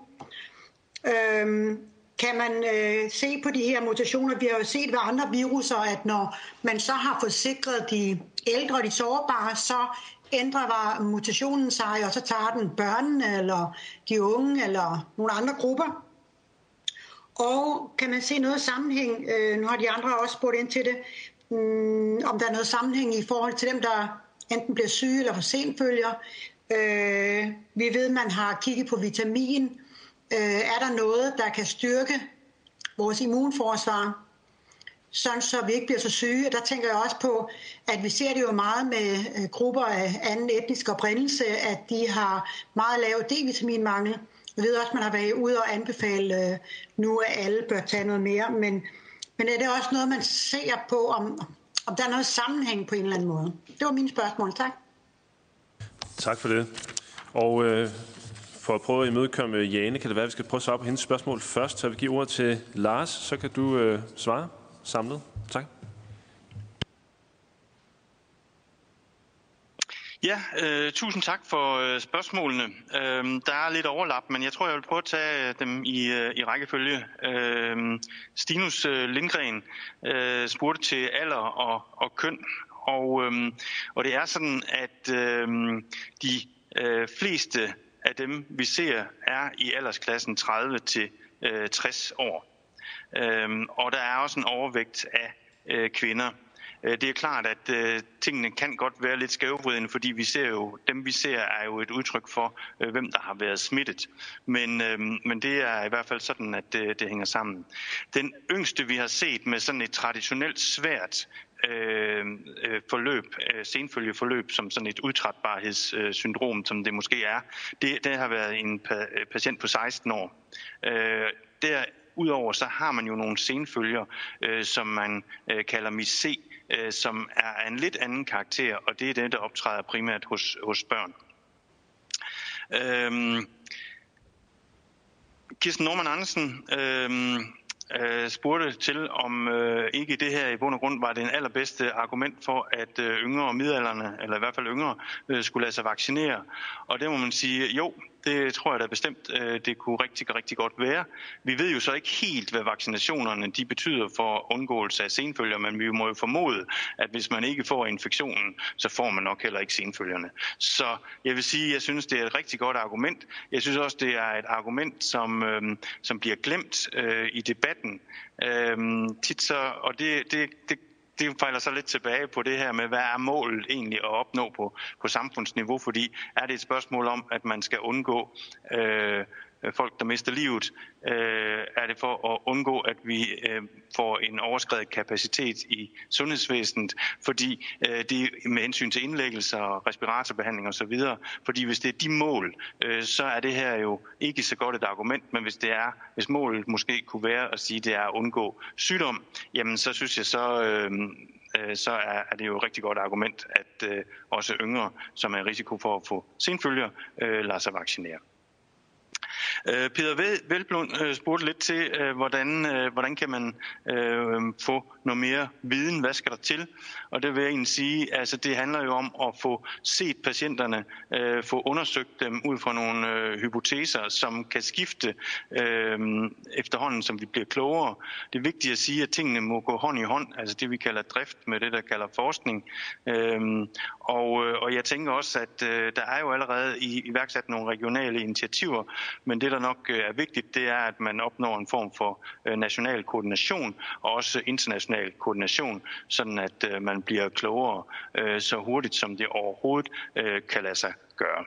kan man se på de her mutationer. Vi har jo set ved andre viruser, at når man så har forsikret de ældre og de sårbare, så ændrer mutationen sig, og så tager den børnene, eller de unge, eller nogle andre grupper. Og kan man se noget sammenhæng, nu har de andre også spurgt ind til det, om der er noget sammenhæng i forhold til dem, der enten bliver syge eller får senfølger. Vi ved, man har kigget på vitamin. Er der noget, der kan styrke vores immunforsvar, sådan så vi ikke bliver så syge? Og der tænker jeg også på, at vi ser det jo meget med grupper af anden etnisk oprindelse, at de har meget lav D-vitaminmangel. Jeg ved også, at man har været ude og anbefale nu, at alle bør tage noget mere. Men er det også noget, man ser på, om der er noget sammenhæng på en eller anden måde? Det var mine spørgsmål. Tak. Tak for det. Og for at prøve at imødekomme Jane, kan det være, at vi skal prøve at svare på hendes spørgsmål først. Så vi giver ordet til Lars, så kan du svare samlet. Tak. Ja, tusind tak for spørgsmålene. Der er lidt overlap, men jeg tror, jeg vil prøve at tage dem i rækkefølge. Stinus Lindgren spurgte til alder og køn, og det er sådan, at de fleste af dem, vi ser, er i aldersklassen 30 til 60 år. Og der er også en overvægt af kvinder. Det er klart, at tingene kan godt være lidt skævvridende, fordi dem vi ser er jo et udtryk for, hvem der har været smittet. Men det er i hvert fald sådan, at det hænger sammen. Den yngste, vi har set med sådan et traditionelt svært senfølgeforløb, som sådan et udtrætbarhedssyndrom, som det måske er, det har været en patient på 16 år. Udover så har man jo nogle senfølger, som man kalder MIS-C, som er af en lidt anden karakter, og det er det, der optræder primært hos børn. Kirsten Normann Andersen spurgte til, om ikke det her i bund og grund var det allerbedste argument for, at yngre og midaldrende, eller i hvert fald yngre, skulle lade sig vaccinere. Og det må man sige, jo, det tror jeg da bestemt, det kunne rigtig, rigtig godt være. Vi ved jo så ikke helt, hvad vaccinationerne de betyder for undgåelse af senfølger, men vi må jo formode, at hvis man ikke får infektionen, så får man nok heller ikke senfølgerne. Så jeg vil sige, at jeg synes, det er et rigtig godt argument. Jeg synes også, det er et argument, som bliver glemt i debatten. Tit så, og det fejler så lidt tilbage på det her med, hvad er målet egentlig at opnå på samfundsniveau, fordi er det et spørgsmål om, at man skal undgå folk, der mister livet, er det for at undgå, at vi får en overskredet kapacitet i sundhedsvæsenet, fordi det med hensyn til indlæggelser og respiratorbehandling osv., fordi hvis det er de mål, så er det her jo ikke så godt et argument, men hvis målet måske kunne være at sige, det er at undgå sygdom, jamen så synes jeg så er det jo et rigtig godt argument, at også yngre, som er i risiko for at få senfølger, lader sig vaccinere. Peter Velblund spurgte lidt til, hvordan kan man få noget mere viden, hvad skal der til? Og det vil jeg egentlig sige, altså det handler jo om at få set patienterne, få undersøgt dem ud fra nogle hypoteser, som kan skifte efterhånden, som vi bliver klogere. Det er vigtigt at sige, at tingene må gå hånd i hånd, altså det vi kalder drift med det, der kalder forskning. Og jeg tænker også, at der er jo allerede iværksat nogle regionale initiativer, men det, der nok er vigtigt, det er, at man opnår en form for national koordination og også international koordination, sådan at man bliver klogere så hurtigt, som det overhovedet kan lade sig gøre.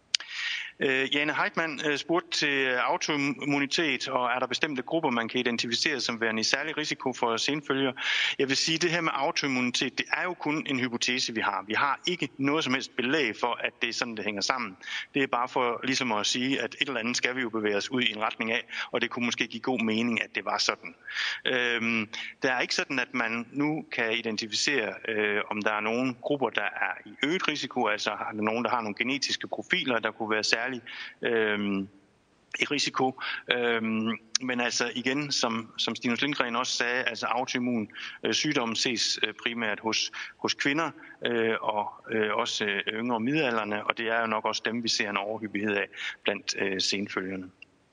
Jane Heitmann spurgte til autoimmunitet, og er der bestemte grupper, man kan identificere som værende i særlig risiko for senfølger? Jeg vil sige, at det her med autoimmunitet, det er jo kun en hypotese, vi har. Vi har ikke noget som helst belæg for, at det er sådan, det hænger sammen. Det er bare for ligesom at sige, at et eller andet skal vi jo bevæge os ud i en retning af, og det kunne måske give god mening, at det var sådan. Der er ikke sådan, at man nu kan identificere, om der er nogle grupper, der er i øget risiko, altså er der nogen, der har nogle genetiske profiler, der kunne være særlig i risiko. Men altså igen, som Stinus Lindgren også sagde, altså autoimmun sygdom ses primært hos kvinder og også yngre og midaldrende, og det er jo nok også dem, vi ser en overhyppighed af blandt senfølgerne.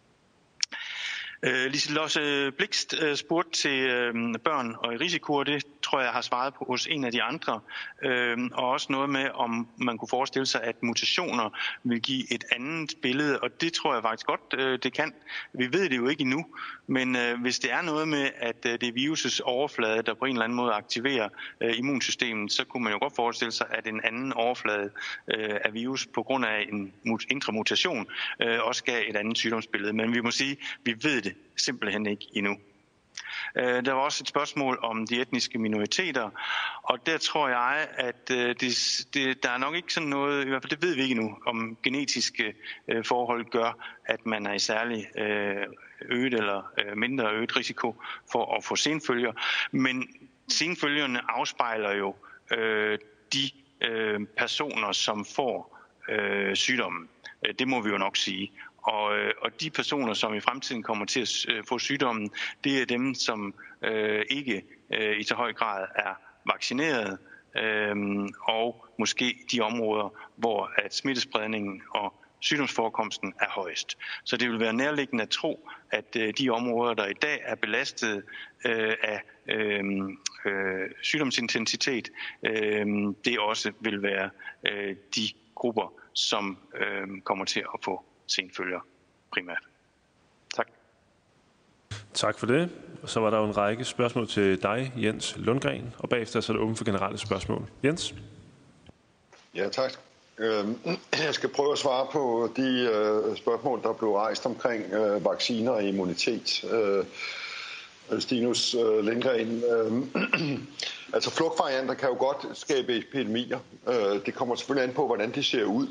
Liselotte Blikst spurgte til børn og i risiko, og det tror jeg har svaret på hos en af de andre. Og også noget med, om man kunne forestille sig, at mutationer vil give et andet billede, og det tror jeg faktisk godt, det kan. Vi ved det jo ikke endnu, men hvis det er noget med, at det er virusets overflade, der på en eller anden måde aktiverer immunsystemet, så kunne man jo godt forestille sig, at en anden overflade af virus på grund af en intramutation også gav et andet sygdomsbillede. Men vi må sige, vi ved det simpelthen ikke endnu. Der var også et spørgsmål om de etniske minoriteter, og der tror jeg, at der er nok ikke sådan noget, i hvert fald det ved vi ikke endnu, om genetiske forhold gør, at man er i særlig øget eller mindre øget risiko for at få senfølger. Men senfølgerne afspejler jo de personer, som får sygdommen. Det må vi jo nok sige. Og de personer, som i fremtiden kommer til at få sygdommen, det er dem, som ikke i så høj grad er vaccineret, og måske de områder, hvor at smittespredningen og sygdomsforekomsten er højst. Så det vil være nærliggende at tro, at de områder, der i dag er belastet af sygdomsintensitet, det også vil være de grupper, som kommer til at få senfølger primært. Tak. Tak for det. Og så var der jo en række spørgsmål til dig, Jens Lundgren, og bagefter så er det åbent for generelle spørgsmål. Jens? Ja, tak. Jeg skal prøve at svare på de spørgsmål, der blev rejst omkring vacciner og immunitet. Stinus Lindgren. Altså flugtvarianter kan jo godt skabe epidemier. Det kommer selvfølgelig an på, hvordan de ser ud,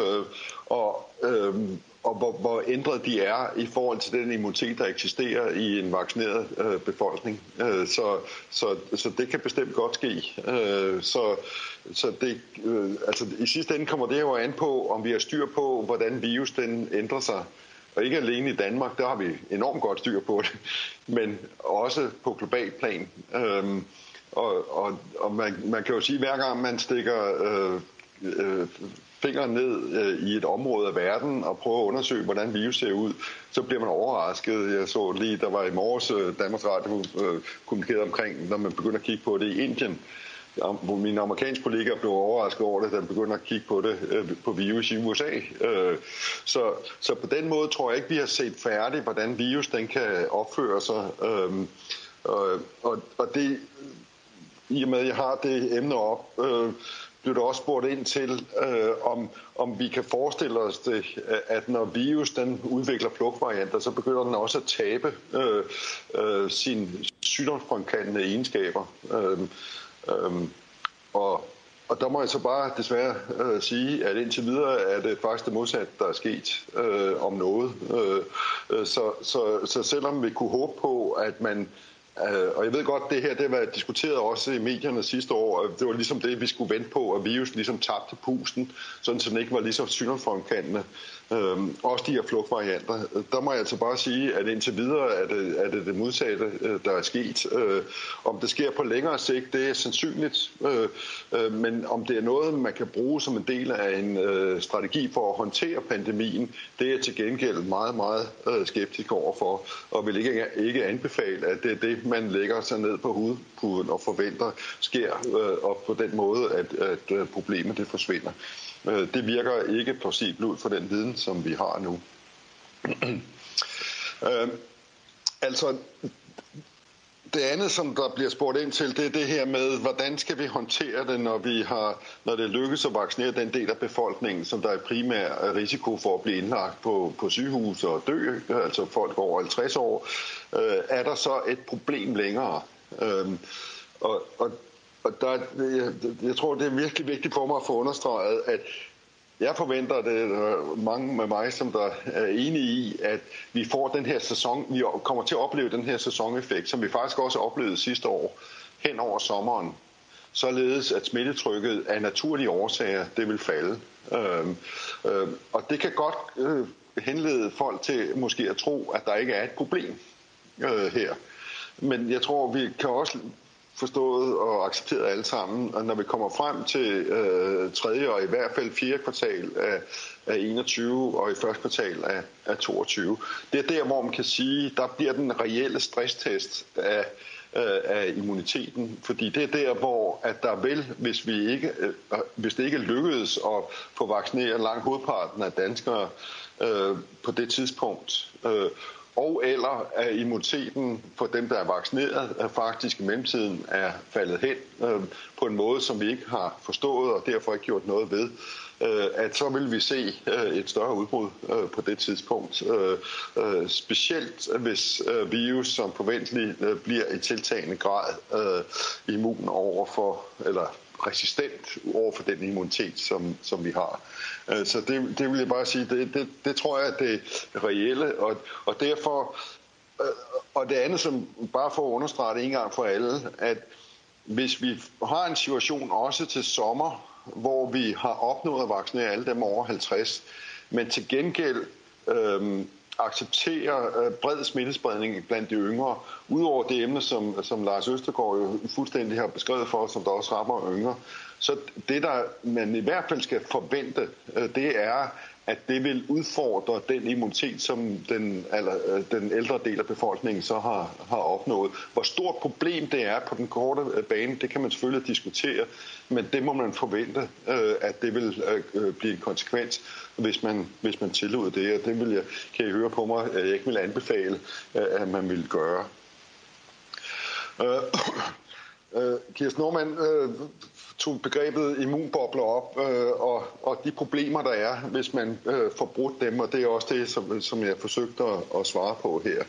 og hvor ændret de er i forhold til den immunitet, der eksisterer i en vaccineret befolkning. Så det kan bestemt godt ske. Så det, altså i sidste ende kommer det jo an på, om vi har styr på, hvordan virus den ændrer sig. Og ikke alene i Danmark, der har vi enormt godt styr på det, men også på global plan. Og man kan jo sige, at hver gang man stikker fingeren ned i et område af verden og prøver at undersøge, hvordan virus ser ud, så bliver man overrasket. Jeg så lige, der var i morges Danmarks Radio kommunikeret omkring, når man begynder at kigge på det i Indien. Mine amerikanske kollegaer blev overrasket over det, da de begynder at kigge på det på virus i USA. Så på den måde tror jeg ikke, vi har set færdigt, hvordan virus den kan opføre sig. Og det, i og med at jeg har det emne op, blev der også spurgt ind til, om vi kan forestille os det, at når virus den udvikler flugtvarianter, så begynder den også at tabe sine sygdomsfremkaldende egenskaber. Og der må jeg så bare desværre sige, at indtil videre er det faktisk det modsatte, der er sket om noget. Så selvom vi kunne håbe på, at man... Og jeg ved godt, det her det var diskuteret også i medierne sidste år. Det var ligesom det, vi skulle vente på, at virus ligesom tabte pusten, sådan så den ikke var lige så sygdomsfremkaldende. Også de her flugtvarianter. Der må jeg altså bare sige, at indtil videre er det modsatte, der er sket. Om det sker på længere sigt, det er sandsynligt. Men om det er noget, man kan bruge som en del af en strategi for at håndtere pandemien, det er jeg til gengæld meget, meget skeptisk overfor, og vil ikke anbefale, at det er det, man lægger sig ned på hovedpuden og forventer sker, og på den måde, at problemet det forsvinder. Det virker ikke plausibelt ud for den viden, som vi har nu. Altså, det andet, som der bliver spurgt ind til, det er det her med, hvordan skal vi håndtere det, når det lykkes at vaccinere den del af befolkningen, som der er primær risiko for at blive indlagt på sygehus og dø, altså folk over 50 år. Er der så et problem længere? Og der, jeg tror, det er virkelig vigtigt for mig at få understreget, at jeg forventer, at det er mange med mig, som der er enige i, at vi får den her sæson, vi kommer til at opleve den her sæsoneffekt, som vi faktisk også oplevede sidste år, hen over sommeren, således at smittetrykket af naturlige årsager, det vil falde. Og det kan godt henlede folk til måske at tro, at der ikke er et problem her. Men jeg tror, vi kan også forstået og accepteret alle sammen, og når vi kommer frem til tredje og i hvert fald fjerde kvartal af 21 og i første kvartal af 22, det er der, hvor man kan sige, der bliver den reelle stresstest af immuniteten, fordi det er der, hvor at der vel, hvis det ikke lykkedes at få vaccineret langt hovedparten af danskere på det tidspunkt, og eller at immuniteten for dem, der er vaccineret, faktisk i mellemtiden er faldet hen på en måde, som vi ikke har forstået og derfor ikke gjort noget ved, at så vil vi se et større udbrud på det tidspunkt. Specielt hvis virus, som forventeligt bliver i tiltagende grad immun overfor, eller resistent over for den immunitet, som vi har. Så det vil jeg bare sige, det tror jeg, at det er reelle, og derfor, og det andet, som bare for at understrege det en gang for alle, at hvis vi har en situation også til sommer, hvor vi har opnået at vaccinere alle dem over 50, men til gengæld accepterer bred smittespredning blandt de yngre. Udover det emne, som Lars Østergaard jo fuldstændig har beskrevet for os, som der også rammer yngre. Så det, der man i hvert fald skal forvente, det er, at det vil udfordre den immunitet, som den ældre del af befolkningen så har opnået. Hvor stort problem det er på den korte bane, det kan man selvfølgelig diskutere, men det må man forvente, at det vil blive en konsekvens, hvis man tillod det. Og det kan I høre på mig, at jeg ikke vil anbefale, at man vil gøre. Kirsten Normann tog begrebet immunbobler op, og de problemer, der er, hvis man får brudt dem, og det er også det, som jeg forsøgte at svare på her.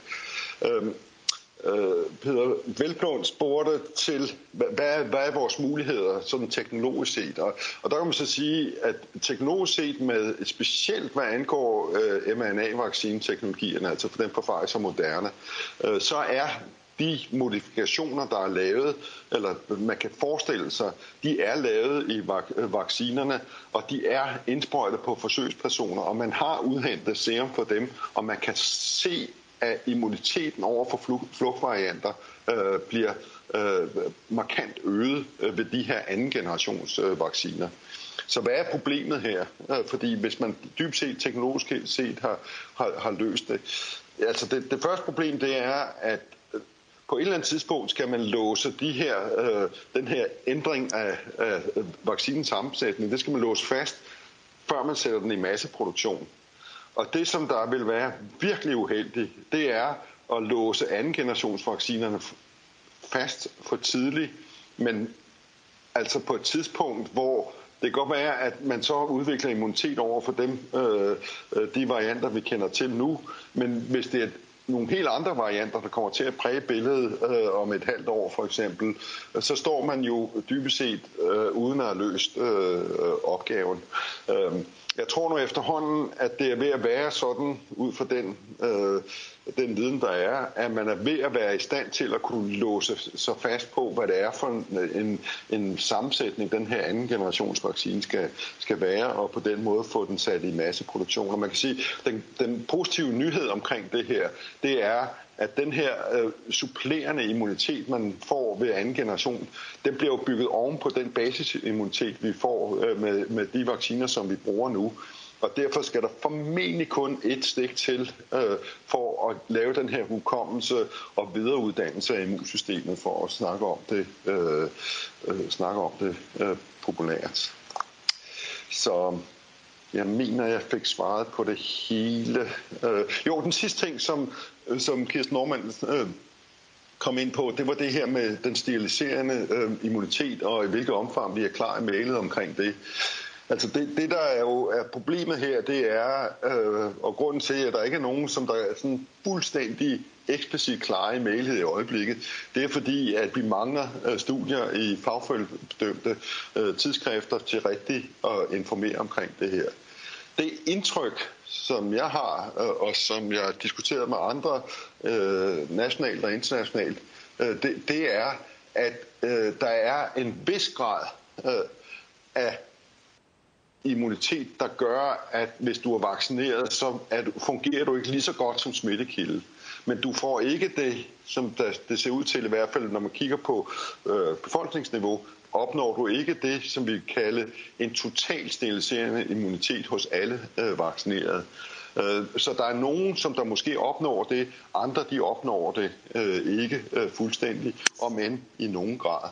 Peder Hvelplund spurgte til, hvad er vores muligheder sådan teknologisk set? Og der kan man så sige, at teknologisk set med specielt hvad angår mRNA-vaccineteknologierne, altså for den for Pfizer Moderna, så er de modifikationer, der er lavet, eller man kan forestille sig, de er lavet i vaccinerne, og de er indsprøjtet på forsøgspersoner, og man har udhentet serum for dem, og man kan se, at immuniteten over for flugtvarianter bliver markant øget ved de her anden generations vacciner. Så hvad er problemet her? Fordi hvis man dybt set teknologisk set har løst det. Altså det første problem, det er, at på et eller andet tidspunkt skal man låse den her ændring af vaccinens sammensætning, det skal man låse fast, før man sætter den i masseproduktion. Og det, som der vil være virkelig uheldigt, det er at låse anden generations vaccinerne fast for tidligt, men altså på et tidspunkt, hvor det kan godt være, at man så udvikler immunitet over for dem, de varianter, vi kender til nu, men hvis det er nogle helt andre varianter, der kommer til at præge billedet om et halvt år for eksempel, så står man jo dybest set uden at have løst opgaven. Jeg tror nu efterhånden, at det er ved at være sådan, ud fra den viden, der er, at man er ved at være i stand til at kunne låse sig fast på, hvad det er for en sammensætning, den her anden generations vaccine skal være, og på den måde få den sat i masseproduktion. Og man kan sige, at den positive nyhed omkring det her, det er, at den her supplerende immunitet, man får ved anden generation, den bliver jo bygget oven på den basisimmunitet, vi får med de vacciner, som vi bruger nu. Og derfor skal der formentlig kun et stik til for at lave den her hukommelse og videreuddannelse af immunsystemet for at snakke om det populært. Så jeg mener, jeg fik svaret på det hele. Jo, den sidste ting, som Kirsten Normann kom ind på, det var det her med den steriliserende immunitet, og i hvilket omfang vi er klar i mailet omkring det. Altså det der er problemet her, det er, og grunden til, at der ikke er nogen, som der er sådan fuldstændig eksplicit klare i mailet i øjeblikket, det er fordi, at vi mangler studier i fagfølgebedømte tidsskrifter til rigtigt at informere omkring det her. Det indtryk, som jeg har, og som jeg har diskuteret med andre nationalt og internationalt, det er, at der er en vis grad af immunitet, der gør, at hvis du er vaccineret, så fungerer du ikke lige så godt som smittekilde. Men du får ikke det, som det ser ud til, i hvert fald når man kigger på befolkningsniveau, opnår du ikke det, som vi kalder en total steriliserende immunitet hos alle vaccinerede. Så der er nogen, som der måske opnår det, andre de opnår det ikke fuldstændig, om end i nogen grad.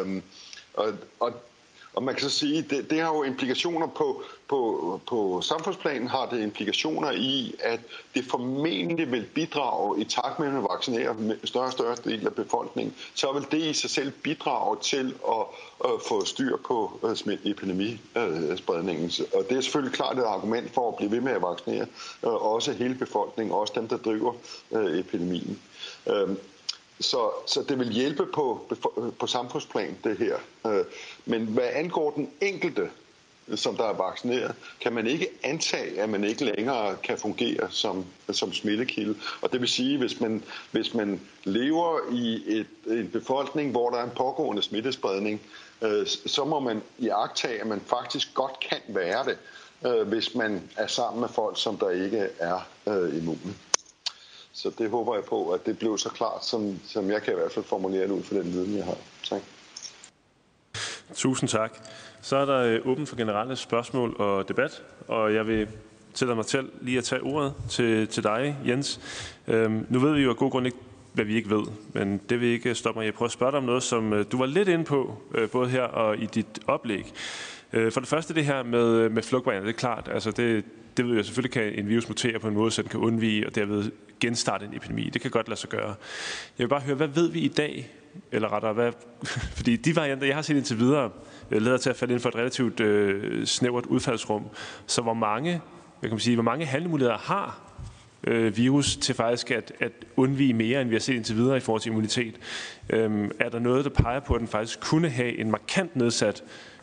Og man kan så sige, det har jo implikationer på samfundsplanen, har det implikationer i, at det formentlig vil bidrage i takt med, at man vaccinerer større og større del af befolkningen, så vil det i sig selv bidrage til at få styr på epidemispredningen. Og det er selvfølgelig klart et argument for at blive ved med at vaccinere, også hele befolkningen, også dem, der driver epidemien. Så det vil hjælpe på samfundsplan, det her. Men hvad angår den enkelte, som der er vaccineret, kan man ikke antage, at man ikke længere kan fungere som smittekilde. Og det vil sige, hvis man lever i en befolkning, hvor der er en pågående smittespredning, så må man iagttage, at man faktisk godt kan være det. hvis man er sammen med folk, som der ikke er immune. Så det håber jeg på, at det blev så klart, som jeg kan i hvert fald formulere det ud for den viden, jeg har. Tak. Tusind tak. Så er der åbent for generelle spørgsmål og debat, og jeg vil tillade mig til lige at tage ordet til dig, Jens. Nu ved vi jo af god grund ikke, hvad vi ikke ved, men det vil ikke stoppe mig. Jeg prøver at spørge dig om noget, som du var lidt inde på, både her og i dit oplæg. For det første det her med flugtvarianter, det er klart, altså det ved jeg selvfølgelig, kan en virus mutere på en måde, så den kan undvige og derved genstarte en epidemi. Det kan godt lade sig gøre. Jeg vil bare høre, hvad ved vi i dag, eller rettere, fordi de varianter, jeg har set indtil videre, leder til at falde inden for et relativt snævert udfaldsrum. Så hvor mange handlemuligheder har virus til faktisk at undvige mere, end vi har set indtil videre i forhold til immunitet? Er der noget, der peger på, at den faktisk kunne have en markant nedsat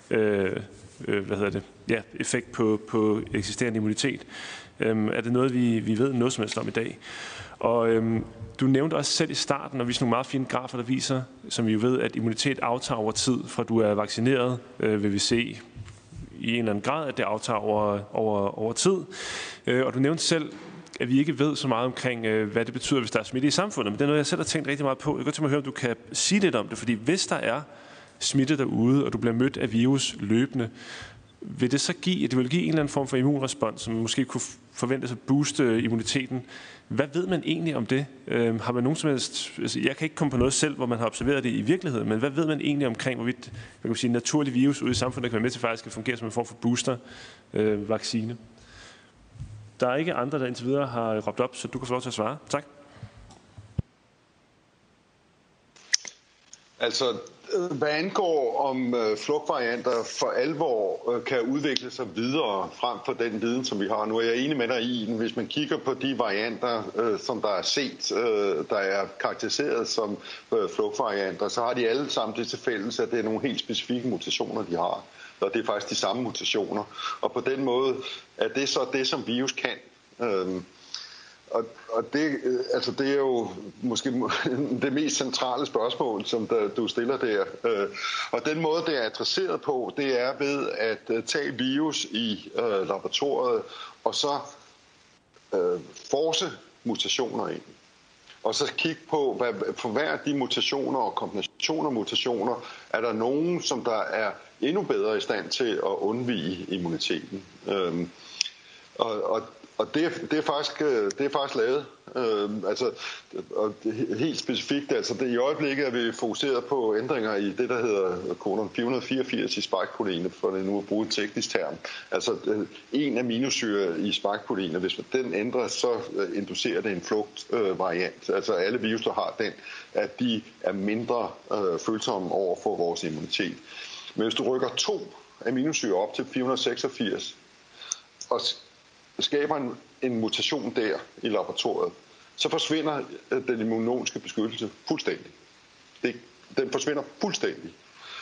effekt på eksisterende immunitet? Er det noget, vi ved noget som helst om i dag? Og du nævnte også selv i starten, og vi har nogle meget fine grafer, der viser, som vi jo ved, at immunitet aftager over tid. Fra du er vaccineret, vil vi se i en eller anden grad, at det aftager over tid. Og du nævnte selv, at vi ikke ved så meget omkring, hvad det betyder, hvis der er smitte i samfundet. Men det er noget, jeg selv har tænkt rigtig meget på. Jeg kan godt tænke mig at høre, om du kan sige lidt om det. Fordi hvis der er smitte derude, og du bliver mødt af virus løbende, vil det så give en eller anden form for immunrespons, som måske kunne forventes at booste immuniteten? Hvad ved man egentlig om det? Har man nogen som helst... Altså, jeg kan ikke komme på noget selv, hvor man har observeret det i virkeligheden, men hvad ved man egentlig omkring, hvorvidt en naturlig virus ude i samfundet kan være med til faktisk at fungere som en form for booster-vaccine? Der er ikke andre, der indtil videre har råbt op, så du kan få lov til at svare. Tak. Altså, hvad angår om flugtvarianter for alvor kan udvikle sig videre frem for den viden, som vi har nu, er jeg enig med dig i, hvis man kigger på de varianter, som der er set, der er karakteriseret som flugtvarianter, så har de alle sammen det til fælles, at det er nogle helt specifikke mutationer, de har. Og det er faktisk de samme mutationer. Og på den måde er det så det, som virus kan. Og det er jo måske det mest centrale spørgsmål, som du stiller der. Og den måde, det er adresseret på, det er ved at tage virus i laboratoriet, og så force mutationer ind. Og så kigge på, for hver af de mutationer og kombinationer af mutationer, er der nogen, som der er endnu bedre i stand til at undvige immuniteten. Og det er faktisk lavet. Og helt specifikt, i øjeblikket er vi fokuseret på ændringer i det, der hedder kodon 484 i spikeproteinet, for det nu at bruge et teknisk term. Altså en aminosyre i spikeproteinet, hvis den ændres, så inducerer det en flugtvariant. Altså alle virus, der har den, at de er mindre følsomme over for vores immunitet. Men hvis du rykker 2 aminosyre op til 486, og skaber en mutation der i laboratoriet, så forsvinder den immunologiske beskyttelse fuldstændig. Den forsvinder fuldstændig.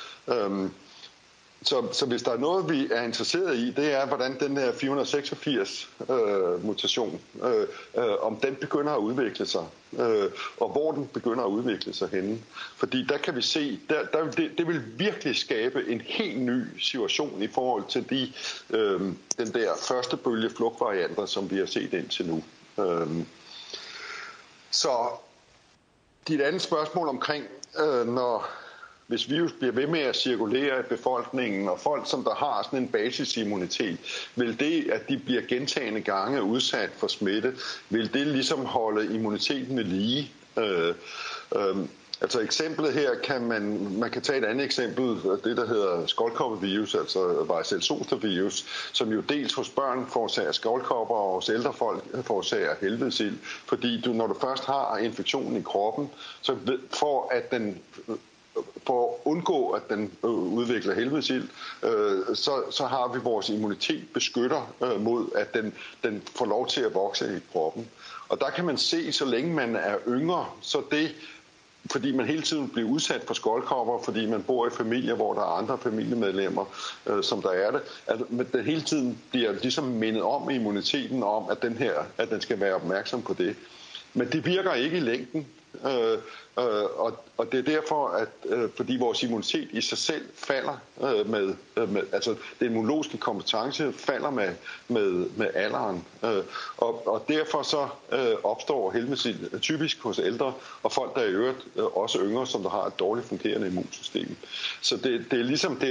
Så hvis der er noget, vi er interesseret i, det er, hvordan den her 486 mutation, om den begynder at udvikle sig, og hvor den begynder at udvikle sig henne. Fordi der kan vi se, det vil virkelig skabe en helt ny situation i forhold til den der første bølge flugtvarianter, som vi har set indtil nu. Så dit andet spørgsmål omkring, hvis virus bliver ved med at cirkulere i befolkningen, og folk, som der har sådan en basisimmunitet, vil det, at de bliver gentagne gange udsat for smitte, vil det ligesom holde immuniteten ved lige? Altså eksemplet her man kan tage et andet eksempel, det der hedder skoldkoppevirus, altså varicella-zoster-virus, som jo dels hos børn forårsager skoldkopper, og hos ældre folk forårsager helvedesild. Fordi når du først har infektionen i kroppen, så for at undgå, at den udvikler helvedesild, så har vi vores immunitet beskytter mod, at den får lov til at vokse i kroppen. Og der kan man se, så længe man er yngre, så det, fordi man hele tiden bliver udsat for skoldkopper, fordi man bor i familier, hvor der er andre familiemedlemmer, som der er det, at den hele tiden bliver ligesom mindet om immuniteten om, at den skal være opmærksom på det. Men det virker ikke i længden. Og det er derfor, at fordi vores immunitet i sig selv falder altså den immunologiske kompetence falder med alderen. Og derfor så opstår helmindsel typisk hos ældre, og folk, der er i øvrigt også yngre, som der har et dårligt fungerende immunsystem. Så det er ligesom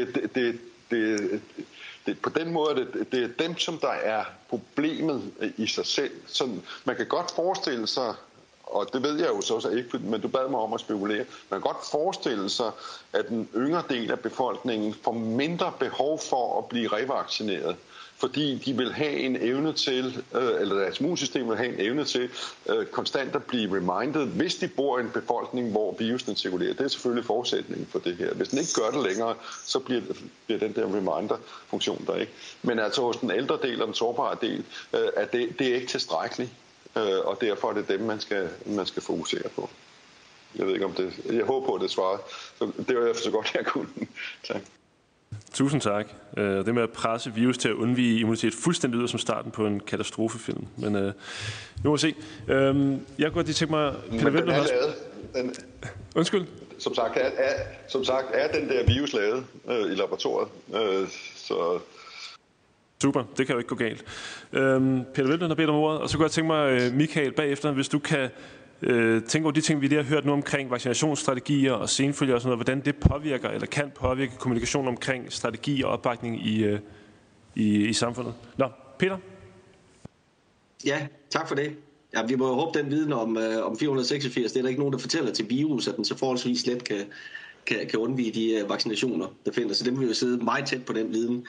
på den måde, det er dem, som der er problemet i sig selv. Så man kan godt forestille sig, og det ved jeg jo så ikke, men du bad mig om at spekulere, man kan godt forestille sig, at den yngre del af befolkningen får mindre behov for at blive revaccineret, fordi de vil have en evne til, eller deres immunsystem vil have en evne til konstant at blive reminded, hvis de bor i en befolkning, hvor virusen cirkulerer. Det er selvfølgelig forudsætningen for det her. Hvis den ikke gør det længere, så bliver den der reminder-funktion der ikke. Men altså hos den ældre del og den sårbare del, at det er ikke tilstrækkeligt, og derfor er det dem, man skal fokusere på. Jeg ved ikke om det. Jeg håber på, at det svarer. Så det var så godt, jeg kunne. Tak. Tusind tak. Det med at presse virus til at undvige immunitet fuldstændig ud som starten på en katastrofefilm. Men nu må vi se. Jeg kunne godt lige tænke mig... Men den er lavet. Undskyld? Som sagt er den der virus lavet i laboratoriet. Så... Super, det kan jo ikke gå galt. Peter Velblom har bedt om ordet, og så kunne jeg tænke mig, Michael, bagefter, hvis du kan tænke over de ting, vi lige har hørt nu omkring vaccinationsstrategier og senfølger og sådan noget, hvordan det påvirker eller kan påvirke kommunikation omkring strategi og opbakning i samfundet. Nå, Peter? Ja, tak for det. Ja, vi må jo håbe, den viden om 486, det er der ikke nogen, der fortæller til virus, at den så forholdsvis let kan undvige de vaccinationer, der finder. Så det vil jo sidde meget tæt på den viden.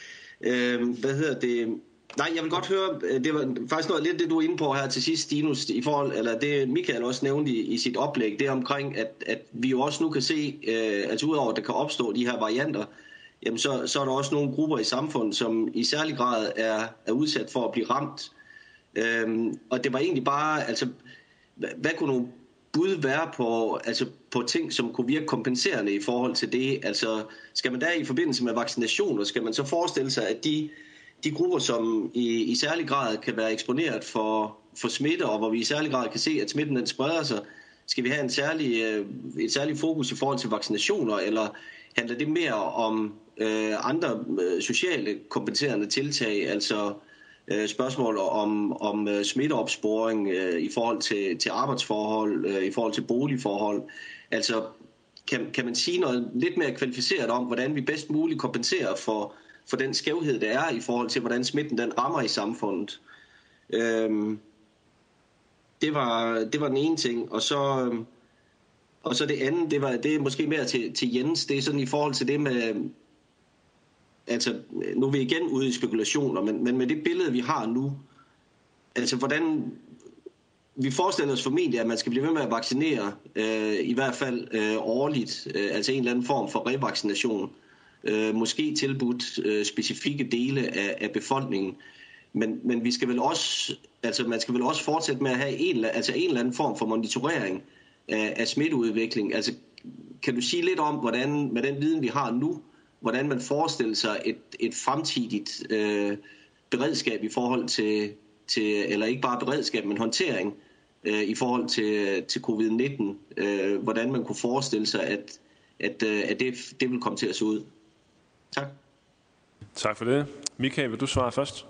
Nej, jeg vil godt høre, det var faktisk noget lidt det, du er inde på her til sidst, Stinus, i forhold, eller det Michael også nævnte i sit oplæg, det er omkring, at vi jo også nu kan se, altså udover at der kan opstå de her varianter, jamen så er der også nogle grupper i samfundet, som i særlig grad er udsat for at blive ramt. Og det var egentlig bare, altså, hvad kunne nogle bud være på ting, som kunne virke kompenserende i forhold til det? Altså, skal man der i forbindelse med vaccinationer, skal man så forestille sig, at de grupper, som i særlig grad kan være eksponeret for smitte, og hvor vi i særlig grad kan se, at smitten den spreder sig, skal vi have et særligt fokus i forhold til vaccinationer, eller handler det mere om andre sociale kompenserende tiltag, altså spørgsmål om smitteopsporing i forhold til arbejdsforhold, i forhold til boligforhold. Altså, kan man sige noget lidt mere kvalificeret om, hvordan vi bedst muligt kompenserer for den skævhed, der er i forhold til, hvordan smitten den rammer i samfundet? Det var den ene ting. Og så det andet, det er måske mere til Jens. Det er sådan i forhold til det med... Altså, nu er vi igen ude i spekulationer, men med det billede, vi har nu, altså hvordan... Vi forestiller os formentlig, at man skal blive ved med at vaccinere, i hvert fald årligt, altså en eller anden form for revaccination. Måske tilbudt specifikke dele af befolkningen. Men vi skal vel også, altså man skal vel også fortsætte med at have en eller anden form for monitorering af smitteudvikling. Altså, kan du sige lidt om, hvordan med den viden, vi har nu, hvordan man forestiller sig et fremtidigt beredskab i forhold til, eller ikke bare beredskab, men håndtering i forhold til covid-19, hvordan man kunne forestille sig, at det vil komme til at se ud. Tak. Tak for det. Michael, vil du svare først?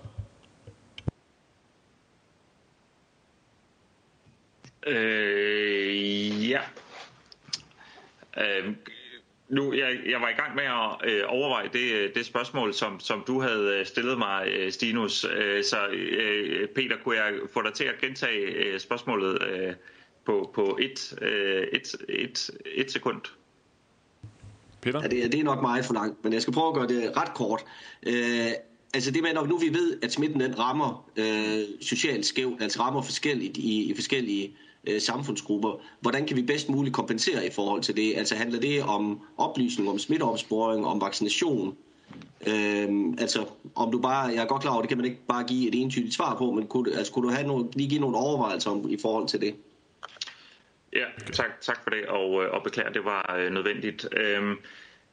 Ja. Nu, jeg var i gang med at overveje det spørgsmål, som du havde stillet mig, Stinus. Så Peter, kunne jeg få dig til at gentage spørgsmålet på et sekund? Peter? Ja, det er nok meget for langt, men jeg skal prøve at gøre det ret kort. Altså det med, når nu vi ved, at smitten den rammer socialt skævt, altså rammer forskelligt i forskellige samfundsgrupper, hvordan kan vi bedst muligt kompensere i forhold til det? Altså handler det om oplysning, om smitteopsporing, om vaccination? Altså om du bare, jeg er godt klar over, det kan man ikke bare give et entydigt svar på, men kunne du lige give nogle overvejelser om i forhold til det? Ja, tak for det, og beklager, det var nødvendigt.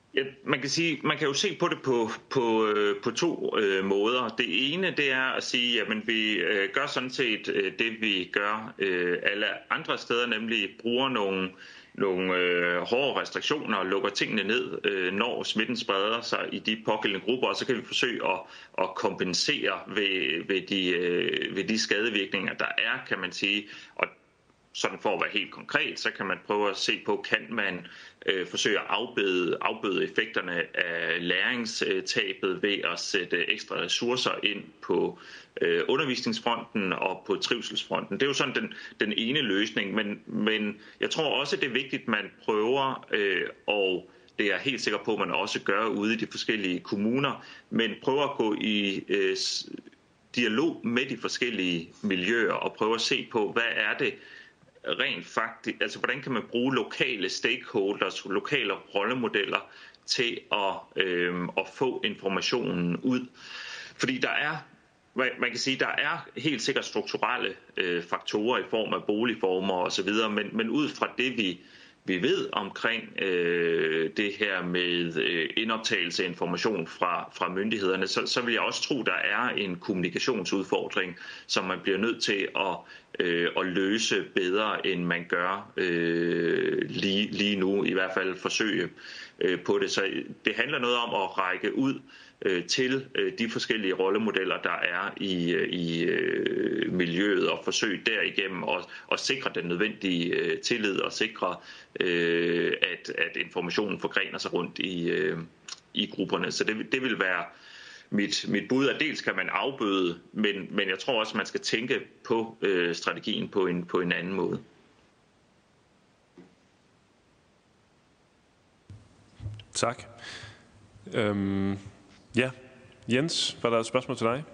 Ja, man kan jo se på det på to måder. Det ene, det er at sige, at vi gør sådan set det, vi gør alle andre steder, nemlig bruger nogle hårde restriktioner og lukker tingene ned, når smitten spreder sig i de pågældende grupper, og så kan vi forsøge at kompensere ved de skadevirkninger, der er, kan man sige. Og sådan for at være helt konkret, så kan man prøve at se på, kan man forsøge at afbøde effekterne af læringstabet ved at sætte ekstra ressourcer ind på undervisningsfronten og på trivselsfronten. Det er jo sådan den ene løsning, men jeg tror også, det er vigtigt, at man prøver, og det er jeg helt sikker på, at man også gør ude i de forskellige kommuner, men prøver at gå i dialog med de forskellige miljøer og prøve at se på, hvad er det, rent faktisk, altså hvordan kan man bruge lokale stakeholders, lokale rollemodeller til at få informationen ud. Fordi man kan sige, der er helt sikkert strukturelle faktorer i form af boligformer osv., men ud fra det, vi ved omkring det her med indoptagelse af information fra myndighederne, så vil jeg også tro, der er en kommunikationsudfordring, som man bliver nødt til at løse bedre, end man gør lige nu, i hvert fald forsøge på det. Så det handler noget om at række ud til de forskellige rollemodeller, der er i miljøet, og forsøge derigennem at sikre den nødvendige tillid og sikre, at informationen forgrener sig rundt i grupperne. Så det vil være mit bud, at dels kan man afbøde, men jeg tror også, man skal tænke på strategien på en anden måde. Tak. Ja, Jens, var der et spørgsmål til dig?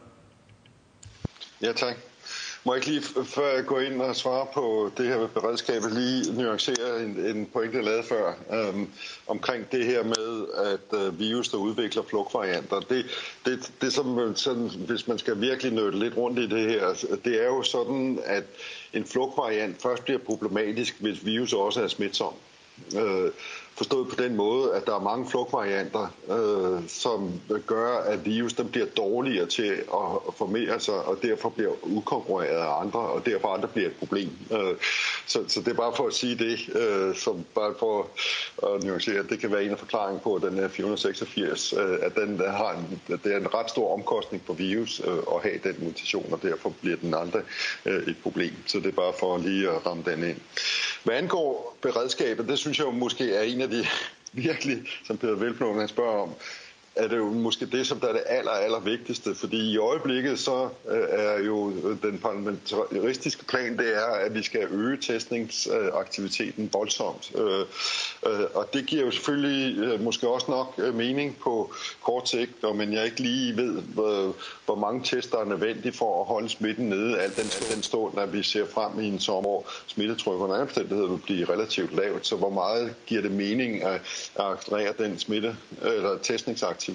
Ja, tak. Må jeg ikke lige, før jeg går ind og svarer på det her med beredskabet, lige nuancere en pointe, jeg lavede før, omkring det her med, at virus, der udvikler flugtvarianter. Det som sådan, hvis man skal virkelig nøde lidt rundt i det her, det er jo sådan, at en flugtvariant først bliver problematisk, hvis virus også er smitsom. Forstået på den måde, at der er mange flugtvarianter, som gør, at virus bliver dårligere til at formere sig, og derfor bliver udkonkurreret af andre, og derfor andre bliver et problem. Så det er bare for at sige det, som bare for at nuancere, det kan være en af forklaringen på, at den her 486, at det er en ret stor omkostning for virus at have den mutation, og derfor bliver den aldrig et problem. Så det er bare for lige at ramme den ind. Hvad angår beredskabet, det synes jeg jo måske er en af de virkelig, som Peder Hvelplund han spørger om, er det jo måske det, som der er det aller vigtigste, fordi i øjeblikket så er jo den parlamentaristiske plan, det er, at vi skal øge testningsaktiviteten voldsomt. Og det giver jo selvfølgelig måske også nok mening på kort sigt, men jeg ikke lige ved, hvor mange tester er nødvendige for at holde smitten nede, alt den stund, at vi ser frem i en sommer, hvor smittetryk under omstændigheder vil blive relativt lavt. Så hvor meget giver det mening at aktivere den eller testningsaktivitet?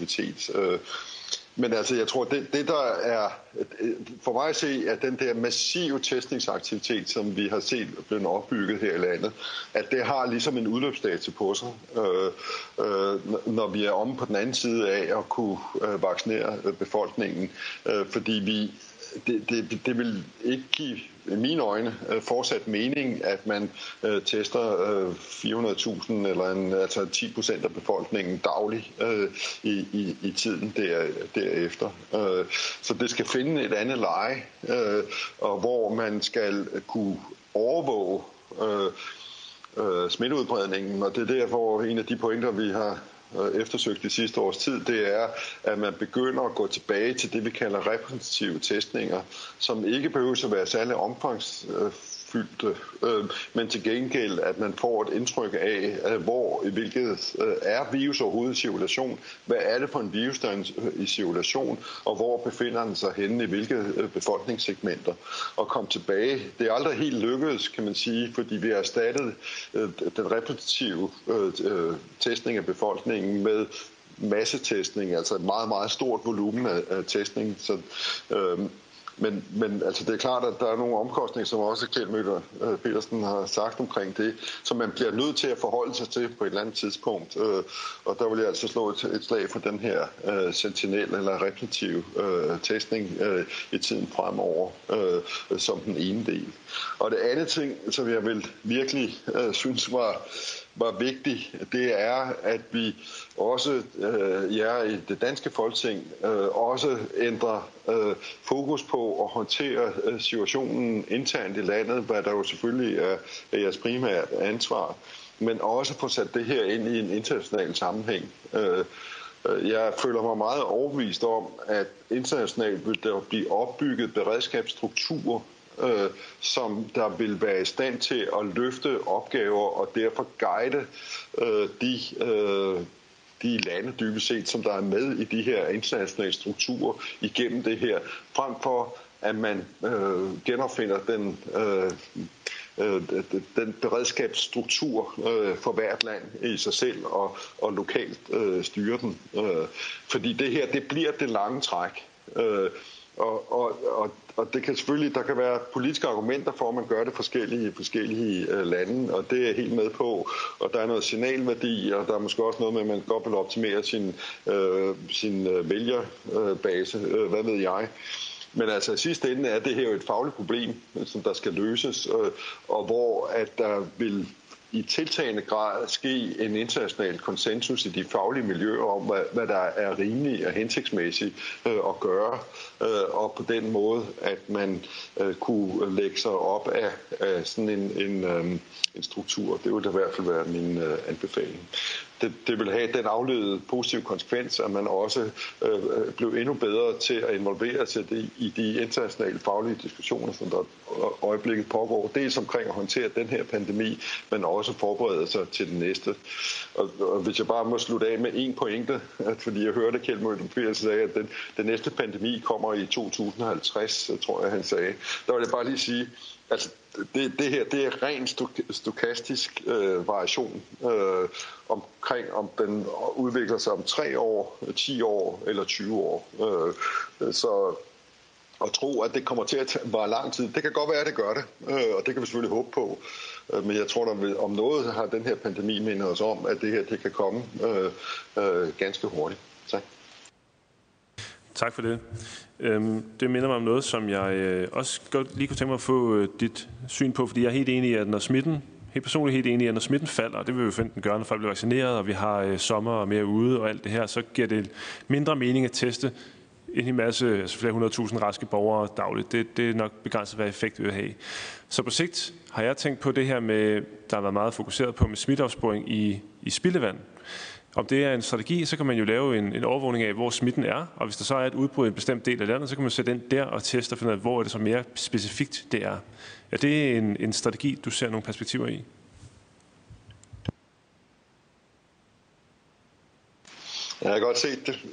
Men altså, jeg tror, det der er for mig at se, at den der massive testningsaktivitet, som vi har set blevet opbygget her i landet, at det har ligesom en udløbsdato på sig, når vi er omme på den anden side af at kunne vaccinere befolkningen, fordi det vil ikke give, i mine øjne, fortsat mening, at man tester 400.000 eller altså 10% af befolkningen dagligt i tiden derefter. Så det skal finde et andet leje, og hvor man skal kunne overvåge smitteudbredningen, og det er derfor en af de pointer, vi har eftersøgt de sidste års tid, det er, at man begynder at gå tilbage til det, vi kalder repræsentative testninger, som ikke behøver at være særlig omfangsfyldte, men til gengæld, at man får et indtryk af, hvilket er virus overhovedet i cirkulation, hvad er det for en virus, der er i cirkulation, og hvor befinder den sig henne i hvilke befolkningssegmenter, og komme tilbage. Det er aldrig helt lykkedes, kan man sige, fordi vi har erstattet den repræsentative testning af befolkningen med massetestning, altså et meget, meget stort volumen af testning. Så Men altså, det er klart, at der er nogle omkostninger, som også Kjeld Møller Petersen har sagt omkring det, som man bliver nødt til at forholde sig til på et eller andet tidspunkt. Og der vil jeg altså slå et slag for den her sentinel eller repetitiv testning i tiden fremover som den ene del. Og det andet ting, som jeg vil virkelig synes var vigtigt, det er, at vi også i det danske Folketing også ændrer fokus på at håndtere situationen internt i landet, hvad der jo selvfølgelig er jeres primære ansvar, men også få sat det her ind i en international sammenhæng. Jeg føler mig meget overbevist om, at internationalt vil der blive opbygget beredskabsstrukturer, som der vil være i stand til at løfte opgaver og derfor guide de lande dybest set, som der er med i de her internationale strukturer igennem det her, frem for at man genopfinder den beredskabsstruktur for hvert land i sig selv og lokalt styre den. Fordi det her, det bliver det lange træk. Og det kan selvfølgelig, der kan være politiske argumenter for, at man gør det i forskellige lande, og det er jeg helt med på. Og der er noget signalværdi, og der er måske også noget med, at man godt vil optimere sin vælgerbase, hvad ved jeg. Men altså i sidste ende er det her jo et fagligt problem, som der skal løses, og hvor at der vil i tiltagende grad ske en international konsensus i de faglige miljøer om, hvad der er rimeligt og hensigtsmæssigt at gøre, og på den måde, at man kunne lægge sig op af sådan en struktur. Det ville da i hvert fald være min anbefaling. Det vil have den afledede positive konsekvens, at man også blev endnu bedre til at involvere sig i de internationale faglige diskussioner, som der øjeblikket pågår. Dels omkring at håndtere den her pandemi, men også forberede sig til den næste. Og hvis jeg bare må slutte af med en pointe, fordi jeg hørte Kjeld Møller Petersen sige, at den næste pandemi kommer i 2050, tror jeg han sagde. Der vil jeg bare lige sige, altså det her, det er ren stokastisk variation omkring, om den udvikler sig om 3 år, 10 år eller 20 år. Så at tro, at det kommer til at vare lang tid, det kan godt være, at det gør det, og det kan vi selvfølgelig håbe på. Men jeg tror, at om noget har den her pandemi mindet os om, at det her det kan komme ganske hurtigt. Tak. Tak for det. Det minder mig om noget, som jeg også godt lige kunne tænke mig at få dit syn på, fordi jeg er helt enig i, at når smitten, helt personligt helt enig i, at når smitten falder, og det vil vi jo enten gøre, når folk bliver vaccineret, og vi har sommer og mere ude og alt det her, så giver det mindre mening at teste en hel masse, altså flere 100.000 raske borgere dagligt. Det er nok begrænset, hvad effekt vi vil have. Så på sigt har jeg tænkt på det her med, der har været meget fokuseret på med smitteopsporing i spildevand. Om det er en strategi, så kan man jo lave en overvågning af, hvor smitten er, og hvis der så er et udbrud i en bestemt del af landet, så kan man sætte den der og teste og finde ud af, hvor er det så mere specifikt det er. Er det en strategi, du ser nogle perspektiver i? Jeg har godt set det,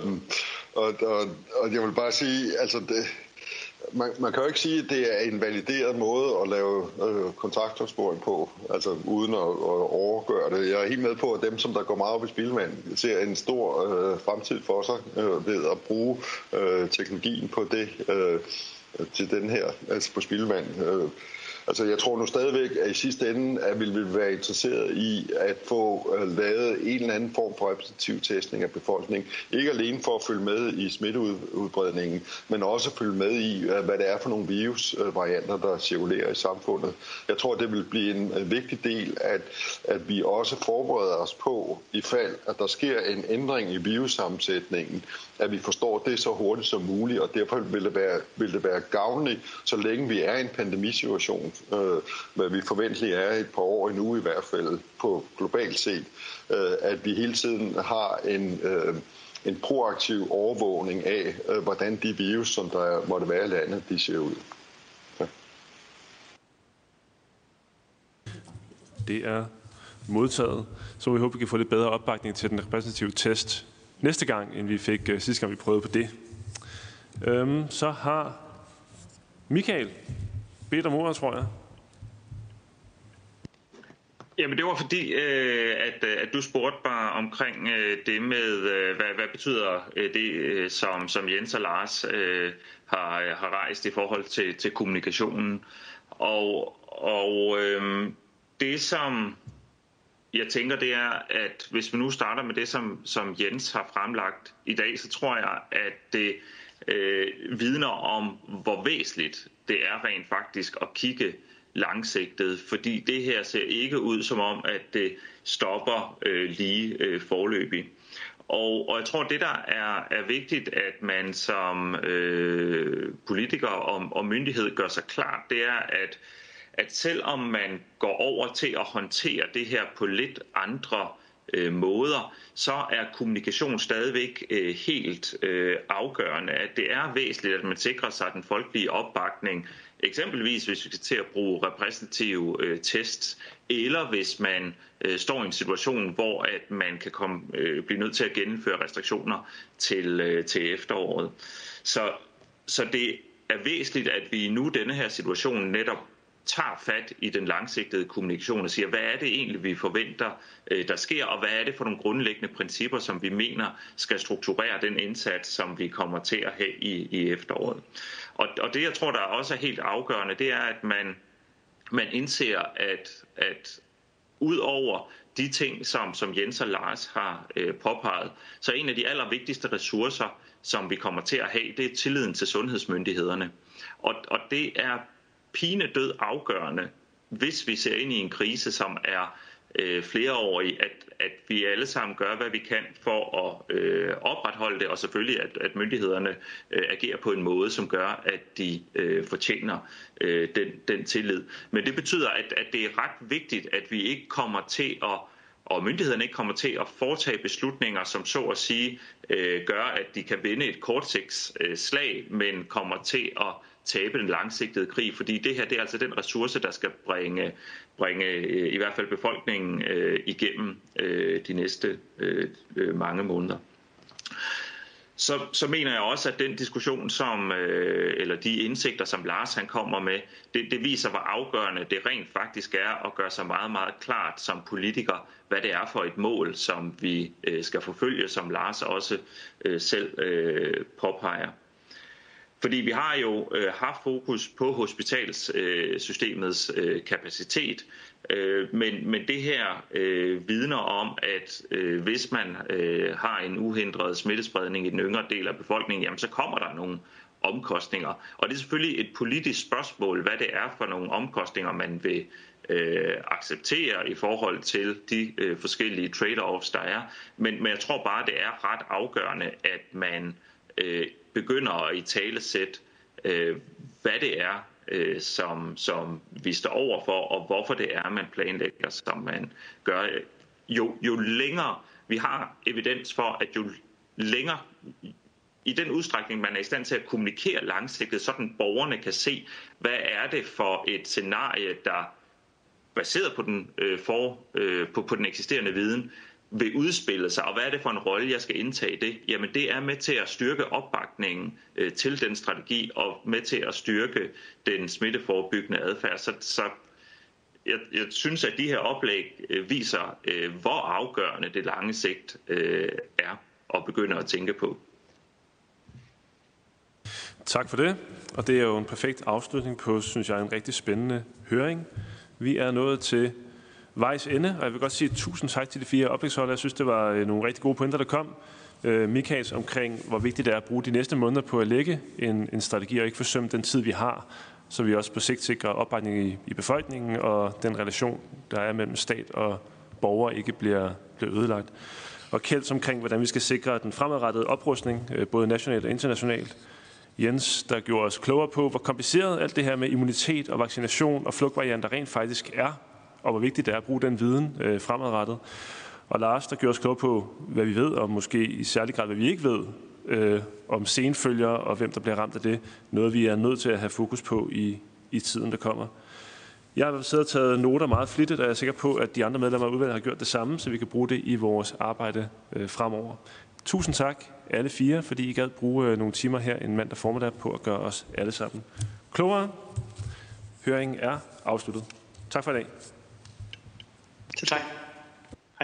og jeg vil bare sige, altså man kan jo ikke sige, at det er en valideret måde at lave kontaktopsporing på, altså uden at overgøre det. Jeg er helt med på, at dem, som der går meget op i spildevand, ser en stor fremtid for sig ved at bruge teknologien på det til den her, altså på spildevand. Altså jeg tror nu stadigvæk, at i sidste ende at vi vil være interesseret i at få lavet en eller anden form for repræsentativ testning af befolkningen. Ikke alene for at følge med i smitteudbredningen, men også følge med i, hvad det er for nogle virusvarianter, der cirkulerer i samfundet. Jeg tror, det vil blive en vigtig del, at vi også forbereder os på, i fald at der sker en ændring i virussammensætningen, at vi forstår det så hurtigt som muligt, og derfor vil det være gavnligt, så længe vi er i en pandemisituation, hvad vi forventeligt er et par år endnu i hvert fald på globalt set, at vi hele tiden har en proaktiv overvågning af, hvordan de virus, som der måtte være i landet, de ser ud. Ja. Det er modtaget. Så vi håber, vi kan få lidt bedre opbakning til den repræsentative test næste gang, end vi fik sidste gang, vi prøvede på det. Så har Michael bedt om ordet, tror jeg. Jamen det var fordi, at du spurgte bare omkring det med, hvad betyder det, som Jens og Lars har rejst i forhold til kommunikationen. Og det som jeg tænker, det er, at hvis vi nu starter med det, som Jens har fremlagt i dag, så tror jeg, at det vidner om, hvor væsentligt det er rent faktisk at kigge langsigtet, fordi det her ser ikke ud som om, at det stopper lige forløbig. Og jeg tror, det der er vigtigt, at man som politiker og myndighed gør sig klart, det er, at selvom man går over til at håndtere det her på lidt andre måder, så er kommunikation stadigvæk helt afgørende. At det er væsentligt, at man sikrer sig den folkelige opbakning, eksempelvis hvis vi skal til at bruge repræsentative tests, eller hvis man står i en situation, hvor at man kan blive nødt til at gennemføre restriktioner til efteråret. Så det er væsentligt, at vi nu i denne her situation netop tager fat i den langsigtede kommunikation og siger, hvad er det egentlig, vi forventer, der sker, og hvad er det for nogle grundlæggende principper, som vi mener skal strukturere den indsats, som vi kommer til at have i efteråret. Og det, jeg tror, der også er helt afgørende, det er, at man indser, at ud over de ting, som Jens og Lars har påpeget, så en af de allervigtigste ressourcer, som vi kommer til at have, det er tilliden til sundhedsmyndighederne. Og det er pinedød afgørende, hvis vi ser ind i en krise, som er flereårig, at vi alle sammen gør, hvad vi kan for at opretholde det, og selvfølgelig, at myndighederne agerer på en måde, som gør, at de fortjener den tillid. Men det betyder, at det er ret vigtigt, at vi ikke kommer til og myndighederne ikke kommer til at foretage beslutninger, som så at sige gør, at de kan vinde et kortsigtsslag, men kommer til at tabe den langsigtede krig, fordi det her det er altså den ressource, der skal bringe i hvert fald befolkningen igennem de næste mange måneder. Så mener jeg også, at den diskussion, eller de indsigter, som Lars han kommer med, det viser, hvor afgørende det rent faktisk er at gøre sig meget, meget klart som politiker, hvad det er for et mål, som vi skal forfølge, som Lars også selv påpeger. Fordi vi har jo haft fokus på hospitalssystemets kapacitet, men det her vidner om, at hvis man har en uhindret smittespredning i den yngre del af befolkningen, jamen så kommer der nogle omkostninger. Og det er selvfølgelig et politisk spørgsmål, hvad det er for nogle omkostninger, man vil acceptere i forhold til de forskellige trade-offs, der er. Men jeg tror bare, det er ret afgørende, at man begynder at italesætte, hvad det er, som vi står over for, og hvorfor det er, man planlægger, som man gør. Jo længere vi har evidens for, at jo længere i den udstrækning, man er i stand til at kommunikere langsigtet, sådan borgerne kan se, hvad er det for et scenarie, der baseret på den eksisterende viden, vil udspille sig, og hvad er det for en rolle, jeg skal indtage i det? Jamen det er med til at styrke opbakningen til den strategi, og med til at styrke den smitteforebyggende adfærd. Så jeg synes, at de her oplæg viser, hvor afgørende det lange sigt er at begynde at tænke på. Tak for det, og det er jo en perfekt afslutning på, synes jeg, en rigtig spændende høring. Vi er nået til vejs ende, og jeg vil godt sige tusind tak til de 4 oplægsholdere. Jeg synes, det var nogle rigtig gode pointer, der kom. Michaels omkring, hvor vigtigt det er at bruge de næste måneder på at lægge en strategi, og ikke forsømme den tid, vi har, så vi også på sigt sikrer opbakning i befolkningen, og den relation, der er mellem stat og borgere, ikke bliver ødelagt. Og Kjelds omkring, hvordan vi skal sikre den fremadrettede oprustning, både nationalt og internationalt. Jens, der gjorde os klogere på, hvor kompliceret alt det her med immunitet og vaccination og flugtvarianter rent faktisk er, og hvor vigtigt det er at bruge den viden fremadrettet. Og Lars, der gjorde os klogere på, hvad vi ved, og måske i særlig grad, hvad vi ikke ved, om senfølger og hvem der bliver ramt af det. Noget, vi er nødt til at have fokus på i tiden, der kommer. Jeg har siddet og taget noter meget flittigt, og jeg er sikker på, at de andre medlemmer af udvalget har gjort det samme, så vi kan bruge det i vores arbejde fremover. Tusind tak, alle 4, fordi I gad bruge nogle timer her en mandag formiddag på at gøre os alle sammen klogere. Høringen er afsluttet. Tak for i dag. Tak.